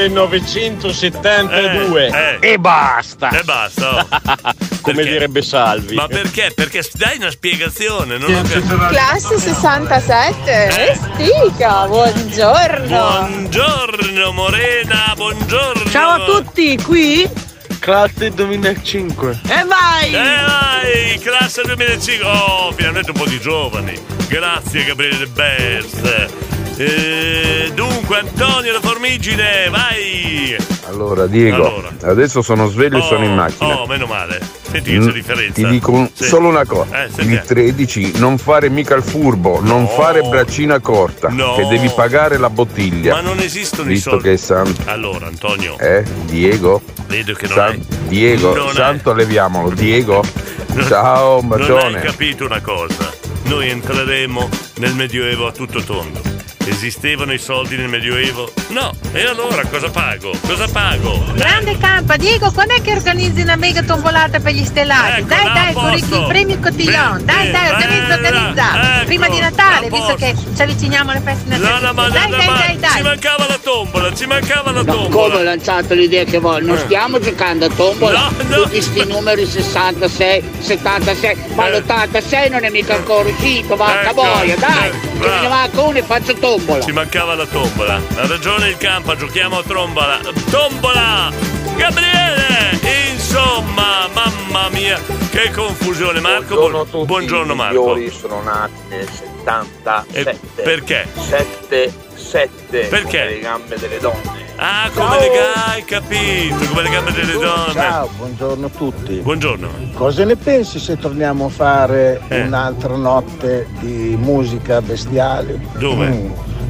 Speaker 8: millenovecentosettantadue.
Speaker 7: Eh, eh.
Speaker 8: E basta.
Speaker 7: E basta.
Speaker 8: Come
Speaker 7: Perché?
Speaker 8: direbbe Salvi.
Speaker 7: Ma perché? Perché dai una spiegazione, non ho capito.
Speaker 16: Classe sessantasette?
Speaker 7: Eh.
Speaker 16: Stica, buongiorno.
Speaker 7: Buongiorno Morena, buongiorno.
Speaker 17: Ciao a tutti, qui?
Speaker 8: Classe duemilacinque.
Speaker 17: E vai!
Speaker 7: Eh vai, classe duemilacinque. Oh, finalmente un po' di giovani. Grazie Gabriele De Best. Eh, dunque Antonio da Formigine, vai.
Speaker 24: Allora Diego,
Speaker 7: Allora.
Speaker 24: adesso sono sveglio e
Speaker 7: Oh,
Speaker 24: sono in macchina.
Speaker 7: Oh, meno male. Senti che c'è
Speaker 24: Mm,
Speaker 7: differenza.
Speaker 24: Ti dico un-
Speaker 7: Sì.
Speaker 24: solo una cosa,
Speaker 7: Eh, senti.
Speaker 24: il tredici non fare mica il furbo, non fare braccina corta,
Speaker 7: No.
Speaker 24: che devi pagare la bottiglia.
Speaker 7: Ma non esistono i
Speaker 24: Visto
Speaker 7: soldi.
Speaker 24: che è San...
Speaker 7: Allora Antonio,
Speaker 24: Eh, Diego?
Speaker 7: vedo che non
Speaker 24: San-
Speaker 7: hai
Speaker 24: Diego,
Speaker 7: non hai-
Speaker 24: santo leviamolo, Diego? Ciao, un
Speaker 7: Non hai
Speaker 24: bacione.
Speaker 7: capito una cosa. Noi entreremo nel Medioevo a tutto tondo. Esistevano i soldi nel Medioevo? No. E allora cosa pago? Cosa pago?
Speaker 17: Grande Campa, Diego, quando è che organizzi una mega tombolata per gli stellati?
Speaker 7: Ecco,
Speaker 17: dai,
Speaker 7: là,
Speaker 17: dai,
Speaker 7: a posto.
Speaker 17: corri il premio Cotillon. Dai,
Speaker 7: Bene,
Speaker 17: dai, organizza,
Speaker 7: bene,
Speaker 17: organizza.
Speaker 7: ecco,
Speaker 17: Prima di Natale,
Speaker 7: a
Speaker 17: visto
Speaker 7: posto.
Speaker 17: che ci avviciniamo alle feste
Speaker 7: No,
Speaker 17: natalizie.
Speaker 7: no, ma
Speaker 17: dai,
Speaker 7: no,
Speaker 17: dai,
Speaker 7: ma
Speaker 17: dai, dai.
Speaker 7: ci mancava la tombola, ci mancava la
Speaker 12: No,
Speaker 7: tombola.
Speaker 12: come ho lanciato l'idea che vuoi? Non
Speaker 7: Eh.
Speaker 12: stiamo giocando a tombola.
Speaker 7: No, no.
Speaker 12: Tutti sti numeri sessantasei, settantasei, ma
Speaker 7: Eh.
Speaker 12: l'ottantasei non è mica ancora uscito, vacca
Speaker 7: Ecco,
Speaker 12: boia, dai!
Speaker 7: eh,
Speaker 12: Che
Speaker 7: bravo.
Speaker 12: me ne manca uno e faccio tombola.
Speaker 7: Ci mancava la tombola. Ha ragione il Campa, giochiamo a trombola. Tombola! Gabriele! Insomma, mamma mia, che confusione. Marco,
Speaker 10: Buongiorno a
Speaker 7: buon-
Speaker 10: tutti.
Speaker 7: buongiorno
Speaker 10: I
Speaker 7: Marco.
Speaker 10: migliori sono nati nel settantasette.
Speaker 7: E perché?
Speaker 10: sette sette.
Speaker 7: Perché?
Speaker 10: Come le gambe delle donne.
Speaker 7: Ah, come le gambe, hai capito, come le gambe delle donne.
Speaker 11: Ciao, buongiorno a tutti.
Speaker 7: Buongiorno.
Speaker 11: Cosa ne pensi se torniamo a fare
Speaker 7: Eh.
Speaker 11: un'altra notte di musica bestiale?
Speaker 7: Dove?
Speaker 11: Mm,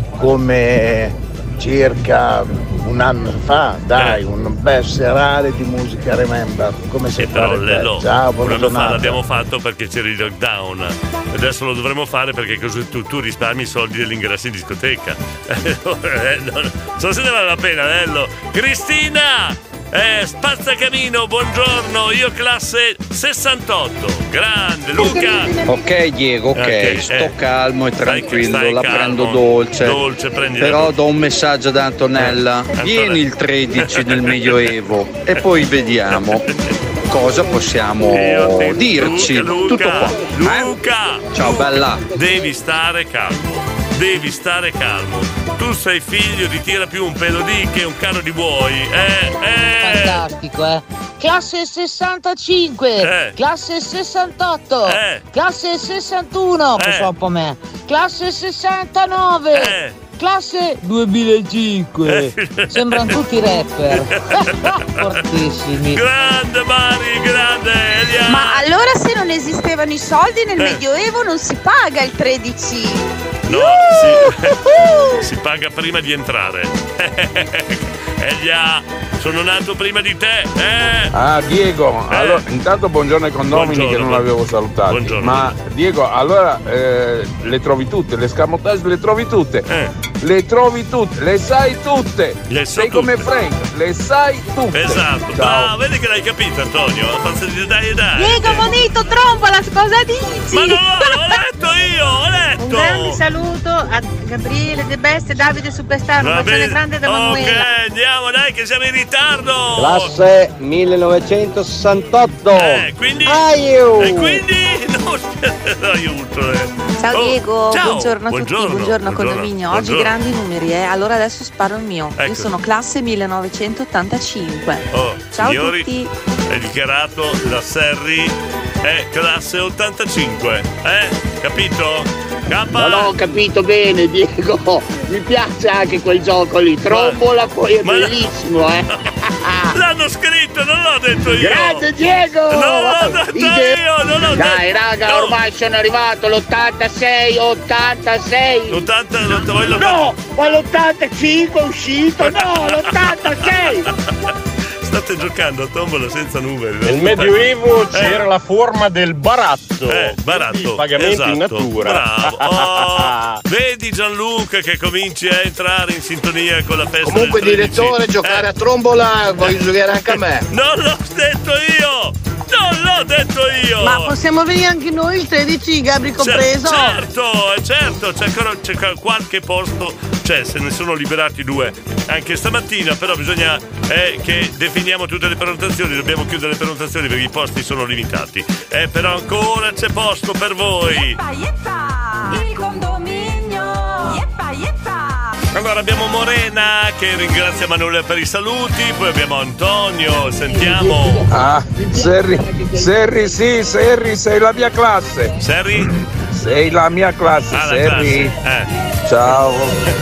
Speaker 11: come circa un anno fa, dai,
Speaker 7: Eh.
Speaker 11: un bel serale di musica Remember. Come si
Speaker 7: Sì, però
Speaker 11: fare te?
Speaker 7: Lello,
Speaker 11: Ciao,
Speaker 7: un
Speaker 11: buona
Speaker 7: anno fa
Speaker 11: giornata.
Speaker 7: l'abbiamo fatto perché c'era il lockdown. Adesso lo dovremo fare perché così tu, tu risparmi i soldi dell'ingresso in discoteca. Eh, non- so se ne vale la pena, Lello. Cristina! Eh, spazzacamino, buongiorno, io classe sessantotto. Grande, Luca!
Speaker 18: Ok Diego, ok,
Speaker 7: Ok,
Speaker 18: sto
Speaker 7: eh.
Speaker 18: calmo e
Speaker 7: Stai-
Speaker 18: tranquillo,
Speaker 7: stai
Speaker 18: la
Speaker 7: calmo.
Speaker 18: prendo dolce.
Speaker 7: Dolce, prendila
Speaker 18: Però
Speaker 7: dolce.
Speaker 18: do un messaggio ad Antonella.
Speaker 7: Eh,
Speaker 18: Vieni
Speaker 7: Antonella.
Speaker 18: il tredici del Medioevo e poi vediamo cosa possiamo
Speaker 7: Io ti-
Speaker 18: dirci.
Speaker 7: Luca,
Speaker 18: Tutto qua.
Speaker 7: Luca, Luca!
Speaker 18: Ciao bella.
Speaker 7: Devi stare calmo. Devi stare calmo. Tu sei figlio di tira più un pelo di che un carro di buoi. Eh, eh.
Speaker 13: Fantastico, eh. Classe sessantacinque,
Speaker 7: Eh.
Speaker 13: classe sessantotto,
Speaker 7: Eh.
Speaker 13: classe sessantuno,
Speaker 7: Eh.
Speaker 13: penso un po' me, classe sessantanove,
Speaker 7: Eh.
Speaker 13: classe duemilacinque.
Speaker 7: Eh.
Speaker 13: Sembrano tutti rapper. Fortissimi.
Speaker 7: Grande Mari, grande Elia.
Speaker 16: Ma allora se non esistevano i soldi nel
Speaker 7: Eh.
Speaker 16: Medioevo non si paga il tredici.
Speaker 7: No, si, si paga prima di entrare. Elia, sono nato prima di te. Eh.
Speaker 24: Ah Diego,
Speaker 7: Eh.
Speaker 24: allora intanto buongiorno ai condomini
Speaker 7: Buongiorno,
Speaker 24: che non
Speaker 7: buon-
Speaker 24: avevo salutato.
Speaker 7: buongiorno.
Speaker 24: Ma Diego, allora eh, le trovi tutte, le scamotage le trovi tutte.
Speaker 7: Eh.
Speaker 24: Le trovi tutte, le sai tutte.
Speaker 7: Le so
Speaker 24: Sei come
Speaker 7: tutte.
Speaker 24: Frank, le sai tutte.
Speaker 7: Esatto,
Speaker 24: Ciao.
Speaker 7: bravo, vedi che l'hai capito Antonio? Abbastanza di dai dai.
Speaker 17: Diego Bonito, trombola, cosa dici?
Speaker 7: Ma no, l'ho letto io, ho letto.
Speaker 17: Un grande saluto a Gabriele De Beste, Davide Superstar, un
Speaker 7: Va
Speaker 17: bacione
Speaker 7: bene.
Speaker 17: grande da
Speaker 7: Ok,
Speaker 17: Manuela.
Speaker 7: andiamo, dai, che siamo in ritardo.
Speaker 15: Classe millenovecentosessantotto.
Speaker 7: Eh, quindi.
Speaker 15: Aiu.
Speaker 7: E quindi. No, aiuto. eh.
Speaker 14: Ciao
Speaker 7: Oh,
Speaker 14: Diego,
Speaker 7: ciao.
Speaker 14: buongiorno a tutti,
Speaker 7: Buongiorno,
Speaker 14: buongiorno,
Speaker 7: buongiorno,
Speaker 14: condominio.
Speaker 7: buongiorno.
Speaker 14: Oggi grandi numeri, eh. Allora adesso sparo il mio.
Speaker 7: Ecco.
Speaker 14: Io sono classe millenovecentottantacinque.
Speaker 7: Oh,
Speaker 14: Ciao
Speaker 7: signori,
Speaker 14: a tutti.
Speaker 7: è dichiarato la Serri è classe ottantacinque. Eh? Capito? Kappa?
Speaker 12: Non ho capito bene, Diego. Mi piace anche quel gioco lì. Trombola poi è
Speaker 7: Ma-
Speaker 12: bellissimo, eh.
Speaker 7: L'hanno scritto, non l'ho detto io.
Speaker 12: Grazie Diego!
Speaker 7: Non l'ho detto
Speaker 12: Ide-
Speaker 7: io, non l'ho
Speaker 12: Dai
Speaker 7: detto.
Speaker 12: raga,
Speaker 7: No.
Speaker 12: ormai sono arrivato l'ottantasei, ottantasei.
Speaker 7: L'ottanta, l'ottanta,
Speaker 12: No, ma l'ottantacinque è uscito, no, l'ottantasei.
Speaker 7: State giocando a tombola senza numeri.
Speaker 8: Nel Medioevo
Speaker 7: Eh.
Speaker 8: c'era la forma del baratto.
Speaker 7: Eh, baratto.
Speaker 8: Quindi pagamenti
Speaker 7: esatto.
Speaker 8: in natura.
Speaker 7: Bravo. Oh, vedi Gianluca che cominci a entrare in sintonia con la festa
Speaker 2: Comunque,
Speaker 7: del tredici.
Speaker 2: direttore, giocare
Speaker 7: Eh.
Speaker 2: a trombola voglio giocare anche a me.
Speaker 7: Non l'ho detto io! Non l'ho detto io!
Speaker 13: Ma possiamo venire anche noi il tredici, Gabri compreso?
Speaker 7: Cer- certo, eh, certo, c'è ancora c'è ancora qualche posto, cioè se ne sono liberati due anche stamattina, però bisogna eh, che definiamo tutte le prenotazioni, dobbiamo chiudere le prenotazioni perché i posti sono limitati. Eh, però ancora c'è posto per voi.
Speaker 26: Yeppa, yeppa, il condominio. Yeppa, yeppa.
Speaker 7: Allora abbiamo Morena che ringrazia Manuela per i saluti, poi abbiamo Antonio, sentiamo.
Speaker 24: Ah, Serri, Serri, sì, Serri, sei la mia classe.
Speaker 7: Serri?
Speaker 24: Sei la mia classe,
Speaker 7: Ah, la
Speaker 24: Serri.
Speaker 7: classe, eh.
Speaker 24: Ciao.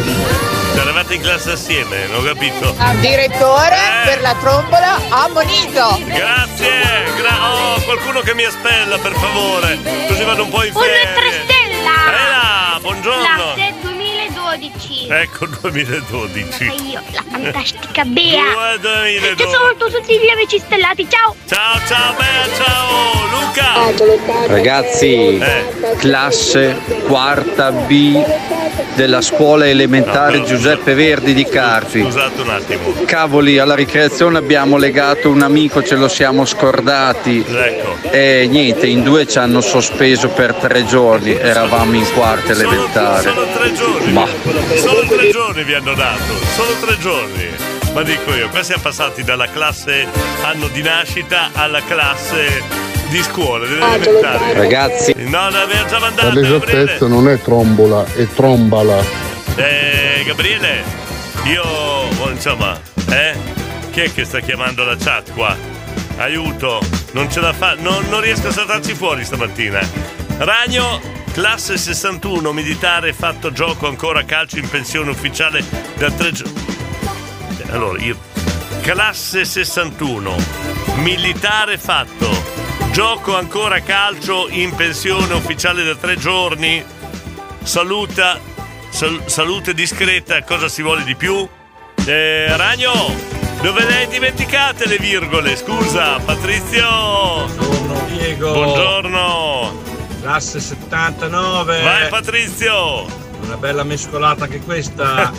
Speaker 7: Eravate in classe assieme, non ho capito.
Speaker 13: Direttore,
Speaker 7: Eh.
Speaker 13: per la trombola, ammonito.
Speaker 7: Grazie! Gra- oh, qualcuno che mi espella, per favore. Così vado un po' in ferie.
Speaker 19: Una tre stella!
Speaker 7: Eh là, buongiorno.
Speaker 19: Classe duemiladue.
Speaker 6: duemiladodici.
Speaker 7: Ecco, duemiladodici.
Speaker 6: Ma io, la fantastica Bea.
Speaker 7: duemiladodici.
Speaker 6: Che saluto tutti gli amici stellati, ciao.
Speaker 7: Ciao, ciao Bea, ciao Luca.
Speaker 18: Ragazzi,
Speaker 7: Eh.
Speaker 18: classe quarta B della scuola elementare
Speaker 7: No, no,
Speaker 18: Giuseppe Verdi di Carpi.
Speaker 7: Scusate un attimo.
Speaker 18: Cavoli, alla ricreazione abbiamo legato un amico, ce lo siamo scordati.
Speaker 7: Ecco.
Speaker 18: E niente, in due ci hanno sospeso per tre giorni, eravamo in quarta elementare.
Speaker 7: Solo tre giorni.
Speaker 18: Ma
Speaker 7: Solo tre giorni vi hanno dato. Solo tre giorni. Ma dico io, qua siamo passati dalla classe anno di nascita alla classe di scuola, delle elementari.
Speaker 18: Ragazzi.
Speaker 7: No, no, abbiamo già mandato.
Speaker 19: Per l'esattezza non è trombola, è trombala.
Speaker 7: Eh, Gabriele, io, oh, insomma, eh? Chi è che sta chiamando la chat qua? Aiuto, non ce la fa, non, non riesco a saltarci fuori stamattina. Ragno, classe sessantuno, militare, fatto gioco ancora calcio in pensione ufficiale da tre giorni. Allora, io, classe sessantuno, militare fatto, gioco ancora calcio in pensione ufficiale da tre giorni, saluta, sal, salute discreta, cosa si vuole di più? Eh, Ragno, dove le hai dimenticate le virgole? Scusa, Patrizio.
Speaker 20: Buongiorno Diego.
Speaker 7: Buongiorno.
Speaker 20: Classe settantanove.
Speaker 7: Vai Patrizio.
Speaker 20: Una bella mescolata anche questa.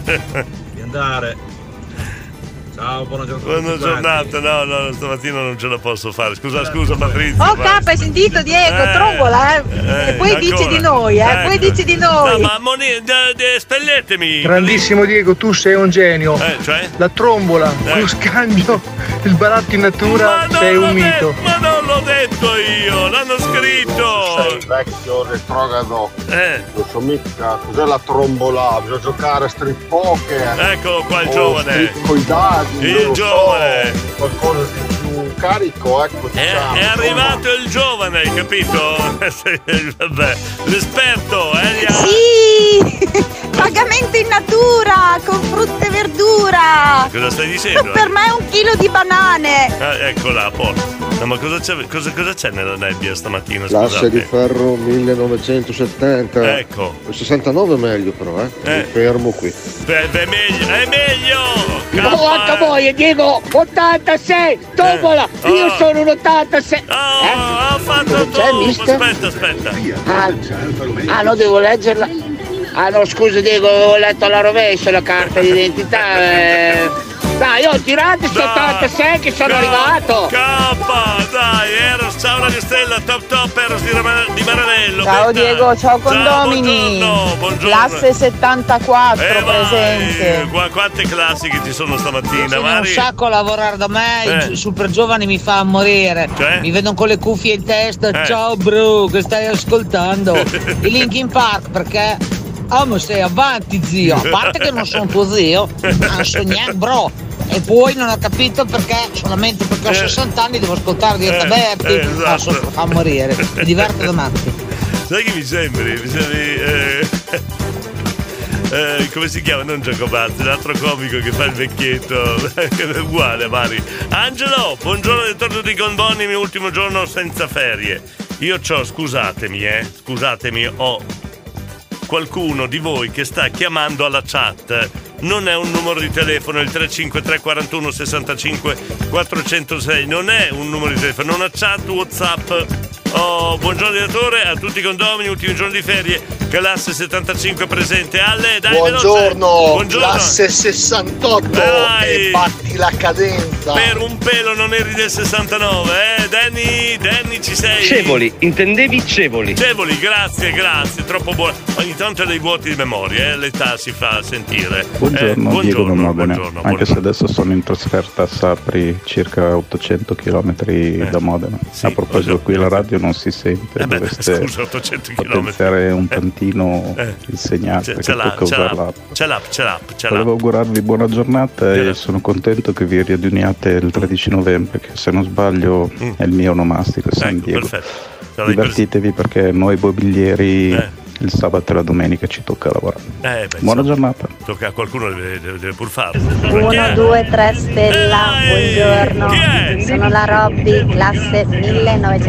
Speaker 20: Di andare. Ciao, buona giornata.
Speaker 7: Buona giornata, no, no, stamattina non ce la posso fare. Scusa, scusa Patrizio.
Speaker 17: Oh K, hai sentito Diego?
Speaker 7: Eh,
Speaker 17: Trombola, eh?
Speaker 7: eh,
Speaker 17: E poi
Speaker 7: ancora.
Speaker 17: dice di noi, eh?
Speaker 7: Ecco.
Speaker 17: Poi dice di noi.
Speaker 7: No, ma Moni, de, de, spelletemi.
Speaker 21: Grandissimo Diego, tu sei un genio.
Speaker 7: Eh, cioè?
Speaker 21: La trombola,
Speaker 7: Eh.
Speaker 21: lo scambio, il baratto in natura,
Speaker 7: Ma non
Speaker 21: sei
Speaker 7: l'ho
Speaker 21: un mito.
Speaker 7: de- ma non l'ho detto io, l'hanno scritto.
Speaker 5: Sei vecchio retrogrado.
Speaker 7: Eh.
Speaker 5: Non so mica cos'è la trombola, bisogna giocare a street poker.
Speaker 7: Eccolo qua il
Speaker 5: o
Speaker 7: giovane.
Speaker 5: street coi dadi,
Speaker 7: Il
Speaker 5: non lo
Speaker 7: giovane.
Speaker 5: so, qualcosa di più carico, ecco.
Speaker 7: È,
Speaker 5: diciamo,
Speaker 7: è arrivato il giovane, hai capito? Vabbè, l'esperto, eh? gli ha-
Speaker 16: Sì! Pagamento in natura, con frutta e verdura.
Speaker 7: Cosa stai dicendo?
Speaker 16: Per me è un chilo di banane.
Speaker 7: Ah, eccola, a posto. No, ma cosa c'è, cosa, cosa c'è nella nebbia stamattina?
Speaker 11: Classe di
Speaker 7: Scusate.
Speaker 11: ferro millenovecentosettanta.
Speaker 7: Ecco.
Speaker 11: Il sessantanove è meglio però, eh. Mi
Speaker 7: Eh.
Speaker 11: fermo qui.
Speaker 7: Beh, è meglio, è meglio!
Speaker 12: Oh, anche voi, Diego, ottantasei, tombola,
Speaker 7: Eh.
Speaker 12: io
Speaker 7: Oh.
Speaker 12: sono un ottantasei.
Speaker 7: Oh, ha fatto
Speaker 12: C'è,
Speaker 7: tu!
Speaker 12: mister?
Speaker 7: Aspetta, aspetta.
Speaker 12: Ah, ah, no, devo leggerla. Ah no, scusa Diego, avevo letto alla rovescia la carta d'identità. Eh. Dai, ho tirato sto ottantasei che sono
Speaker 7: K,
Speaker 12: arrivato.
Speaker 7: K, dai, Eros, ciao Radio Stella, top top Eros di, Rama- di Maranello.
Speaker 22: Ciao
Speaker 7: Betta.
Speaker 22: Diego, ciao condomini.
Speaker 7: buongiorno, buongiorno.
Speaker 22: Classe settantaquattro
Speaker 7: Eh, vai,
Speaker 22: presente.
Speaker 7: qua- quante classi che ci sono stamattina,
Speaker 22: Ce n'è un
Speaker 7: Mari?
Speaker 22: sacco a lavorare da me,
Speaker 7: Eh.
Speaker 22: il gi- super giovane mi fa morire.
Speaker 7: Cioè?
Speaker 22: Mi vedono con le cuffie in testa.
Speaker 7: Eh.
Speaker 22: Ciao bro, che stai ascoltando? I Linkin Park perché? Oh, ma sei avanti zio, a parte che non sono tuo zio, non so niente bro. E poi non ho capito perché, solamente perché ho
Speaker 7: Eh.
Speaker 22: sessanta anni devo ascoltare Diego
Speaker 7: Eh,
Speaker 22: Taberti.
Speaker 7: eh, esatto.
Speaker 22: No, so- fa morire, mi diverte da matti.
Speaker 7: Sai che mi sembri? Mi sembri. Eh, eh, come si chiama? Non Giacobazzi, l'altro comico che fa il vecchietto. È uguale, Mari. Angelo, buongiorno, ritorno di Gondoni, mio ultimo giorno senza ferie. Io c'ho, scusatemi, eh, scusatemi, ho qualcuno di voi che sta chiamando alla chat. Non è un numero di telefono, il tre cinque tre quarantuno sessantacinque quattrocentosei, non è un numero di telefono, non ha chat, WhatsApp. Oh, buongiorno direttore, a tutti i condomini, ultimi giorni di ferie, classe settantacinque presente. Alle, dai,
Speaker 5: Buongiorno,
Speaker 7: veloce. Buongiorno.
Speaker 5: classe sessantotto
Speaker 7: Dai.
Speaker 5: e batti la cadenza.
Speaker 7: Per un pelo non eri del sessantanove, eh? Danny, Danny ci sei?
Speaker 23: Cevoli, intendevi Cevoli.
Speaker 7: Cevoli, grazie, grazie, troppo buono. Ogni tanto hai dei vuoti di memoria, eh? L'età si fa sentire.
Speaker 25: Buongiorno,
Speaker 7: Eh,
Speaker 25: Diego da Modena.
Speaker 7: buongiorno,
Speaker 25: Anche se adesso sono in trasferta a Sapri, circa ottocento chilometri da Modena. A proposito, qui la radio non si sente,
Speaker 7: Eh beh,
Speaker 25: dovreste
Speaker 7: scusa, ottocento chilometri.
Speaker 25: potenziare un tantino
Speaker 7: Eh.
Speaker 25: il segnale
Speaker 7: C'è,
Speaker 25: perché
Speaker 7: c'è l'app,
Speaker 25: tocca
Speaker 7: c'è
Speaker 25: usare
Speaker 7: l'app,
Speaker 25: l'app.
Speaker 7: c'è l'app, c'è l'app, c'è
Speaker 25: Volevo
Speaker 7: l'app.
Speaker 25: augurarvi buona giornata e sono contento che vi riaduniate il tredici novembre, che se non sbaglio è il mio onomastico San Diego.
Speaker 7: Mm. Perfetto. Sarà
Speaker 25: Divertitevi perché noi mobilieri
Speaker 7: Eh.
Speaker 25: il sabato e la domenica ci tocca lavorare.
Speaker 7: Eh, beh,
Speaker 25: Buona
Speaker 7: insomma,
Speaker 25: giornata.
Speaker 7: tocca a qualcuno, deve, deve, deve pur farlo.
Speaker 28: uno, due, tre Stella, buongiorno. Sono la Robby, classe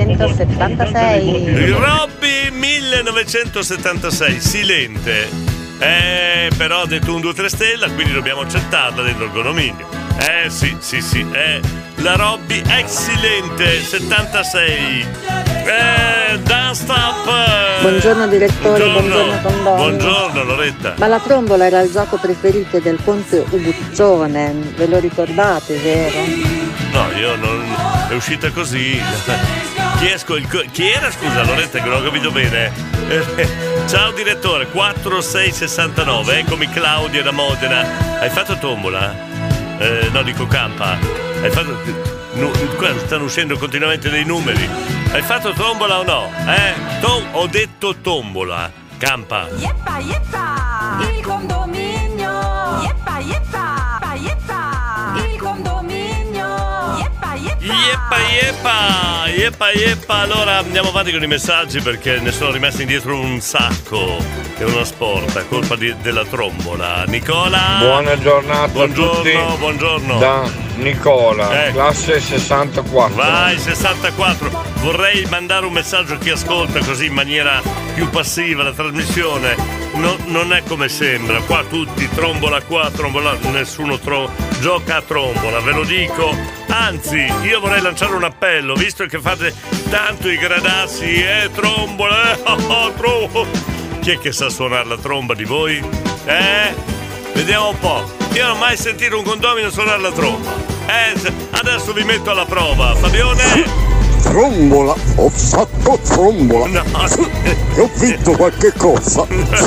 Speaker 28: millenovecentosettantasei.
Speaker 7: Robby millenovecentosettantasei, silente. Eh, però ha detto un due tre stella, quindi dobbiamo accettarla dentro il condominio. Eh sì, sì, sì, eh. La Robby Excellente settantasei. Eh, da stop.
Speaker 1: Buongiorno direttore, buongiorno, buongiorno condominio.
Speaker 7: Buongiorno Loretta.
Speaker 1: Ma la trombola era il gioco preferito del conte Uguccione, ve lo ricordate, vero?
Speaker 7: No, io non. È uscita così. Chi, è, chi era, scusa Loretta, che non ho capito bene. Ciao direttore, quattro sei sessantanove, eccomi Claudia da Modena. Hai fatto tombola? Eh, no, dico campa. Hai fatto. No, qua stanno uscendo continuamente dei numeri. Hai fatto tombola o no? Eh? Tom, ho detto tombola. Campa.
Speaker 26: Yeppa, yeppa, il condominio. Yeppa, yeppa, yeppa, il condominio. Yeppa, yeppa.
Speaker 7: Yeppa, yeppa, yeppa, yeppa. Allora andiamo avanti con i messaggi perché ne sono rimasti indietro un sacco. È uno sport, a colpa di, della trombola. Nicola.
Speaker 8: Buona giornata
Speaker 7: buongiorno,
Speaker 8: a tutti.
Speaker 7: Buongiorno.
Speaker 8: Da Nicola,
Speaker 7: eh.
Speaker 8: classe sessantaquattro.
Speaker 7: Vai, sessantaquattro. Vorrei mandare un messaggio a chi ascolta così in maniera più passiva la trasmissione. No, non è come sembra. Qua tutti trombola qua, trombola. Nessuno tro- gioca a trombola, ve lo dico. Anzi, io vorrei lanciare un appello, visto che fate tanto i gradassi, eh, trombola, eh, oh, oh, trombola. Chi è che sa suonare la tromba di voi? Eh? Vediamo un po'. Io non ho mai sentito un condomino suonare la tromba. Eh, adesso vi metto alla prova. Fabione?
Speaker 3: Trombola, ho fatto trombola.
Speaker 7: No.
Speaker 3: E ho vinto qualche cosa.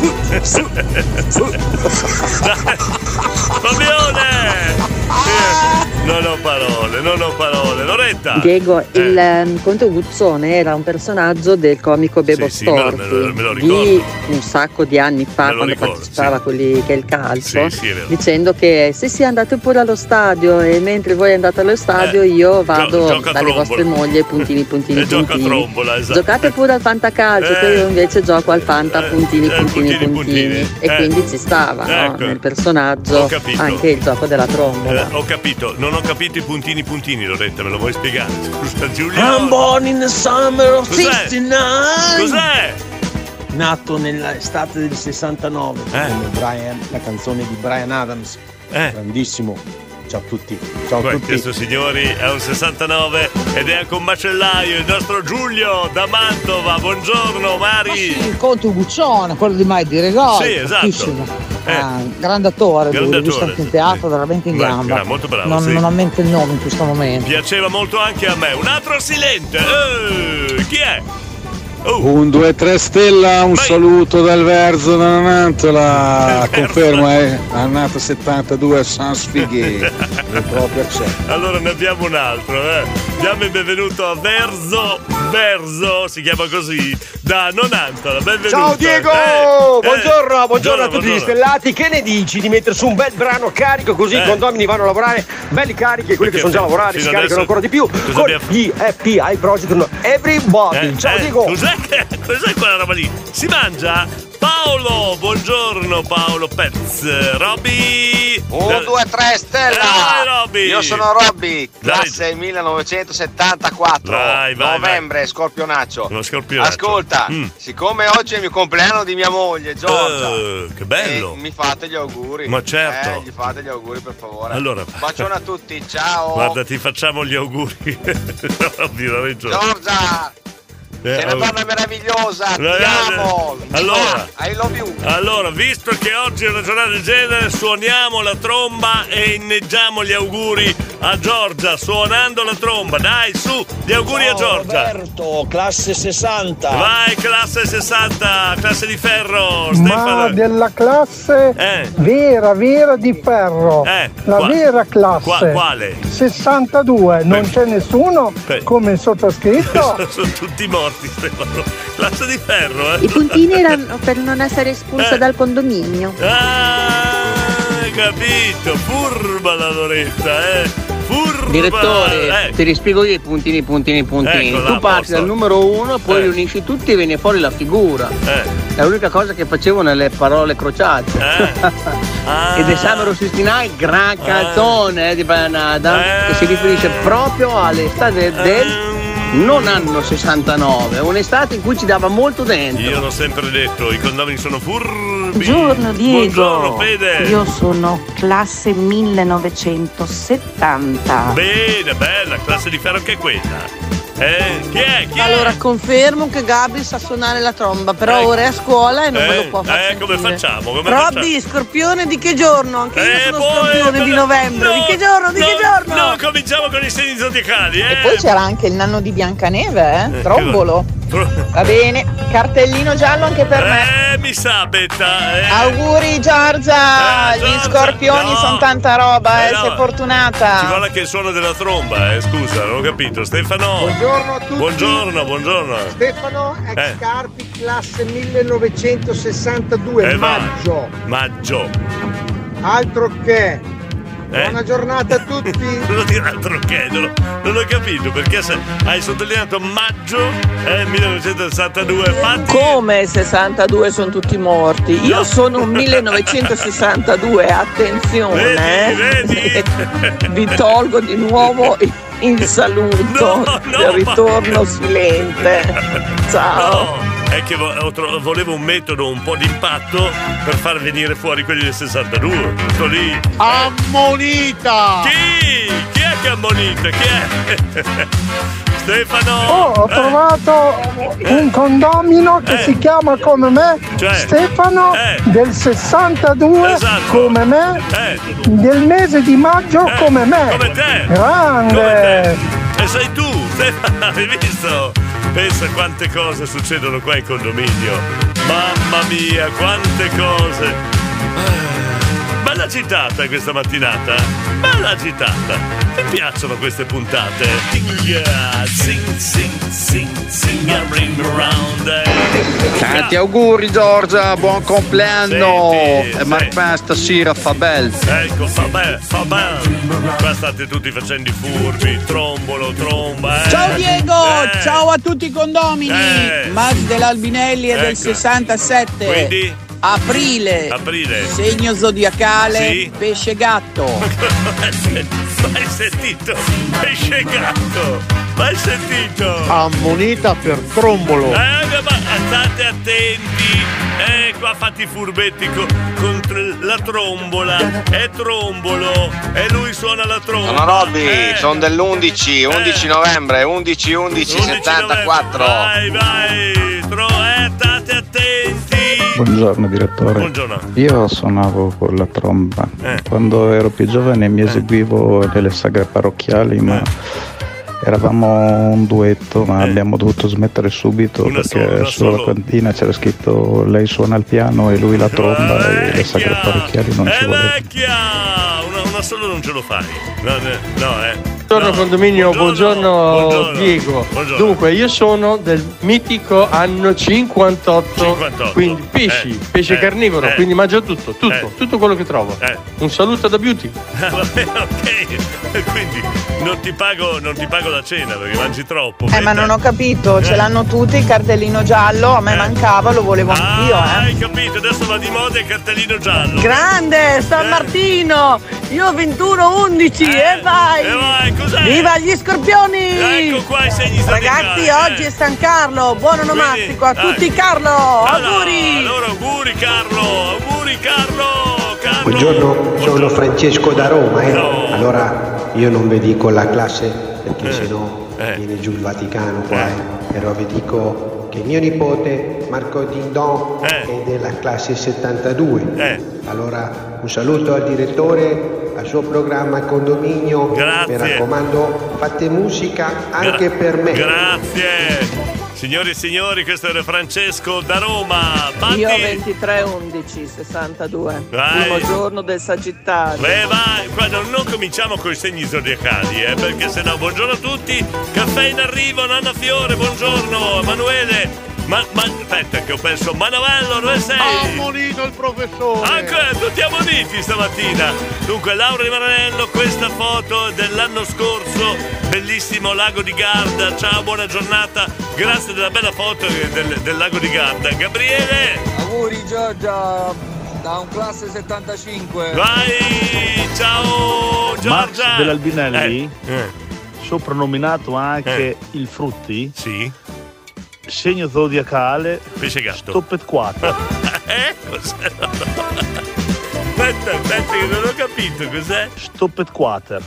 Speaker 7: Fabione! Non ho parole, non ho parole. Loretta!
Speaker 1: Diego,
Speaker 7: eh.
Speaker 1: il um, conte Uguccione era un personaggio del comico Bebo
Speaker 7: sì, sì, me lo,
Speaker 1: Storti
Speaker 7: me lo, me lo ricordo.
Speaker 1: di un sacco di anni fa, quando
Speaker 7: ricordo,
Speaker 1: partecipava
Speaker 7: sì.
Speaker 1: a quelli che è il calcio,
Speaker 7: Sì, sì, è vero.
Speaker 1: dicendo che se sì andate pure allo stadio e mentre voi andate allo stadio
Speaker 7: Eh,
Speaker 1: io vado
Speaker 7: gio- gioca a
Speaker 1: dalle
Speaker 7: trombola.
Speaker 1: vostre mogli puntini puntini
Speaker 7: E gioca a
Speaker 1: puntini.
Speaker 7: trombola, esatto.
Speaker 1: Giocate pure al fantacalcio,
Speaker 7: Eh.
Speaker 1: che io invece gioco al fanta puntini
Speaker 7: eh,
Speaker 1: puntini
Speaker 7: puntini,
Speaker 1: puntini,
Speaker 7: puntini.
Speaker 1: e
Speaker 7: Eh.
Speaker 1: quindi ci stava, no?
Speaker 7: Ecco.
Speaker 1: Nel personaggio
Speaker 7: Ho capito.
Speaker 1: anche il gioco della trombola.
Speaker 7: Eh, ho capito, non ho capito i puntini puntini, Loretta, me lo vuoi spiegare? Scusa Giulio.
Speaker 4: I'm born in the summer of
Speaker 7: Cos'è?
Speaker 4: sessantanove.
Speaker 7: Cos'è?
Speaker 4: Nato nell'estate del sessantanove,
Speaker 7: Eh.
Speaker 4: come Brian, la canzone di Brian Adams.
Speaker 7: Eh.
Speaker 4: Grandissimo. Ciao a tutti. Ciao a
Speaker 7: Beh,
Speaker 4: tutti.
Speaker 7: questo signori è un sessantanove ed è anche un macellaio, il nostro Giulio da Mantova. Buongiorno Mari.
Speaker 22: Sì, il conte Uguccione, quello di Mai di Regoli.
Speaker 7: Sì, esatto.
Speaker 22: fortissimo.
Speaker 7: Eh.
Speaker 22: Ah, grande attore,
Speaker 7: Grande
Speaker 22: l'ho visto
Speaker 7: attore,
Speaker 22: anche in
Speaker 7: sì,
Speaker 22: teatro,
Speaker 7: sì.
Speaker 22: veramente in
Speaker 7: Beh,
Speaker 22: gamba.
Speaker 7: gra- molto bravo,
Speaker 22: non,
Speaker 7: sì.
Speaker 22: non ho in mente il nome in questo momento.
Speaker 7: Piaceva molto anche a me. Un altro silente. Eh, chi è? Oh.
Speaker 9: Un due tre stella, un
Speaker 7: Vai.
Speaker 9: saluto dal Verzo da Nanantola, confermo è annato settantadue a San Sfighi, proprio c'è.
Speaker 7: Allora ne abbiamo un altro, eh. Diamo il benvenuto a Verzo. Verzo si chiama così. Da Nonantola, benvenuto.
Speaker 10: Ciao Diego!
Speaker 7: Eh, eh.
Speaker 10: buongiorno, buongiorno a tutti
Speaker 7: buongiorno.
Speaker 10: gli stellati. Che ne dici di mettere su un bel brano carico così
Speaker 7: Eh.
Speaker 10: i condomini vanno a lavorare belli carichi e quelli
Speaker 7: Perché
Speaker 10: che sono già a lavorare
Speaker 7: fino
Speaker 10: si caricano
Speaker 7: adesso
Speaker 10: ancora di più
Speaker 7: cosa
Speaker 10: con
Speaker 7: abbiamo-
Speaker 10: gli F P I Project Everybody.
Speaker 7: Eh,
Speaker 10: Ciao
Speaker 7: eh,
Speaker 10: Diego!
Speaker 7: Cos'è, che, cos'è quella roba lì? Si mangia? Paolo, buongiorno Paolo Pez. Robby.
Speaker 14: Un, due, tre, stella!
Speaker 7: Dai, Robby.
Speaker 14: Io sono Robby,
Speaker 7: Dai.
Speaker 14: classe millenovecentosettantaquattro,
Speaker 7: Vai, vai,
Speaker 14: novembre, Scorpionaccio.
Speaker 7: Lo scorpionaccio.
Speaker 14: Ascolta,
Speaker 7: Mm.
Speaker 14: siccome oggi è il mio compleanno di mia moglie, Giorgia,
Speaker 7: Eh, che bello.
Speaker 14: eh, mi fate gli auguri.
Speaker 7: Ma certo.
Speaker 14: Eh, gli fate gli auguri per favore.
Speaker 7: Allora.
Speaker 14: Bacione a tutti, ciao!
Speaker 7: Guarda, ti facciamo gli auguri. Robby, hai ragione.
Speaker 14: Giorgia!
Speaker 7: Eh,
Speaker 14: Sei una
Speaker 7: oh.
Speaker 14: donna meravigliosa, ti
Speaker 7: Eh,
Speaker 14: amo!
Speaker 7: allora.
Speaker 14: Ah, I love you!
Speaker 7: Allora, visto che oggi è una giornata del genere, suoniamo la tromba e inneggiamo gli auguri a Giorgia, suonando la tromba. Dai, su, gli auguri a Giorgia.
Speaker 4: Roberto, classe sessanta.
Speaker 7: Vai, classe sessanta, classe di ferro.
Speaker 21: Ma
Speaker 7: Stefano.
Speaker 21: della classe
Speaker 7: Eh.
Speaker 21: vera, vera di ferro.
Speaker 7: Eh,
Speaker 21: La
Speaker 7: qua-
Speaker 21: vera classe.
Speaker 7: qua- quale?
Speaker 21: sessantadue, non
Speaker 7: Beh.
Speaker 21: c'è nessuno
Speaker 7: Beh.
Speaker 21: come il sottoscritto.
Speaker 7: Sono tutti morti, Stefano. Classe di ferro, eh.
Speaker 1: I puntini erano per non essere espulsa
Speaker 7: Eh.
Speaker 1: dal condominio.
Speaker 7: Ah, capito. Furba la Loretta, eh. Furba.
Speaker 15: Direttore,
Speaker 7: eh.
Speaker 15: ti rispiego io i puntini, puntini, puntini.
Speaker 7: Ecco là,
Speaker 15: tu parti
Speaker 7: posto.
Speaker 15: dal numero uno, poi
Speaker 7: Eh.
Speaker 15: li unisci tutti e viene fuori la figura.
Speaker 7: Eh.
Speaker 15: È l'unica cosa che facevo nelle parole crociate.
Speaker 7: Ah.
Speaker 15: E The Summer of sessantanove, gran canzone eh, di Brian Adams,
Speaker 7: Eh.
Speaker 15: che si riferisce proprio all'estate del non anno sessantanove, un'estate in cui ci dava molto dentro.
Speaker 7: Io l'ho sempre detto, i condomini sono furbi.
Speaker 2: Buongiorno Diego.
Speaker 7: Buongiorno Fede.
Speaker 2: Io sono classe millenovecentosettanta.
Speaker 7: Bene, bella, classe di ferro anche quella. Eh, chi è? Chi è?
Speaker 6: Allora confermo che Gabri sa suonare la tromba, però
Speaker 7: Eh.
Speaker 6: ora è a scuola e non me lo può fare.
Speaker 7: Eh, come facciamo? Come
Speaker 6: Robby, Scorpione di che giorno? Anche io
Speaker 7: Eh,
Speaker 6: sono
Speaker 7: poi,
Speaker 6: Scorpione di
Speaker 7: no,
Speaker 6: novembre.
Speaker 7: no,
Speaker 6: di che giorno? Di
Speaker 7: no,
Speaker 6: che giorno?
Speaker 7: No, cominciamo con i segni zodiacali, eh.
Speaker 13: E poi c'era anche il nanno di Biancaneve, eh?
Speaker 7: Eh,
Speaker 13: Trombolo. Va bene, cartellino giallo anche per me.
Speaker 7: Eh, mi sa, Betta. Eh.
Speaker 13: Auguri Giorgia,
Speaker 7: Eh,
Speaker 13: gli
Speaker 7: Giorgia,
Speaker 13: scorpioni
Speaker 7: no.
Speaker 13: sono tanta roba,
Speaker 7: Eh,
Speaker 13: eh,
Speaker 7: no.
Speaker 13: sei fortunata.
Speaker 7: Ci vuole anche il suono della tromba, eh. Scusa, non ho capito. Stefano.
Speaker 21: Buongiorno a tutti.
Speaker 7: Buongiorno, buongiorno.
Speaker 21: Stefano, ex
Speaker 7: Eh.
Speaker 21: Carpi, classe millenovecentosessantadue,
Speaker 7: Eh, va.
Speaker 21: maggio.
Speaker 7: Maggio.
Speaker 21: Altro che.
Speaker 7: Eh?
Speaker 21: Buona giornata a tutti.
Speaker 7: Non dire altro che, non ho, non ho capito perché se hai sottolineato maggio eh, millenovecentosessantadue. Infatti,
Speaker 13: Come sessantadue sono tutti morti? Io sono millenovecentosessantadue, attenzione.
Speaker 7: Vedi,
Speaker 13: eh. Vi tolgo di nuovo il saluto. Il ritorno silente. Ciao.
Speaker 7: no, è che vo- ho tro- volevo un metodo un po' di impatto per far venire fuori quelli del sessantadue. Tutto lì.
Speaker 21: Ammonita!
Speaker 7: Chi? Chi è che ammonita? Chi è? Stefano!
Speaker 21: Oh, ho
Speaker 7: Eh,
Speaker 21: trovato un condomino che
Speaker 7: Eh.
Speaker 21: si chiama come me,
Speaker 7: Cioè?
Speaker 21: Stefano
Speaker 7: Eh.
Speaker 21: del sessantadue
Speaker 7: Esatto.
Speaker 21: come me,
Speaker 7: Eh.
Speaker 21: del mese di maggio
Speaker 7: Eh,
Speaker 21: come me.
Speaker 7: come te.
Speaker 21: Grande!
Speaker 7: Come te. E sei tu, Stefano, hai visto? Pensa quante cose succedono qua in condominio. Mamma mia, quante cose. Ah, Bella agitata questa mattinata. Bella agitata. Mi piacciono queste puntate. Yeah, sing, sing, sing, sing, I ring around.
Speaker 9: Tanti auguri Giorgia, buon compleanno.
Speaker 7: Senti,
Speaker 9: E Marpin stasera fa bel.
Speaker 7: Ecco, fa bene, fa bene. Qua state tutti facendo i furbi, trombolo, tromba. Eh.
Speaker 22: Ciao Diego,
Speaker 7: Eh.
Speaker 22: ciao a tutti i condomini.
Speaker 7: Eh.
Speaker 22: Max dell'Albinelli è del
Speaker 7: Ecco.
Speaker 22: sessantasette.
Speaker 7: Quindi?
Speaker 22: Aprile.
Speaker 7: Aprile.
Speaker 22: Segno zodiacale,
Speaker 7: Sì.
Speaker 22: pesce gatto.
Speaker 7: Ma hai sentito? Pesce gatto! Ma hai sentito?
Speaker 21: Ammonita per trombolo.
Speaker 7: Eh, ma state attenti! Eh, qua fatti i furbetti co- contro la trombola. È trombolo. E lui suona la tromba.
Speaker 14: Sono Robby,
Speaker 7: Eh.
Speaker 14: sono dell'undici, undici novembre, undici undici settantaquattro.
Speaker 7: Vai, vai! Tro- eh, state attenti!
Speaker 25: Buongiorno direttore.
Speaker 7: Buongiorno.
Speaker 25: Io suonavo con la tromba.
Speaker 7: Eh.
Speaker 25: Quando ero più giovane mi eseguivo nelle sagre parrocchiali, ma eravamo un duetto, ma abbiamo dovuto smettere subito
Speaker 7: Una
Speaker 25: perché
Speaker 7: sola, una
Speaker 25: sulla
Speaker 7: solo.
Speaker 25: cantina c'era scritto lei suona il piano e lui la tromba e le sagre parrocchiali non ci
Speaker 7: È
Speaker 25: volevano.
Speaker 7: vecchia! Una, una solo non ce lo fai. No, no, no eh.
Speaker 10: Buongiorno condominio, buongiorno,
Speaker 7: buongiorno.
Speaker 10: Diego.
Speaker 7: Buongiorno.
Speaker 10: Dunque, io sono del mitico anno cinquantotto,
Speaker 7: cinquantotto.
Speaker 10: quindi pesci,
Speaker 7: Eh,
Speaker 10: pesce
Speaker 7: eh,
Speaker 10: carnivoro,
Speaker 7: eh.
Speaker 10: quindi mangio tutto, tutto,
Speaker 7: Eh.
Speaker 10: tutto quello che trovo.
Speaker 7: Eh.
Speaker 10: Un saluto da Beauty.
Speaker 7: Ah, va bene, ok. Quindi non ti pago, non ti pago la cena perché mangi troppo.
Speaker 13: Eh, ma
Speaker 7: Betta.
Speaker 13: non ho capito, ce
Speaker 7: Eh.
Speaker 13: l'hanno tutti il cartellino giallo, a me
Speaker 7: Eh.
Speaker 13: mancava, lo volevo anch'io,
Speaker 7: Ah,
Speaker 13: eh.
Speaker 7: hai capito, adesso va di moda il cartellino giallo.
Speaker 6: Grande, San
Speaker 7: Eh.
Speaker 6: Martino! Io ventuno undici
Speaker 7: Eh,
Speaker 6: e vai!
Speaker 7: e vai, cos'è?
Speaker 6: Viva gli scorpioni!
Speaker 7: Ecco qua i segni
Speaker 6: Ragazzi,
Speaker 7: zodiacali,
Speaker 6: oggi
Speaker 7: eh.
Speaker 6: è San Carlo, buon onomastico a
Speaker 7: Quindi,
Speaker 6: tutti,
Speaker 7: eh.
Speaker 6: Carlo!
Speaker 7: Allora,
Speaker 6: Auguri!
Speaker 7: Allora, auguri Carlo, auguri Carlo, Carlo.
Speaker 18: Buongiorno, sono Francesco da Roma, eh.
Speaker 7: No.
Speaker 18: Allora io non vi dico la classe perché
Speaker 7: Eh.
Speaker 18: sennò
Speaker 7: Eh.
Speaker 18: viene giù il Vaticano qua, eh. Però vi dico che mio nipote Marco Dindon
Speaker 7: Eh.
Speaker 18: è della classe settantadue.
Speaker 7: Eh.
Speaker 18: Allora un saluto al direttore, al suo programma Condominio.
Speaker 7: Grazie.
Speaker 18: Mi raccomando, fate musica anche
Speaker 7: Gra-
Speaker 18: per me.
Speaker 7: Grazie. Signori e signori, questo era Francesco da Roma. Batti.
Speaker 13: Io ventitré undici sessantadue,
Speaker 7: Vai.
Speaker 13: primo giorno del Sagittario.
Speaker 7: Beh, vai, qua non, non cominciamo con i segni zodiacali, eh, perché sennò buongiorno a tutti. Caffè in arrivo, Nanna Fiore, buongiorno, Emanuele. Ma, ma aspetta che ho perso Manovello, dove sei?
Speaker 21: Ammonito il professore.
Speaker 7: Anche tutti ammoniti stamattina. Dunque, Laura di Maranello, questa foto dell'anno scorso, bellissimo lago di Garda. Ciao, buona giornata. Grazie della bella foto del, del lago di Garda. Gabriele!
Speaker 19: Auguri Giorgia, da un classe settantacinque.
Speaker 7: Vai! Ciao Giorgia!
Speaker 20: Max dell'Albinelli?
Speaker 7: Eh, eh.
Speaker 5: soprannominato anche
Speaker 7: Eh.
Speaker 5: il Frutti,
Speaker 7: Sì.
Speaker 5: segno zodiacale,
Speaker 7: Pesce gatto.
Speaker 5: Stoppet quattro.
Speaker 7: Eh? Cos'è? Aspetta, aspetta, che non ho capito cos'è.
Speaker 5: Stoppet quattro.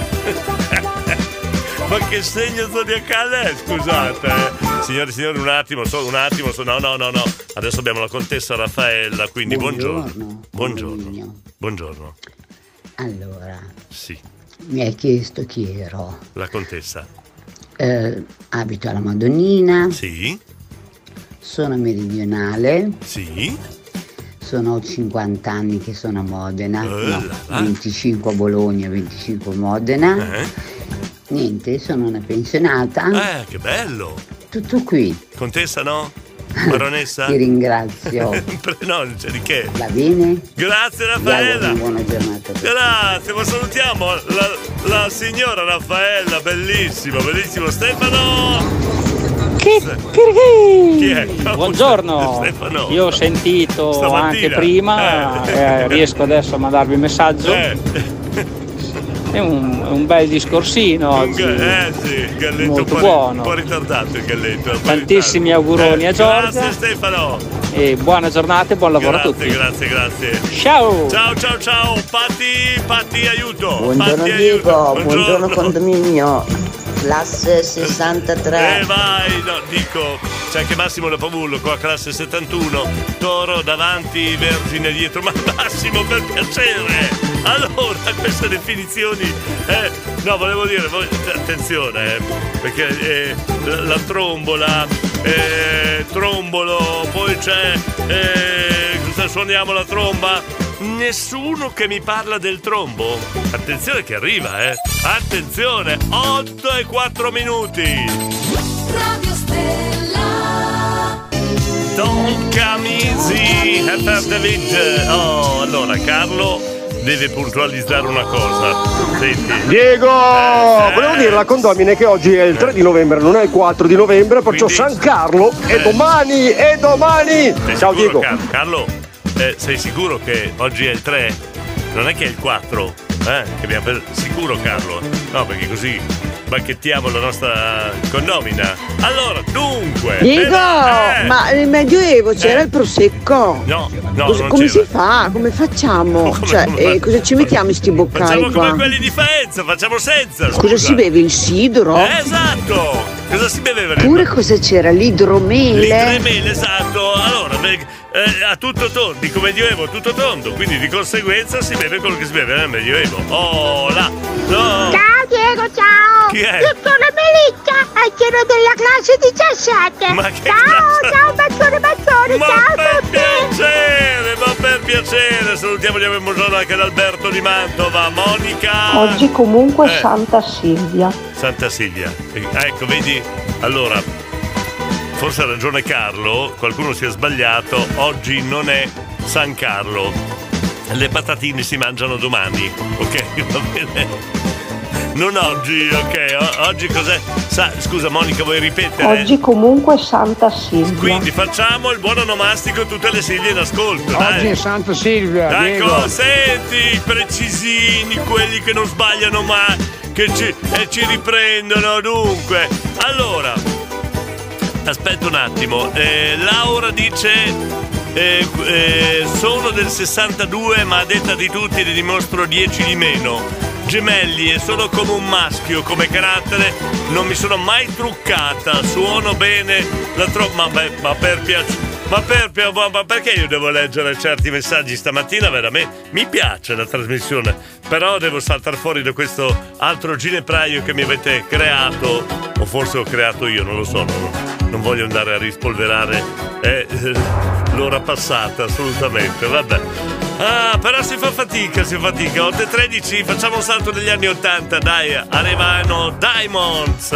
Speaker 7: Ma che segno zodiacale è? Scusate. eh. Signori e signori, un attimo, solo un attimo. so- No, no, no, no. Adesso abbiamo la contessa Raffaella, quindi buongiorno. Buongiorno. Buongiorno.
Speaker 11: Allora,
Speaker 7: Sì,
Speaker 11: mi hai chiesto chi ero.
Speaker 7: la contessa.
Speaker 11: Eh, abito alla Madonnina,
Speaker 7: Sì,
Speaker 11: sono meridionale,
Speaker 7: sì.
Speaker 11: sono cinquanta anni che sono a Modena,
Speaker 7: Eh,
Speaker 11: no,
Speaker 7: là, là.
Speaker 11: venticinque a Bologna, venticinque a Modena.
Speaker 7: Eh?
Speaker 11: Niente, sono una pensionata.
Speaker 7: Eh, che bello.
Speaker 11: Tutto qui.
Speaker 7: Contessa, no? Baronessa?
Speaker 11: Ti ringrazio.
Speaker 7: No, non c'è di che.
Speaker 11: Va bene?
Speaker 7: Grazie
Speaker 11: Vi auguro
Speaker 7: Raffaella.
Speaker 11: una buona giornata.
Speaker 7: Grazie, ma salutiamo la, la signora Raffaella, bellissimo, bellissimo. Stefano!
Speaker 12: Che,
Speaker 7: Chi è?
Speaker 12: Buongiorno,
Speaker 7: Stefano.
Speaker 12: io ho sentito
Speaker 7: Stamattina.
Speaker 12: anche prima,
Speaker 7: Eh.
Speaker 12: eh, riesco adesso a mandarvi il messaggio.
Speaker 7: Eh.
Speaker 12: È un, è un bel discorsino
Speaker 7: Un
Speaker 12: oggi.
Speaker 7: ga- eh sì, galletto
Speaker 12: Molto
Speaker 7: un po',
Speaker 12: buono.
Speaker 7: un po' ritardato il galletto. un po'
Speaker 12: Tantissimi
Speaker 7: ritardato.
Speaker 12: auguroni
Speaker 7: Eh,
Speaker 12: a Giorgia.
Speaker 7: Grazie Stefano.
Speaker 12: E buona giornata e buon lavoro
Speaker 7: Grazie,
Speaker 12: a tutti.
Speaker 7: grazie, grazie.
Speaker 12: Ciao.
Speaker 7: Ciao, ciao, ciao. Patti, Patti, aiuto.
Speaker 1: Buongiorno
Speaker 7: Patti,
Speaker 1: Diego,
Speaker 7: aiuto.
Speaker 1: buongiorno condominio. Classe sessantatré.
Speaker 7: Eh vai, no, dico, c'è anche Massimo da Pavullo qua, classe settantuno, Toro davanti, Vergine dietro, ma Massimo per piacere! Allora, queste definizioni, eh, no, volevo dire, voi- attenzione, eh, perché eh, la, la trombola, eh, trombolo, poi c'è, eh, cosa suoniamo la tromba? Nessuno che mi parla del trombo. Attenzione che arriva, eh. Attenzione, otto e quattro minuti.
Speaker 26: Radio Stella.
Speaker 7: Don Camisi, F R David. Oh, allora Carlo deve puntualizzare una cosa. Senti.
Speaker 21: Diego,
Speaker 7: Eh,
Speaker 21: volevo
Speaker 7: eh.
Speaker 21: dire alla condomine che oggi è il tre di novembre, non è il quattro di novembre, perciò
Speaker 7: Quindi-
Speaker 21: San Carlo è
Speaker 7: Eh.
Speaker 21: domani, è domani!
Speaker 7: Sei
Speaker 21: Ciao
Speaker 7: sicuro,
Speaker 21: Diego.
Speaker 7: Carlo? Carlo, eh, sei sicuro che oggi è il tre? Non è che è il quattro? Eh? Che abbiamo per- Sicuro Carlo? No, perché così bacchettiamo la nostra condomina. Allora, dunque.
Speaker 6: Diego,
Speaker 7: eh, eh.
Speaker 6: ma nel Medioevo c'era il prosecco.
Speaker 7: No, no,
Speaker 6: Cos-
Speaker 7: non
Speaker 6: come
Speaker 7: c'era.
Speaker 6: si fa? Come facciamo?
Speaker 7: Come-
Speaker 6: cioè,
Speaker 7: come-
Speaker 6: eh, cosa ci mettiamo in sti boccali
Speaker 7: Facciamo come
Speaker 6: qua?
Speaker 7: quelli di Faenza, facciamo senza.
Speaker 6: Cosa
Speaker 7: scusa.
Speaker 6: si beve? Il sidro?
Speaker 7: Eh, esatto! Cosa si beveva nel
Speaker 6: Oppure cosa c'era? L'idromele?
Speaker 7: L'idromele, esatto. Allora, beh, eh, a tutto tondo, dico Medioevo, tutto tondo, quindi di conseguenza si beve quello che si beve nel Medioevo. Oh, là! No!
Speaker 16: Ciao Diego, ciao!
Speaker 7: Chi è?
Speaker 16: Io sono Melissa, sono della classe diciassette.
Speaker 7: Ma che
Speaker 16: ciao,
Speaker 7: classe?
Speaker 16: ciao, bacione, bacione,
Speaker 7: Ma
Speaker 16: ciao a
Speaker 7: per
Speaker 16: tutti!
Speaker 7: piacere, ma per piacere! Salutiamo di buongiorno anche ad Alberto di Mantova, Monica!
Speaker 17: Oggi comunque
Speaker 7: Eh.
Speaker 17: Santa Silvia.
Speaker 7: Santa Silvia. Eh, Ecco, vedi? Allora, forse ha ragione Carlo, qualcuno si è sbagliato, oggi non è San Carlo. Le patatine si mangiano domani, ok? Va bene? Non oggi, ok? O- oggi cos'è? Sa- scusa Monica, vuoi ripetere?
Speaker 17: Oggi comunque Santa Silvia.
Speaker 7: Quindi facciamo il buon onomastico tutte le Silvie in ascolto. dai.
Speaker 21: Oggi è Santa Silvia,
Speaker 7: Ecco,
Speaker 21: Diego.
Speaker 7: senti, precisini, quelli che non sbagliano mai, che ci, e ci riprendono. Dunque, allora, aspetta un attimo. Eh, Laura dice: eh, eh, sono del sessantadue, ma a detta di tutti ne dimostro dieci di meno. Gemelli e sono come un maschio come carattere, non mi sono mai truccata, suono bene la tro- ma, beh, ma per piacere, ma per pi- ma, ma perché io devo leggere certi messaggi stamattina? Veramente mi piace la trasmissione, però devo saltare fuori da questo altro ginepraio che mi avete creato, o forse ho creato io, non lo so, non, non voglio andare a rispolverare eh, l'ora passata, assolutamente, vabbè. Ah, però si fa fatica, si fa fatica. otto e tredici, facciamo un salto negli anni ottanta, dai, arrivano Diamonds.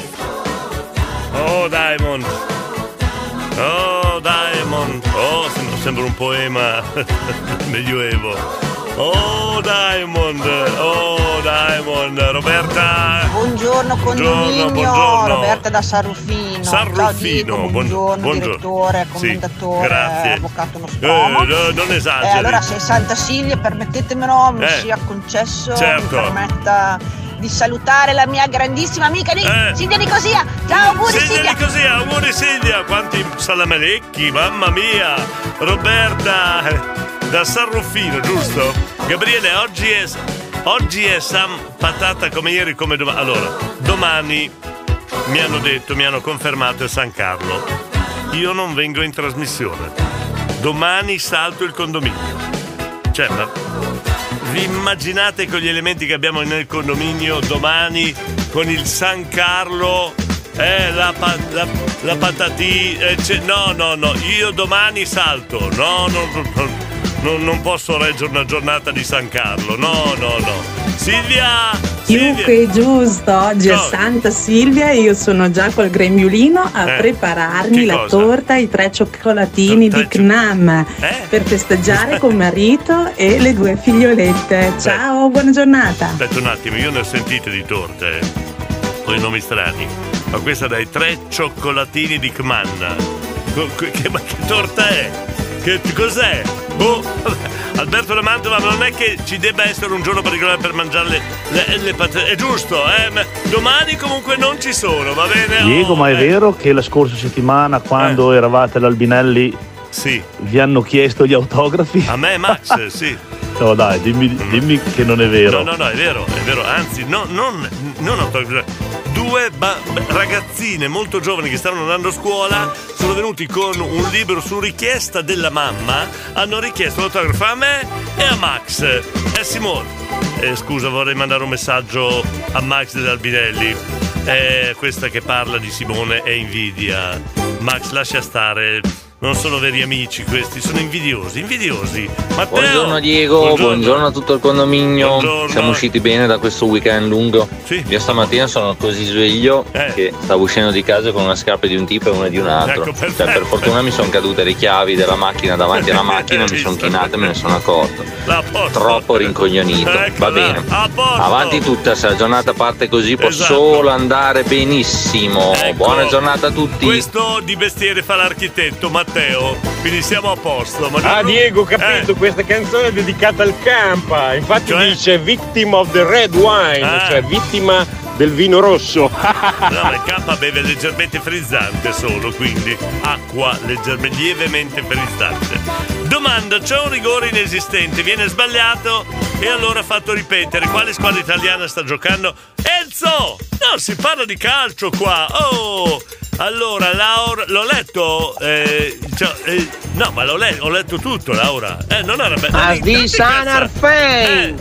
Speaker 7: Oh, Diamond. Oh, Diamond. Oh, sembra, sembra un poema medioevo. Oh, Diamond. Oh, Diamond. Roberta.
Speaker 13: Buongiorno condominio,
Speaker 7: buongiorno.
Speaker 13: Roberta da San Rufino.
Speaker 7: San
Speaker 13: Ciao
Speaker 7: Rufino,
Speaker 13: Diego,
Speaker 7: buon-
Speaker 13: buongiorno,
Speaker 7: buongiorno.
Speaker 13: direttore,
Speaker 7: Sì,
Speaker 13: commendatore,
Speaker 7: grazie.
Speaker 13: avvocato Nostromo.
Speaker 7: Eh, no, non
Speaker 13: Eh,
Speaker 7: esageri.
Speaker 13: allora se Santa Silvia, permettetemelo, mi
Speaker 7: Eh,
Speaker 13: sia concesso,
Speaker 7: certo.
Speaker 13: mi permetta
Speaker 22: di salutare la mia grandissima amica di
Speaker 7: Eh.
Speaker 22: Silvia Nicosia. Ciao, auguri
Speaker 7: Silvia
Speaker 22: Silvia.
Speaker 7: Nicosia, auguri Silvia, quanti salamelecchi, mamma mia. Roberta eh, da San Ruffino, giusto? Gabriele, oggi è oggi è San Patata come ieri, come domani. Allora, domani mi hanno detto, mi hanno confermato è San Carlo. Io non vengo in trasmissione. Domani salto il condominio. Cioè, ma vi immaginate con gli elementi che abbiamo nel condominio domani con il San Carlo? Eh, la, pa- la, la patatì, eh, no, no, no, io domani salto, no, no, no, no, no, non posso reggere una giornata di San Carlo, no, no, no. Silvia! Silvia.
Speaker 3: Che giusto, oggi
Speaker 7: No.
Speaker 3: è Santa Silvia e io sono già col grembiulino a
Speaker 7: Eh,
Speaker 3: prepararmi
Speaker 7: che
Speaker 3: la
Speaker 7: cosa?
Speaker 3: torta, i tre cioccolatini
Speaker 7: Tre
Speaker 3: di C N A M
Speaker 7: Eh?
Speaker 3: per festeggiare con marito e le due figliolette. Ciao, buona giornata.
Speaker 7: Aspetta un attimo, io ne ho sentite di torte, ho i nomi strani, ma questa dai tre cioccolatini di Kmanna. Co- co- Che, ma che torta è? Che cos'è? Boh, Alberto da Mantova, ma non è che ci debba essere un giorno particolare per mangiare le, le, le patate, è giusto, eh? Ma domani comunque non ci sono, va bene?
Speaker 5: Diego,
Speaker 7: Oh,
Speaker 5: ma è
Speaker 7: eh.
Speaker 5: vero che la scorsa settimana, quando eravate all'Albinelli,
Speaker 7: Sì.
Speaker 5: vi hanno chiesto gli autografi?
Speaker 7: A me Max, sì.
Speaker 5: No, dai, dimmi, dimmi che non è vero.
Speaker 7: No, no, no, è vero, è vero, anzi, no, non, non autografi. Due ba- ragazzine molto giovani che stavano andando a scuola sono venuti con un libro su richiesta della mamma, hanno richiesto l'autografo a me e a Max. Eh Simone, eh, scusa, vorrei mandare un messaggio a Max dell'Albinelli. Eh, questa che parla di Simone è invidia. Max, lascia stare. Non sono veri amici questi, sono invidiosi, invidiosi. Matteo!
Speaker 4: Buongiorno Diego, buongiorno. buongiorno a tutto il condominio.
Speaker 7: Buongiorno.
Speaker 4: Siamo usciti bene da questo weekend lungo.
Speaker 7: Sì.
Speaker 4: Io stamattina sono così sveglio
Speaker 7: Eh.
Speaker 4: che stavo uscendo di casa con una scarpa di un tipo e una di un altro.
Speaker 7: Ecco,
Speaker 4: cioè,
Speaker 7: perfetto.
Speaker 4: per fortuna mi sono cadute le chiavi della macchina davanti alla macchina, mi sono chinato e me ne sono accorto.
Speaker 7: A posto.
Speaker 4: Troppo rincoglionito.
Speaker 7: Ecco,
Speaker 4: Va bene.
Speaker 7: a posto.
Speaker 4: Avanti tutta, se la giornata parte così può
Speaker 7: Esatto.
Speaker 4: solo andare benissimo.
Speaker 7: Ecco.
Speaker 4: Buona giornata a tutti.
Speaker 7: Questo di mestiere fa l'architetto, Matteo. Quindi siamo a posto. Ma
Speaker 21: Ah
Speaker 7: non-
Speaker 21: Diego, ho capito,
Speaker 7: Eh.
Speaker 21: questa canzone è dedicata al Campa, infatti
Speaker 7: Cioè?
Speaker 21: dice victim of the red wine,
Speaker 7: Ah.
Speaker 21: cioè vittima del vino rosso.
Speaker 7: No, ma il K beve leggermente frizzante solo, quindi acqua leggermente, lievemente frizzante. Domanda, c'è un rigore inesistente, viene sbagliato e allora fatto ripetere. Quale squadra italiana sta giocando? Enzo! No, si parla di calcio qua. Oh! Allora, Laura, l'ho letto? Eh, cioè, eh, no, ma l'ho letto, ho letto tutto, Laura. Eh, non era bello.
Speaker 15: As di Sanarfein.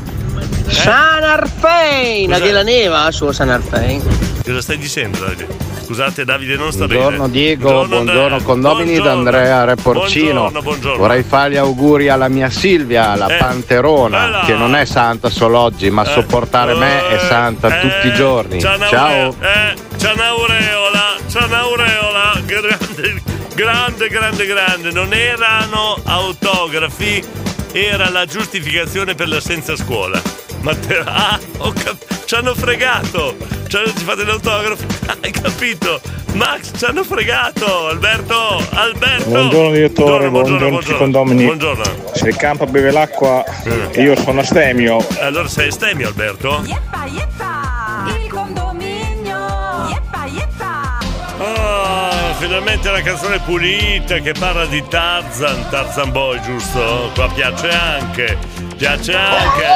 Speaker 15: Sanarfein. La
Speaker 7: Cos'è?
Speaker 15: della neva su Sanarfein.
Speaker 7: Cosa stai dicendo, Davide? Scusate, Davide non sta
Speaker 9: Buongiorno
Speaker 7: bene.
Speaker 9: Diego, buongiorno,
Speaker 7: Andrea.
Speaker 9: condomini da
Speaker 7: Buongiorno.
Speaker 9: Andrea Reporcino.
Speaker 7: Buongiorno, buongiorno.
Speaker 9: Vorrei fare gli auguri alla mia Silvia, la
Speaker 7: Eh,
Speaker 9: panterona,
Speaker 7: bella.
Speaker 9: che non è santa solo oggi, ma
Speaker 7: Eh,
Speaker 9: sopportare me è santa
Speaker 7: eh,
Speaker 9: tutti i giorni.
Speaker 7: c'è una
Speaker 9: Ciao.
Speaker 7: aure- Eh, c'è un'aureola, c'è un'aureola, grande, grande, grande, grande. Non erano autografi, era la giustificazione per l'assenza a scuola. Ma te, ah, ho cap- ci hanno fregato. Cioè, ci fate l'autografo? Hai capito? Max, ci hanno fregato. Alberto, Alberto.
Speaker 8: Buongiorno direttore, buongiorno,
Speaker 7: buongiorno,
Speaker 8: tutti i condomini.
Speaker 7: Buongiorno.
Speaker 8: Se il campo beve l'acqua, io sono astemio.
Speaker 7: Allora sei stemio, Alberto?
Speaker 26: Yeppa, yeppa, il condominio. Yeppa, yeppa.
Speaker 7: Ah, finalmente la canzone pulita che parla di Tarzan, Tarzan Boy, giusto? Qua piace anche, piace anche.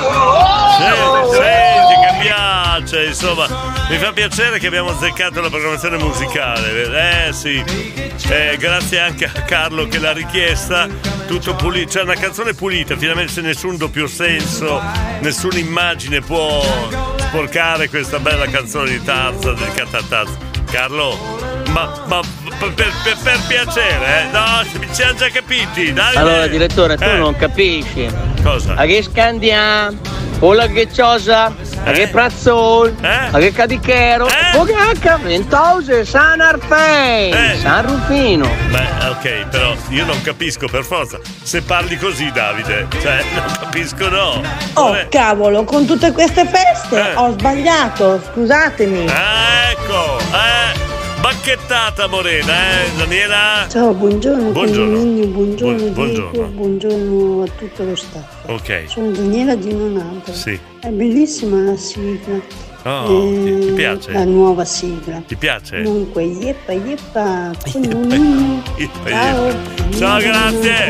Speaker 7: Senti, senti che piace, insomma, mi fa piacere che abbiamo azzeccato la programmazione musicale. Eh sì, eh, grazie anche a Carlo che l'ha richiesta. Tutto pulito, c'è una canzone pulita, finalmente nessun doppio senso, nessuna immagine può sporcare questa bella canzone di Tarzan dedicata a Tarzan. Carlo, ma, ma per, per, per piacere, eh? No, ci hanno già capiti, dai.
Speaker 15: Allora direttore, tu
Speaker 7: Eh.
Speaker 15: non capisci.
Speaker 7: Cosa?
Speaker 15: A che scandiamo? O la che cosa? A che prazzol? A che cadichero? O che H ventose Sanarfein. San Rufino.
Speaker 7: Beh, ok, però io non capisco per forza. Se parli così, Davide, cioè, non capisco, no.
Speaker 3: Oh
Speaker 7: Non è-
Speaker 3: cavolo, con tutte queste feste
Speaker 7: Eh.
Speaker 3: ho sbagliato, scusatemi.
Speaker 7: Ecco, eh. Ma bacchettata Morena, eh Daniela?
Speaker 17: Ciao, buongiorno,
Speaker 7: Buongiorno.
Speaker 17: condominio, buongiorno,
Speaker 7: Bu- buongiorno.
Speaker 17: Diego, buongiorno a tutto lo staff.
Speaker 7: Ok.
Speaker 17: Sono Daniela di Nonanto.
Speaker 7: Sì.
Speaker 17: È bellissima la sigla.
Speaker 7: Oh,
Speaker 17: Eh,
Speaker 7: ti, ti piace?
Speaker 17: La nuova sigla.
Speaker 7: Ti piace?
Speaker 17: Comunque, yeppa, yeppa, condominio. Ciao.
Speaker 7: Ciao, grazie.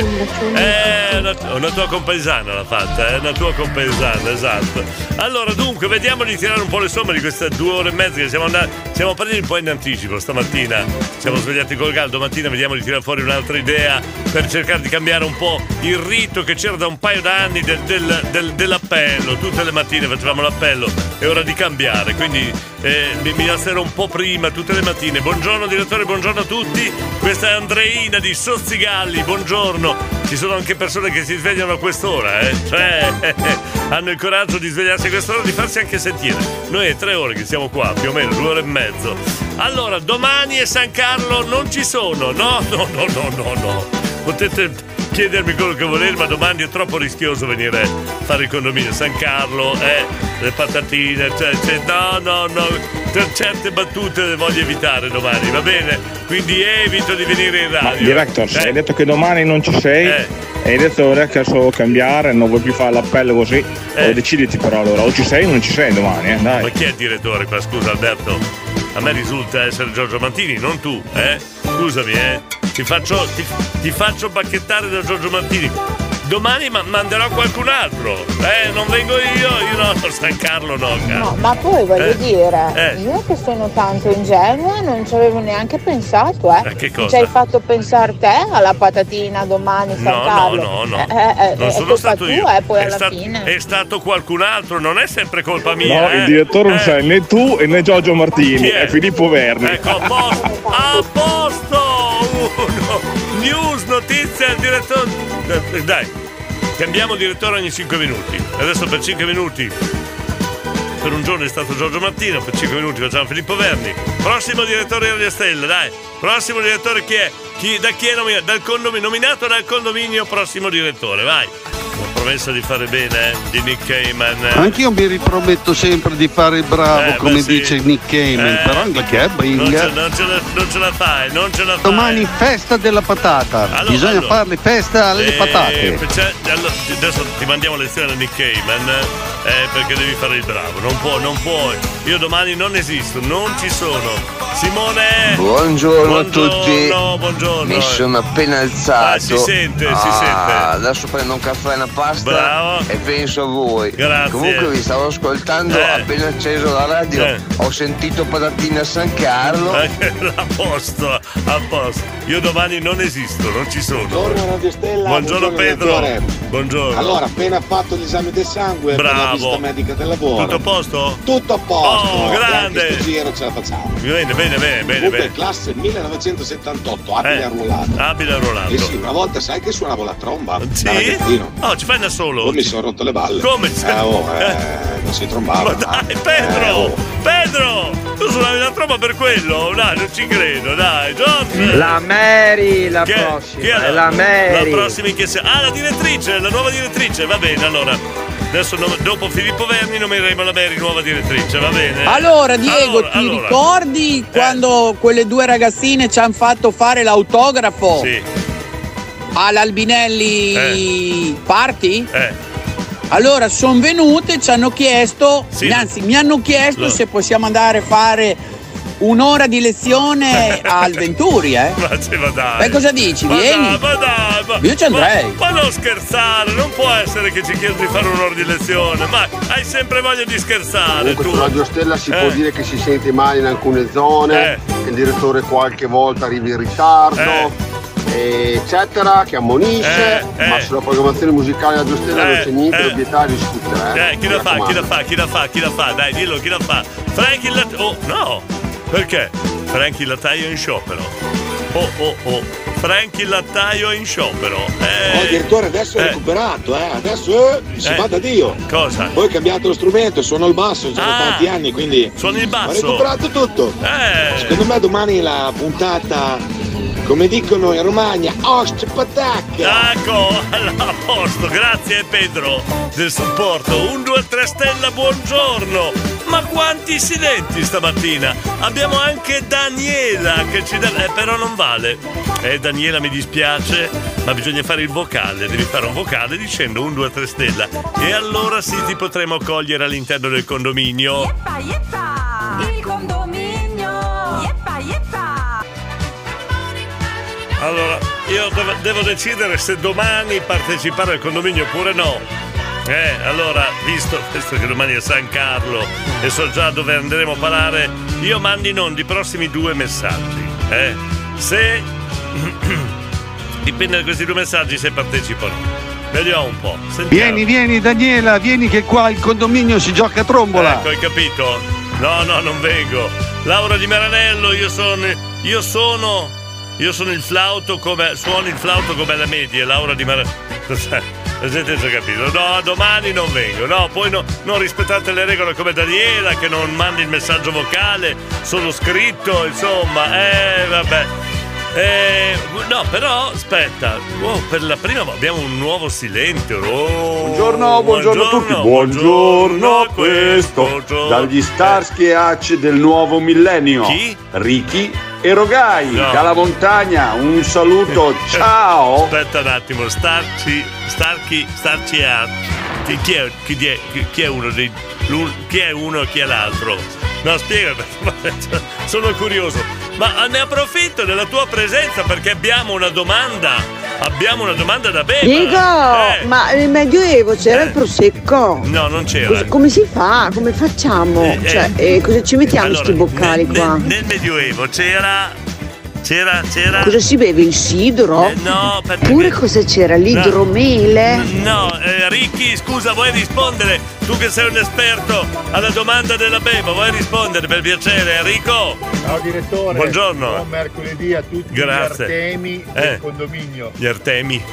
Speaker 7: È una, una tua compaesana l'ha fatta, è una tua compaesana, esatto. Allora, dunque, vediamo di tirare un po' le somme di queste due ore e mezza che siamo andati. Siamo partiti un po' in anticipo stamattina. Siamo svegliati col caldo. Domattina vediamo di tirare fuori un'altra idea per cercare di cambiare un po' il rito che c'era da un paio d'anni del, del, del, dell'appello. Tutte le mattine facevamo l'appello, è ora di cambiare. Quindi eh, mi, mi alzerò un po' prima tutte le mattine. Buongiorno direttore, buongiorno a tutti. Questa è Andreina di Sozzigalli, buongiorno. Ci sono anche persone che si svegliano a quest'ora, eh? Cioè eh, eh, hanno il coraggio di svegliarsi a quest'ora, di farsi anche sentire. Noi è tre ore che siamo qua, più o meno, due ore e mezzo. Allora, domani e San Carlo non ci sono. No, no, no, no, no, no. Potete chiedermi quello che volete, ma domani è troppo rischioso venire a fare il condominio. San Carlo, eh, le patatine, cioè, cioè, no, no, no, per certe battute le voglio evitare domani, va bene? Quindi evito di venire in radio.
Speaker 8: Ma director,
Speaker 7: eh?
Speaker 8: hai detto che domani non ci sei,
Speaker 7: Eh.
Speaker 8: e hai detto ora che adesso cambiare, non vuoi più fare l'appello così.
Speaker 7: Eh.
Speaker 8: O deciditi però allora, o ci sei o non ci sei domani, eh, dai.
Speaker 7: Ma chi è il direttore qua? Scusa Alberto, a me risulta essere Giorgio Mantini, non tu, eh? Scusami, eh? Ti faccio, ti, ti faccio bacchettare da Giorgio Mantini. Domani ma- manderò qualcun altro, eh? Non vengo io, io no, San Carlo no, caro.
Speaker 2: No, ma poi voglio
Speaker 7: Eh,
Speaker 2: dire,
Speaker 7: eh.
Speaker 2: io che sono tanto ingenua non ci avevo neanche pensato, eh.
Speaker 7: Eh, che
Speaker 2: Mi
Speaker 7: cosa?
Speaker 2: ci hai fatto pensare te alla patatina domani, San
Speaker 7: No,
Speaker 2: Carlo?
Speaker 7: no, no, no.
Speaker 2: Eh, eh, eh,
Speaker 7: Non
Speaker 2: è
Speaker 7: sono
Speaker 2: colpa
Speaker 7: stato
Speaker 2: tua,
Speaker 7: io.
Speaker 2: eh, poi
Speaker 7: è,
Speaker 2: alla
Speaker 7: sta-
Speaker 2: fine.
Speaker 7: è stato qualcun altro, non è sempre colpa mia.
Speaker 8: No,
Speaker 7: eh.
Speaker 8: il direttore non
Speaker 7: Eh.
Speaker 8: sei né tu e né Giorgio Martini,
Speaker 7: Chi è?
Speaker 8: è Filippo Verni.
Speaker 7: Ecco, a posto, a posto! Uno. News, notizie, il direttore. Eh, Dai, cambiamo direttore ogni cinque minuti. Adesso per cinque minuti. Per un giorno è stato Giorgio Martino, per cinque minuti facciamo Filippo Verni. Prossimo direttore Radio Stella, dai. Prossimo direttore chi è? Chi, da chi è nominato? Dal condominio, nominato dal condominio, prossimo direttore, vai. Ho promesso di fare bene, eh? Di Nick Cayman.
Speaker 14: Anch'io mi riprometto sempre di fare il bravo,
Speaker 7: Eh,
Speaker 14: come
Speaker 7: beh, sì.
Speaker 14: dice Nick Cayman,
Speaker 7: Eh,
Speaker 14: però anche che è
Speaker 7: Non ce,
Speaker 14: bringa.
Speaker 7: non, ce la, non ce la fai, non ce la fai.
Speaker 14: Domani festa della patata,
Speaker 7: Allora,
Speaker 14: bisogna
Speaker 7: allora.
Speaker 14: farle festa alle
Speaker 7: Eh,
Speaker 14: patate.
Speaker 7: c'è- allora, adesso ti mandiamo lezione a Nick Cayman, eh, perché devi fare il bravo. Non può, non puoi. Io domani non esisto, non ci sono. Simone!
Speaker 20: Buongiorno, a
Speaker 7: Buongiorno,
Speaker 20: tutti.
Speaker 7: buongiorno.
Speaker 20: Mi sono appena alzato.
Speaker 7: Ah, si sente, si
Speaker 20: Ah,
Speaker 7: sente.
Speaker 20: Adesso prendo un caffè e una pasta.
Speaker 7: Bravo.
Speaker 20: E penso a voi.
Speaker 7: Grazie.
Speaker 20: Comunque vi stavo ascoltando,
Speaker 7: Eh.
Speaker 20: appena acceso la radio.
Speaker 7: Eh.
Speaker 20: Ho sentito Patatina a San Carlo.
Speaker 7: A posto, a posto. Io domani non esisto, non ci sono.
Speaker 23: Buongiorno Radio Stella.
Speaker 7: Buongiorno, Pedro.
Speaker 23: direttore.
Speaker 7: Buongiorno.
Speaker 23: Allora, appena fatto l'esame del sangue per la
Speaker 7: Bravo.
Speaker 23: visita medica del lavoro.
Speaker 7: Tutto a posto?
Speaker 23: Tutto a posto.
Speaker 7: Oh,
Speaker 23: E
Speaker 7: grande.
Speaker 23: anche sto giro ce la facciamo.
Speaker 7: Bene, bene, bene, bene.
Speaker 23: Comunque,
Speaker 7: bene.
Speaker 23: classe millenovecentosettantotto, abile
Speaker 7: Eh,
Speaker 23: arruolato.
Speaker 7: abile arruolato.
Speaker 23: Eh sì, una volta sai che suonavo la tromba? Da
Speaker 7: Sì?
Speaker 23: ragazzino.
Speaker 7: Oh, ci fai da solo?
Speaker 23: Poi mi sono rotto le balle.
Speaker 7: Come?
Speaker 23: Eh, oh, eh, non si trombava.
Speaker 7: Ma dai, Pedro!
Speaker 23: Eh, oh.
Speaker 7: Pedro! Tu suonavi la tromba per quello? Dai, non ci credo, dai, Giorgio!
Speaker 24: La Mary, la
Speaker 7: Chi è?
Speaker 24: prossima,
Speaker 7: Chi è
Speaker 24: è la Mary.
Speaker 7: La prossima in che se... Ah, la direttrice, la nuova direttrice, va bene, allora. Adesso no- dopo Filippo Verni nomineremo la Mary nuova direttrice, va bene?
Speaker 25: Allora Diego,
Speaker 7: Allora,
Speaker 25: ti
Speaker 7: allora.
Speaker 25: ricordi quando quelle due ragazzine ci hanno fatto fare l'autografo
Speaker 7: Sì.
Speaker 25: all'Albinelli Party?
Speaker 7: Eh.
Speaker 25: Allora sono venute, ci hanno chiesto,
Speaker 7: Sì.
Speaker 25: anzi mi hanno chiesto
Speaker 7: No.
Speaker 25: se possiamo andare a fare un'ora di lezione al Venturi, eh?
Speaker 7: Ma, sì, ma dai.
Speaker 25: Beh, cosa dici?
Speaker 7: Ma
Speaker 25: Vieni.
Speaker 7: dai, ma dai, ma,
Speaker 25: Io ci andrei.
Speaker 7: Ma, ma non scherzare, non può essere che ci chiedono di fare un'ora di lezione, ma hai sempre voglia di scherzare.
Speaker 21: Comunque
Speaker 7: tu.
Speaker 21: su Radio Stella si
Speaker 7: Eh.
Speaker 21: può dire che si sente male in alcune zone,
Speaker 7: Eh.
Speaker 21: che il direttore qualche volta arriva in ritardo,
Speaker 7: Eh.
Speaker 21: eccetera, che ammonisce,
Speaker 7: Eh, eh.
Speaker 21: ma sulla programmazione musicale Radio Stella
Speaker 7: Eh,
Speaker 21: non c'è niente
Speaker 7: eh.
Speaker 21: da obiettare e discutere.
Speaker 7: Eh, chi la fa, chi la fa, chi la fa, chi la fa, dai, dillo, chi la fa. Frankie Lat... Oh, no! Perché? Frankie Lattaio in sciopero. Oh, oh, oh. Frankie Lattaio in sciopero. Eh.
Speaker 23: Oh, direttore, adesso è
Speaker 7: Eh.
Speaker 23: recuperato, eh. Adesso eh, si
Speaker 7: Eh.
Speaker 23: va da Dio.
Speaker 7: Cosa?
Speaker 23: Poi ho cambiato lo strumento, suono il basso, sono
Speaker 7: Ah.
Speaker 23: tanti anni, quindi
Speaker 7: Suoni il basso?
Speaker 23: ho recuperato tutto.
Speaker 7: Eh.
Speaker 23: Secondo me domani la puntata come dicono in Romagna, ost patacca.
Speaker 7: Ecco, a posto, grazie Pedro del supporto. Un due tre stella, buongiorno. Ma quanti silenti stamattina. Abbiamo anche Daniela che ci dà. Eh, però non vale. Eh, Daniela, mi dispiace, ma bisogna fare il vocale. Devi fare un vocale dicendo un due tre stella. E allora sì, ti potremo cogliere all'interno del condominio.
Speaker 26: Yeppa, yeppa, il condominio. Yeppa, yeppa.
Speaker 7: Allora, io devo, devo decidere se domani partecipare al condominio oppure no. Eh, allora, visto, visto che domani è San Carlo e so già dove andremo a parare, io mando in onda i prossimi due messaggi. Eh, se dipende da questi due messaggi se partecipo o no. Vediamo un po'. Sentiamo.
Speaker 14: Vieni, vieni Daniela, vieni che qua il condominio si gioca a trombola.
Speaker 7: Ecco, hai capito? No, no, non vengo. Laura di Maranello, io sono. Io sono. Io sono il flauto come. Suono il flauto come la media, Laura di Maranello. La gente già capito. No, domani non vengo. No, poi no, non rispettate le regole come Daniela, che non mandi il messaggio vocale, solo scritto, insomma. Eh, vabbè. Eh, no, però aspetta, oh, per la prima volta abbiamo un nuovo silente. Oh,
Speaker 21: buongiorno, buongiorno a tutti. Buongiorno a questo
Speaker 7: buongiorno.
Speaker 21: Dagli Starsky e Hutch del nuovo millennio.
Speaker 7: Chi?
Speaker 21: Ricky e Rogai
Speaker 7: No.
Speaker 21: dalla montagna. Un saluto, ciao.
Speaker 7: Aspetta un attimo, starci, starchi, starci a. Chi, chi, è, chi, è, chi è uno dei. Chi è uno e chi è l'altro? No, spiega, sono curioso. Ma ne approfitto della tua presenza perché abbiamo una domanda. Abbiamo una domanda da bere.
Speaker 6: Dico,
Speaker 7: Eh.
Speaker 6: ma nel Medioevo c'era il prosecco?
Speaker 7: No, non c'era.
Speaker 6: Cos- come si fa? Come facciamo?
Speaker 7: Eh,
Speaker 6: Cioè,
Speaker 7: eh,
Speaker 6: eh, cosa ci mettiamo
Speaker 7: allora,
Speaker 6: sti boccali
Speaker 7: nel,
Speaker 6: qua?
Speaker 7: Nel, nel Medioevo c'era. C'era, c'era.
Speaker 6: Cosa si beve? Il sidro?
Speaker 7: Eh, no, perché.
Speaker 6: Oppure cosa c'era? L'idromele?
Speaker 7: No, eh, Ricky, scusa, vuoi rispondere? Tu che sei un esperto alla domanda della beba, vuoi rispondere per piacere, Enrico?
Speaker 1: Ciao direttore.
Speaker 7: Buongiorno.
Speaker 1: Buon mercoledì a tutti.
Speaker 7: Grazie.
Speaker 1: Gli Artemi del
Speaker 7: Eh.
Speaker 1: condominio.
Speaker 7: Gli Artemi.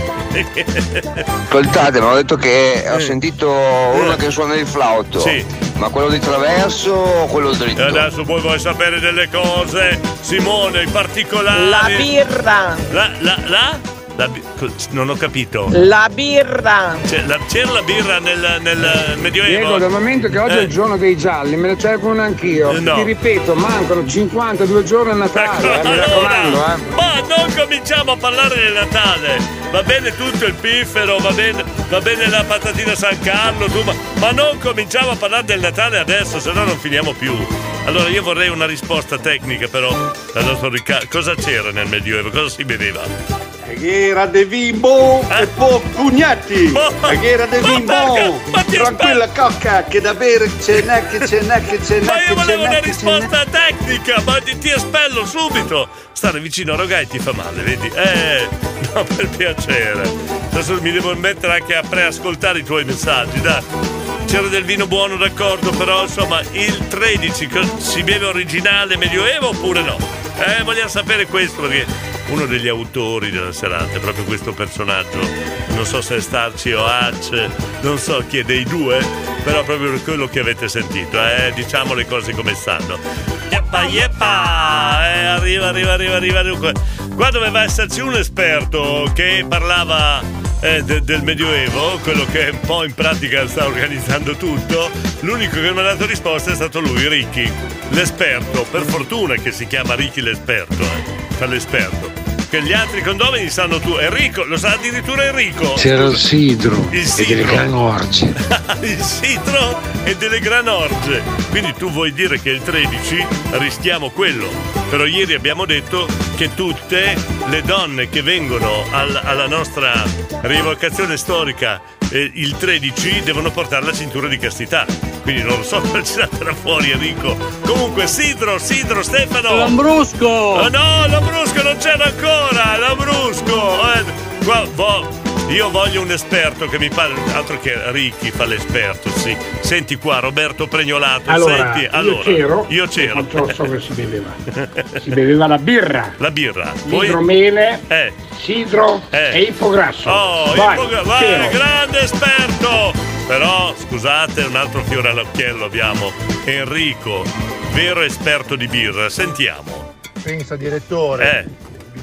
Speaker 20: Ascoltate, mi hanno detto che ho
Speaker 7: Eh.
Speaker 20: sentito uno che suona il flauto.
Speaker 7: Sì.
Speaker 20: Ma quello di traverso o quello dritto?
Speaker 7: E adesso poi vuoi sapere delle cose, Simone, in particolare.
Speaker 13: La birra.
Speaker 7: La, la, la? La bi- co- non ho capito.
Speaker 13: La birra.
Speaker 7: C'è la- c'era la birra nel, nel Medioevo?
Speaker 10: Diego, dal momento che oggi
Speaker 7: Eh.
Speaker 10: è il giorno dei gialli, me ne servono anch'io.
Speaker 7: Eh, no.
Speaker 10: Ti ripeto, mancano cinquantadue giorni a Natale, eh, mi raccomando, eh.
Speaker 7: Ma non cominciamo a parlare del Natale. Va bene tutto il piffero, va bene, va bene la patatina San Carlo, tu, ma, ma non cominciamo a parlare del Natale adesso, se no non finiamo più. Allora io vorrei una risposta tecnica però dal nostro Riccardo. Cosa c'era nel Medioevo? Cosa si beveva?
Speaker 21: Era de bimbo e poi pugnetti. Era de bimbo. Tranquilla cocca che da bere ce n'è che ce n'è che ce n'è.
Speaker 7: Ma io
Speaker 21: che ce
Speaker 7: volevo
Speaker 21: n'è,
Speaker 7: una
Speaker 21: che ce n'è.
Speaker 7: risposta tecnica, ma ti, ti espello subito. Stare vicino a Rogai ti fa male, vedi? Eh, no, per piacere. Adesso mi devo mettere anche a preascoltare i tuoi messaggi, dai. C'era del vino buono, d'accordo, però insomma il tredici co- si beve originale Medioevo oppure no? Eh, vogliamo sapere questo perché uno degli autori della serata è proprio questo personaggio. Non so se è Starci o Hutch, non so chi è dei due, però proprio quello che avete sentito, eh, diciamo le cose come stanno. Yeppa, yeppa, eh, arriva, arriva, arriva, arriva, arriva. Qua doveva esserci un esperto che parlava eh, de- del Medioevo, quello che un po' in pratica sta organizzando tutto. L'unico che mi ha dato risposta è stato lui, Ricky, l'esperto. Per fortuna che si chiama Ricky l'esperto, eh. Fa l'esperto. Che gli altri condomini sanno tu. Enrico, lo sa addirittura Enrico.
Speaker 11: C'era il sidro,
Speaker 7: Il
Speaker 11: e
Speaker 7: sidro.
Speaker 11: delle granorge.
Speaker 7: Il sidro e delle granorge. Quindi tu vuoi dire che il tredici rischiamo quello. Però ieri abbiamo detto che tutte le donne che vengono al- alla nostra rievocazione storica eh, il tredici devono portare la cintura di castità. Quindi non lo so come ci sarà fuori Enrico. Comunque sidro, sidro, Stefano.
Speaker 10: Lambrusco!
Speaker 7: Oh, no, Lambrusco non c'era ancora. Lambrusco. Eh, qua, boh. Io voglio un esperto che mi parli, altro che Ricky fa l'esperto, sì. Senti qua, Roberto Pregnolato,
Speaker 10: Allora,
Speaker 7: senti,
Speaker 10: io
Speaker 7: allora,
Speaker 10: c'ero,
Speaker 7: io c'ero.
Speaker 10: non so che si beveva. Si beveva la birra,
Speaker 7: La birra. Poi
Speaker 10: l'idromele,
Speaker 7: eh.
Speaker 10: sidro
Speaker 7: Eh.
Speaker 10: e ipograsso.
Speaker 7: Oh,
Speaker 10: vai,
Speaker 7: il- vai,
Speaker 10: c'ero.
Speaker 7: grande esperto! Però, scusate, un altro fiore all'occhiello abbiamo. Enrico, vero esperto di birra, sentiamo.
Speaker 1: Pensa direttore.
Speaker 7: Eh.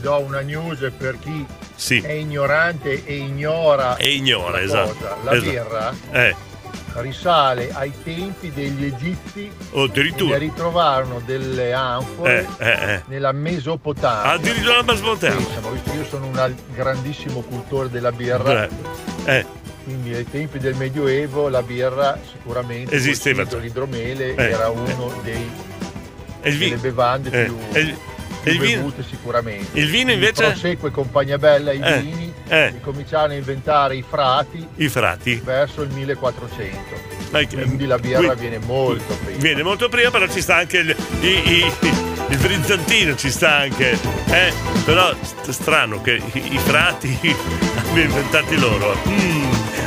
Speaker 1: do una news per chi
Speaker 7: sì.
Speaker 1: è ignorante e ignora.
Speaker 7: E ignora, esatto.
Speaker 1: Cosa. La
Speaker 7: esatto.
Speaker 1: birra
Speaker 7: eh.
Speaker 1: risale ai tempi degli egizi.
Speaker 7: Oh, addirittura.
Speaker 1: Ne ritrovarono delle anfore
Speaker 7: eh, eh, eh.
Speaker 1: nella Mesopotamia.
Speaker 7: Addirittura la Mesopotamia.
Speaker 1: Io sono un grandissimo cultore della birra.
Speaker 7: Eh.
Speaker 1: Quindi ai tempi del Medioevo la birra sicuramente
Speaker 7: esisteva.
Speaker 1: L'idromele
Speaker 7: eh,
Speaker 1: era uno
Speaker 7: eh.
Speaker 1: dei
Speaker 7: vi-
Speaker 1: delle bevande
Speaker 7: eh.
Speaker 1: più,
Speaker 7: il,
Speaker 1: più
Speaker 7: il
Speaker 1: bevute
Speaker 7: vino,
Speaker 1: sicuramente.
Speaker 7: Il vino invece?
Speaker 1: Il Prosecco e compagnia bella, i
Speaker 7: eh.
Speaker 1: vini,
Speaker 7: eh.
Speaker 1: cominciarono a inventare i frati,
Speaker 7: I frati
Speaker 1: verso il millequattrocento.
Speaker 7: Dai,
Speaker 1: quindi la birra qui, viene molto prima.
Speaker 7: Viene molto prima, però ci sta anche il, i, i, il frizzantino, ci sta anche. Eh? Però st- strano che i, i frati abbiano inventati loro. Mm.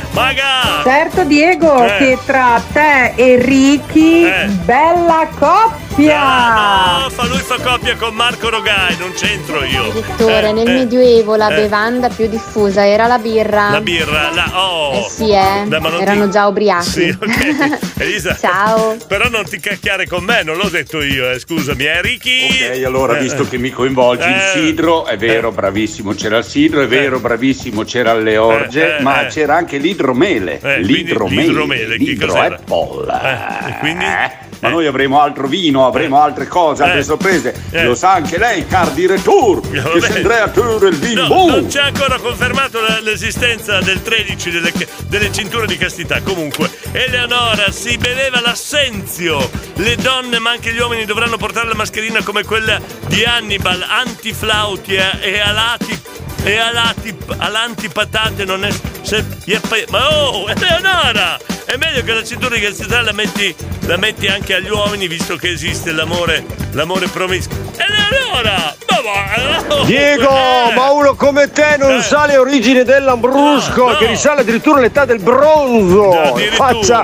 Speaker 7: Maga!
Speaker 3: Certo Diego,
Speaker 7: eh.
Speaker 3: che tra te e Ricky,
Speaker 7: eh.
Speaker 3: bella coppia!
Speaker 7: Ah, no, fa lui fa coppia con Marco Rogai, non c'entro io.
Speaker 5: Direttore,
Speaker 7: eh,
Speaker 5: nel
Speaker 7: eh,
Speaker 5: Medioevo la
Speaker 7: eh.
Speaker 5: bevanda più diffusa era la birra.
Speaker 7: La birra, la oh!
Speaker 5: Eh sì, eh.
Speaker 7: Beh, ma non
Speaker 5: erano
Speaker 7: ti...
Speaker 5: già ubriachi.
Speaker 7: Sì, ok. Elisa.
Speaker 5: Ciao.
Speaker 7: Però non ti cacchiare con me, non l'ho detto io, eh. Scusami, eh, Ricky.
Speaker 21: Ok, allora,
Speaker 7: eh.
Speaker 21: visto che mi coinvolgi,
Speaker 7: eh.
Speaker 21: il sidro, è vero, bravissimo, c'era il sidro, è vero, bravissimo, c'era le orge,
Speaker 7: eh, eh,
Speaker 21: ma
Speaker 7: eh.
Speaker 21: c'era anche l'idromele.
Speaker 7: Eh,
Speaker 21: l'idromele,
Speaker 7: l'idromele, che
Speaker 21: l'idro
Speaker 7: cos'era?
Speaker 21: Apple.
Speaker 7: Eh, e quindi?
Speaker 21: Eh. Ma noi avremo altro vino, avremo altre cose, altre
Speaker 7: eh.
Speaker 21: sorprese.
Speaker 7: Eh.
Speaker 21: Lo sa anche lei, car direttur,
Speaker 7: Eh,
Speaker 21: che
Speaker 7: vabbè.
Speaker 21: Andrea Tour il vino.
Speaker 7: No, non c'è ancora confermato la- l'esistenza del tredici delle, delle cinture di castità. Comunque, Eleonora si beveva l'assenzio. Le donne, ma anche gli uomini, dovranno portare la mascherina come quella di Hannibal, antiflautia e alati. E alati, all'antipatate non è. Se, ma oh, Eleonora! È meglio che la cintura di castità la metti, la metti anche agli uomini, visto che esiste l'amore, l'amore promiscuo. Eleonora! Ma va! Oh,
Speaker 12: Diego,
Speaker 7: eh.
Speaker 12: ma uno come te non
Speaker 7: Eh.
Speaker 12: sa le origini dell'Ambrusco,
Speaker 7: No, no.
Speaker 12: che risale addirittura all'età del bronzo.
Speaker 7: Addirittura.
Speaker 12: Faccia,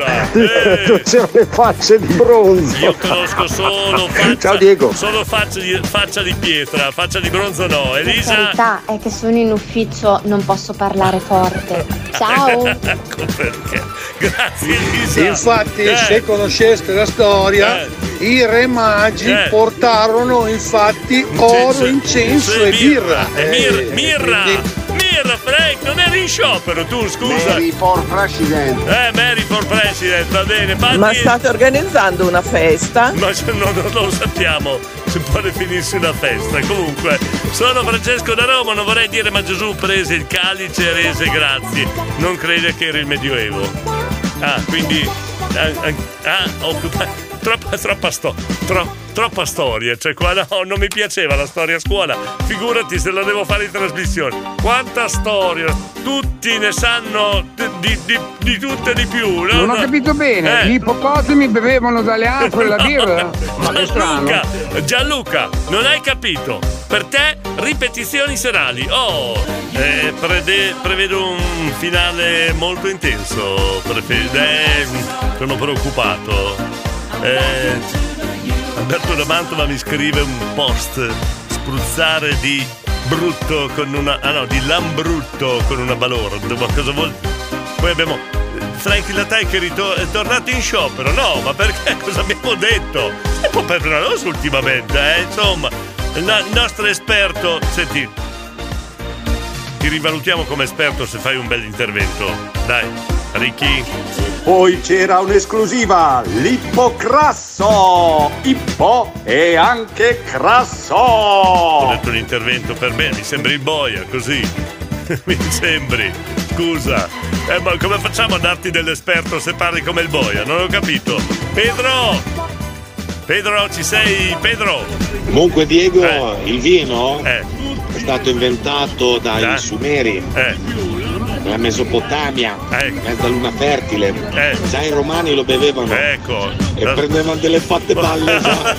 Speaker 7: Eh.
Speaker 12: c'erano le facce di bronzo.
Speaker 7: Io conosco solo faccia,
Speaker 12: Ciao Diego.
Speaker 7: solo faccia di, faccia di pietra, faccia di bronzo no.
Speaker 5: La
Speaker 7: Elisa?
Speaker 5: verità è che sono in ufficio, non posso parlare forte. Ciao.
Speaker 7: Ecco perché. Grazie Elisa.
Speaker 23: Infatti,
Speaker 7: Eh.
Speaker 23: se conosceste la storia,
Speaker 7: Eh.
Speaker 23: i re magi
Speaker 7: Eh.
Speaker 23: portarono infatti oro, incenso e birra.
Speaker 7: E mir-
Speaker 23: Eh,
Speaker 7: mirra!
Speaker 23: quindi-
Speaker 7: Mirra, Frank, non eri in sciopero tu, scusa.
Speaker 23: Mary for President.
Speaker 7: Eh, Mary for President, va bene. Patti-
Speaker 13: Ma state organizzando una festa?
Speaker 7: Ma se no, non lo sappiamo se può definirsi una festa. Comunque, sono Francesco da Roma, non vorrei dire ma Gesù prese il calice e rese grazie. Non crede che era il Medioevo. Ah, quindi. Ah, ah, ah, oh, troppa, troppa, sto, tro, troppa storia. Cioè, qua no, non mi piaceva la storia a scuola. Figurati se la devo fare in trasmissione. Quanta storia! Tutti ne sanno di, di, di, di tutto e di più. No?
Speaker 10: Non ho capito bene,
Speaker 7: Eh.
Speaker 10: gli ippopotami bevevano dalle anfore la birra? Ma che strano.
Speaker 7: Gianluca, Gianluca, non hai capito. Per te ripetizioni serali. Oh, eh, prede- prevedo un finale molto intenso. Prefe- eh, sono preoccupato. Eh, Alberto da Mantova mi scrive un post: spruzzare di brutto con una. Ah no, di lambrutto con una balorda. Ma cosa vuol. Poi abbiamo Frank Latai che ritor- è tornato in sciopero. No, ma perché? Cosa abbiamo detto? È un po' perdonaroso ultimamente, eh? Insomma, il, no- il nostro esperto. Senti, ti rivalutiamo come esperto se fai un bel intervento. Dai, Ricky.
Speaker 21: Poi c'era un'esclusiva, l'ippocrasso, ippo e anche crasso.
Speaker 7: Ho detto l'intervento per me, mi sembri il boia, così. Mi sembri. Scusa. Eh, ma come facciamo a darti dell'esperto se parli come il boia? Non ho capito. Pedro! Pedro, ci sei? Pedro!
Speaker 23: Comunque Diego,
Speaker 7: Eh.
Speaker 23: il vino
Speaker 7: Eh.
Speaker 23: è stato inventato dai
Speaker 7: Eh.
Speaker 23: Sumeri,
Speaker 7: Eh.
Speaker 23: nella Mesopotamia,
Speaker 7: Eh.
Speaker 23: in mezzo a luna fertile.
Speaker 7: Eh.
Speaker 23: Già i romani lo bevevano
Speaker 7: Ecco.
Speaker 23: e prendevano delle fatte balle già.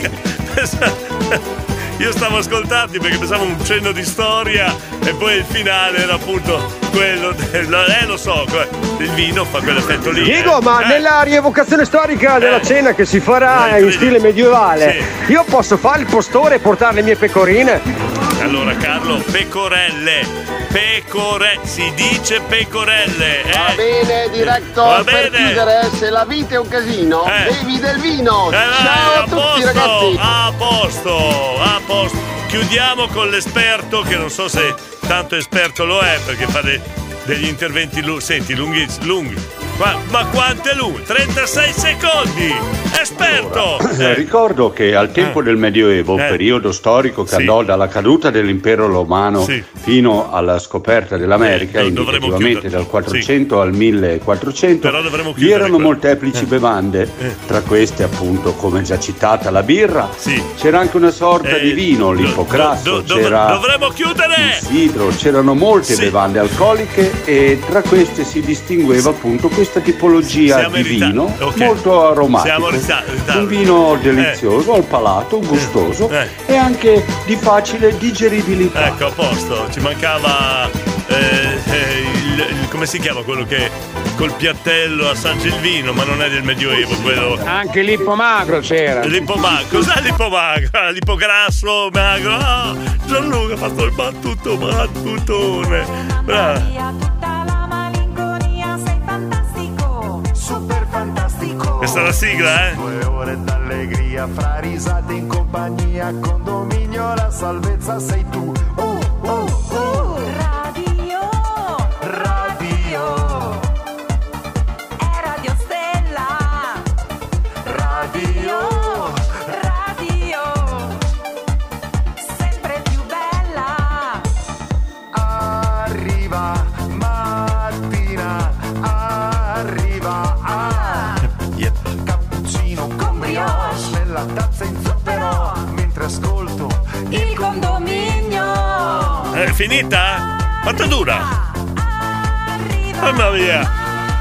Speaker 7: Io stavo ascoltando perché pensavo un cenno di storia e poi il finale era appunto quello del, eh lo so, il vino fa quell'effetto lì.
Speaker 12: Diego,
Speaker 7: eh.
Speaker 12: ma
Speaker 7: Eh.
Speaker 12: nella rievocazione storica della
Speaker 7: Eh.
Speaker 12: cena che si farà
Speaker 7: Eh,
Speaker 12: in stile medievale,
Speaker 7: Sì.
Speaker 12: io posso fare il postore e portare le mie pecorine?
Speaker 7: Allora Carlo, pecorelle, pecore, si dice pecorelle. Eh.
Speaker 21: Va bene,
Speaker 7: Va
Speaker 21: director, per
Speaker 7: bene.
Speaker 21: chiudere, se la vita è un casino,
Speaker 7: Eh.
Speaker 21: bevi del vino.
Speaker 7: Eh, vai,
Speaker 21: Ciao a
Speaker 7: a
Speaker 21: tutti
Speaker 7: posto,
Speaker 21: ragazzi.
Speaker 7: a posto, a posto. chiudiamo con l'esperto, che non so se tanto esperto lo è, perché fa de- degli interventi lu- senti lunghi, lunghi. Ma, ma quanto è lungo? trentasei secondi! Esperto!
Speaker 21: Eh, ricordo che al tempo
Speaker 7: Eh.
Speaker 21: del Medioevo,
Speaker 7: Eh.
Speaker 21: periodo storico che
Speaker 7: Sì.
Speaker 21: andò dalla caduta dell'impero romano
Speaker 7: Sì.
Speaker 21: fino alla scoperta dell'America,
Speaker 7: Eh, do- dovremmo
Speaker 21: indicativamente
Speaker 7: chiudere.
Speaker 21: dal quattrocento al millequattrocento,
Speaker 7: Però dovremmo
Speaker 21: vi
Speaker 7: chiudere
Speaker 21: erano
Speaker 7: qua.
Speaker 21: molteplici
Speaker 7: Eh.
Speaker 21: bevande,
Speaker 7: Eh.
Speaker 21: tra queste appunto, come già citata, la birra.
Speaker 7: Sì.
Speaker 21: C'era anche una sorta
Speaker 7: Eh,
Speaker 21: di vino,
Speaker 7: do-
Speaker 21: l'ippocrasso,
Speaker 7: do- do-
Speaker 21: c'era
Speaker 7: dovremmo chiudere!
Speaker 21: il sidro, c'erano molte
Speaker 7: Sì.
Speaker 21: bevande alcoliche e tra queste si distingueva appunto questa tipologia
Speaker 7: Siamo
Speaker 21: di
Speaker 7: in ritardo.
Speaker 21: vino
Speaker 7: Ok.
Speaker 21: molto aromatico.
Speaker 7: Siamo in rita- ritardo.
Speaker 21: Un vino delizioso, al palato, gustoso
Speaker 7: Eh.
Speaker 21: e anche di facile digeribilità.
Speaker 7: Ecco, a posto, ci mancava eh, eh, il, il- come si chiama quello che col piattello assaggia il vino, ma non è del Medioevo quello.
Speaker 10: Anche l'ippo magro c'era.
Speaker 7: L'ippo magro, cos'è l'ippo magro? Ah, l'ippo grasso, magro. Ah, Gianluca ha fatto il battuto, battutone. Bravo.
Speaker 26: Super fantastico.
Speaker 7: Questa è la sigla, eh?
Speaker 26: Due ore d'allegria fra risate in compagnia, condominio, la salvezza sei tu. Uh, uh, uh. Radio, radio, è Radio Stella. Radio, radio, sempre più bella. Arriva mattina, arriva a cappuccino con brioche nella tazza in zucchero mentre ascolto il condominio.
Speaker 7: È finita? Quanto dura? Mamma mia!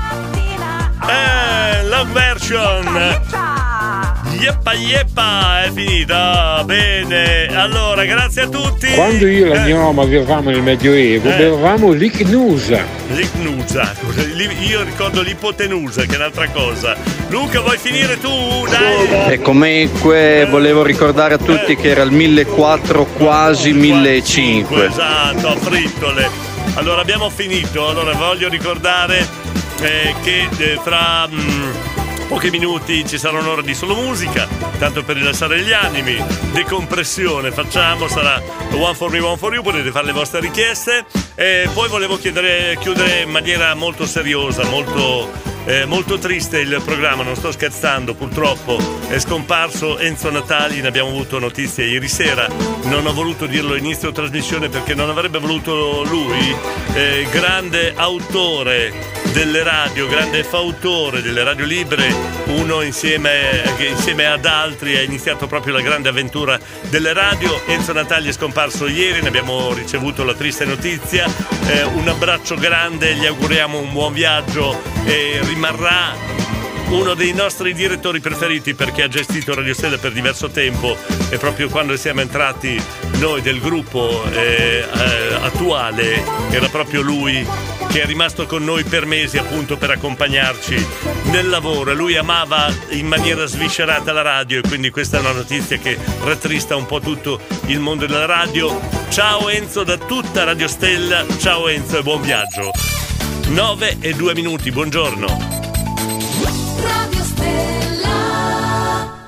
Speaker 7: Eh, long version! Yeppa yeppa, è finita! Bene! Allora, grazie a tutti!
Speaker 14: Quando io e la mia mamma vivevamo nel Medioevo,
Speaker 7: Eh.
Speaker 14: bevevamo l'icnusa.
Speaker 7: L'icnusa, io ricordo l'ipotenusa, che è un'altra cosa. Luca, vuoi finire tu? Dai!
Speaker 4: E comunque volevo ricordare a tutti che era il millequattrocento, quasi millecinquecento.
Speaker 7: Esatto, frittole. Allora abbiamo finito. Allora voglio ricordare eh, che eh, fra mh, pochi minuti ci sarà un'ora di solo musica, tanto per rilassare gli animi. Decompressione facciamo, sarà one for me, one for you, potete fare le vostre richieste. E poi volevo chiedere, chiudere in maniera molto seriosa, molto Eh, molto triste il programma, non sto scherzando, purtroppo è scomparso Enzo Natali, ne abbiamo avuto notizie ieri sera, non ho voluto dirlo inizio trasmissione perché non avrebbe voluto lui, eh, grande autore delle radio, grande fautore delle radio libere, uno insieme, che insieme ad altri ha iniziato proprio la grande avventura delle radio. Enzo Natali è scomparso ieri, ne abbiamo ricevuto la triste notizia, eh, un abbraccio grande, gli auguriamo un buon viaggio e rimarrà uno dei nostri direttori preferiti perché ha gestito Radio Stella per diverso tempo e proprio quando siamo entrati noi del gruppo eh, eh, attuale era proprio lui che è rimasto con noi per mesi appunto per accompagnarci nel lavoro. Lui amava in maniera sviscerata la radio e quindi questa è una notizia che rattrista un po' tutto il mondo della radio. Ciao Enzo da tutta Radio Stella, ciao Enzo e buon viaggio. nove e due minuti, buongiorno.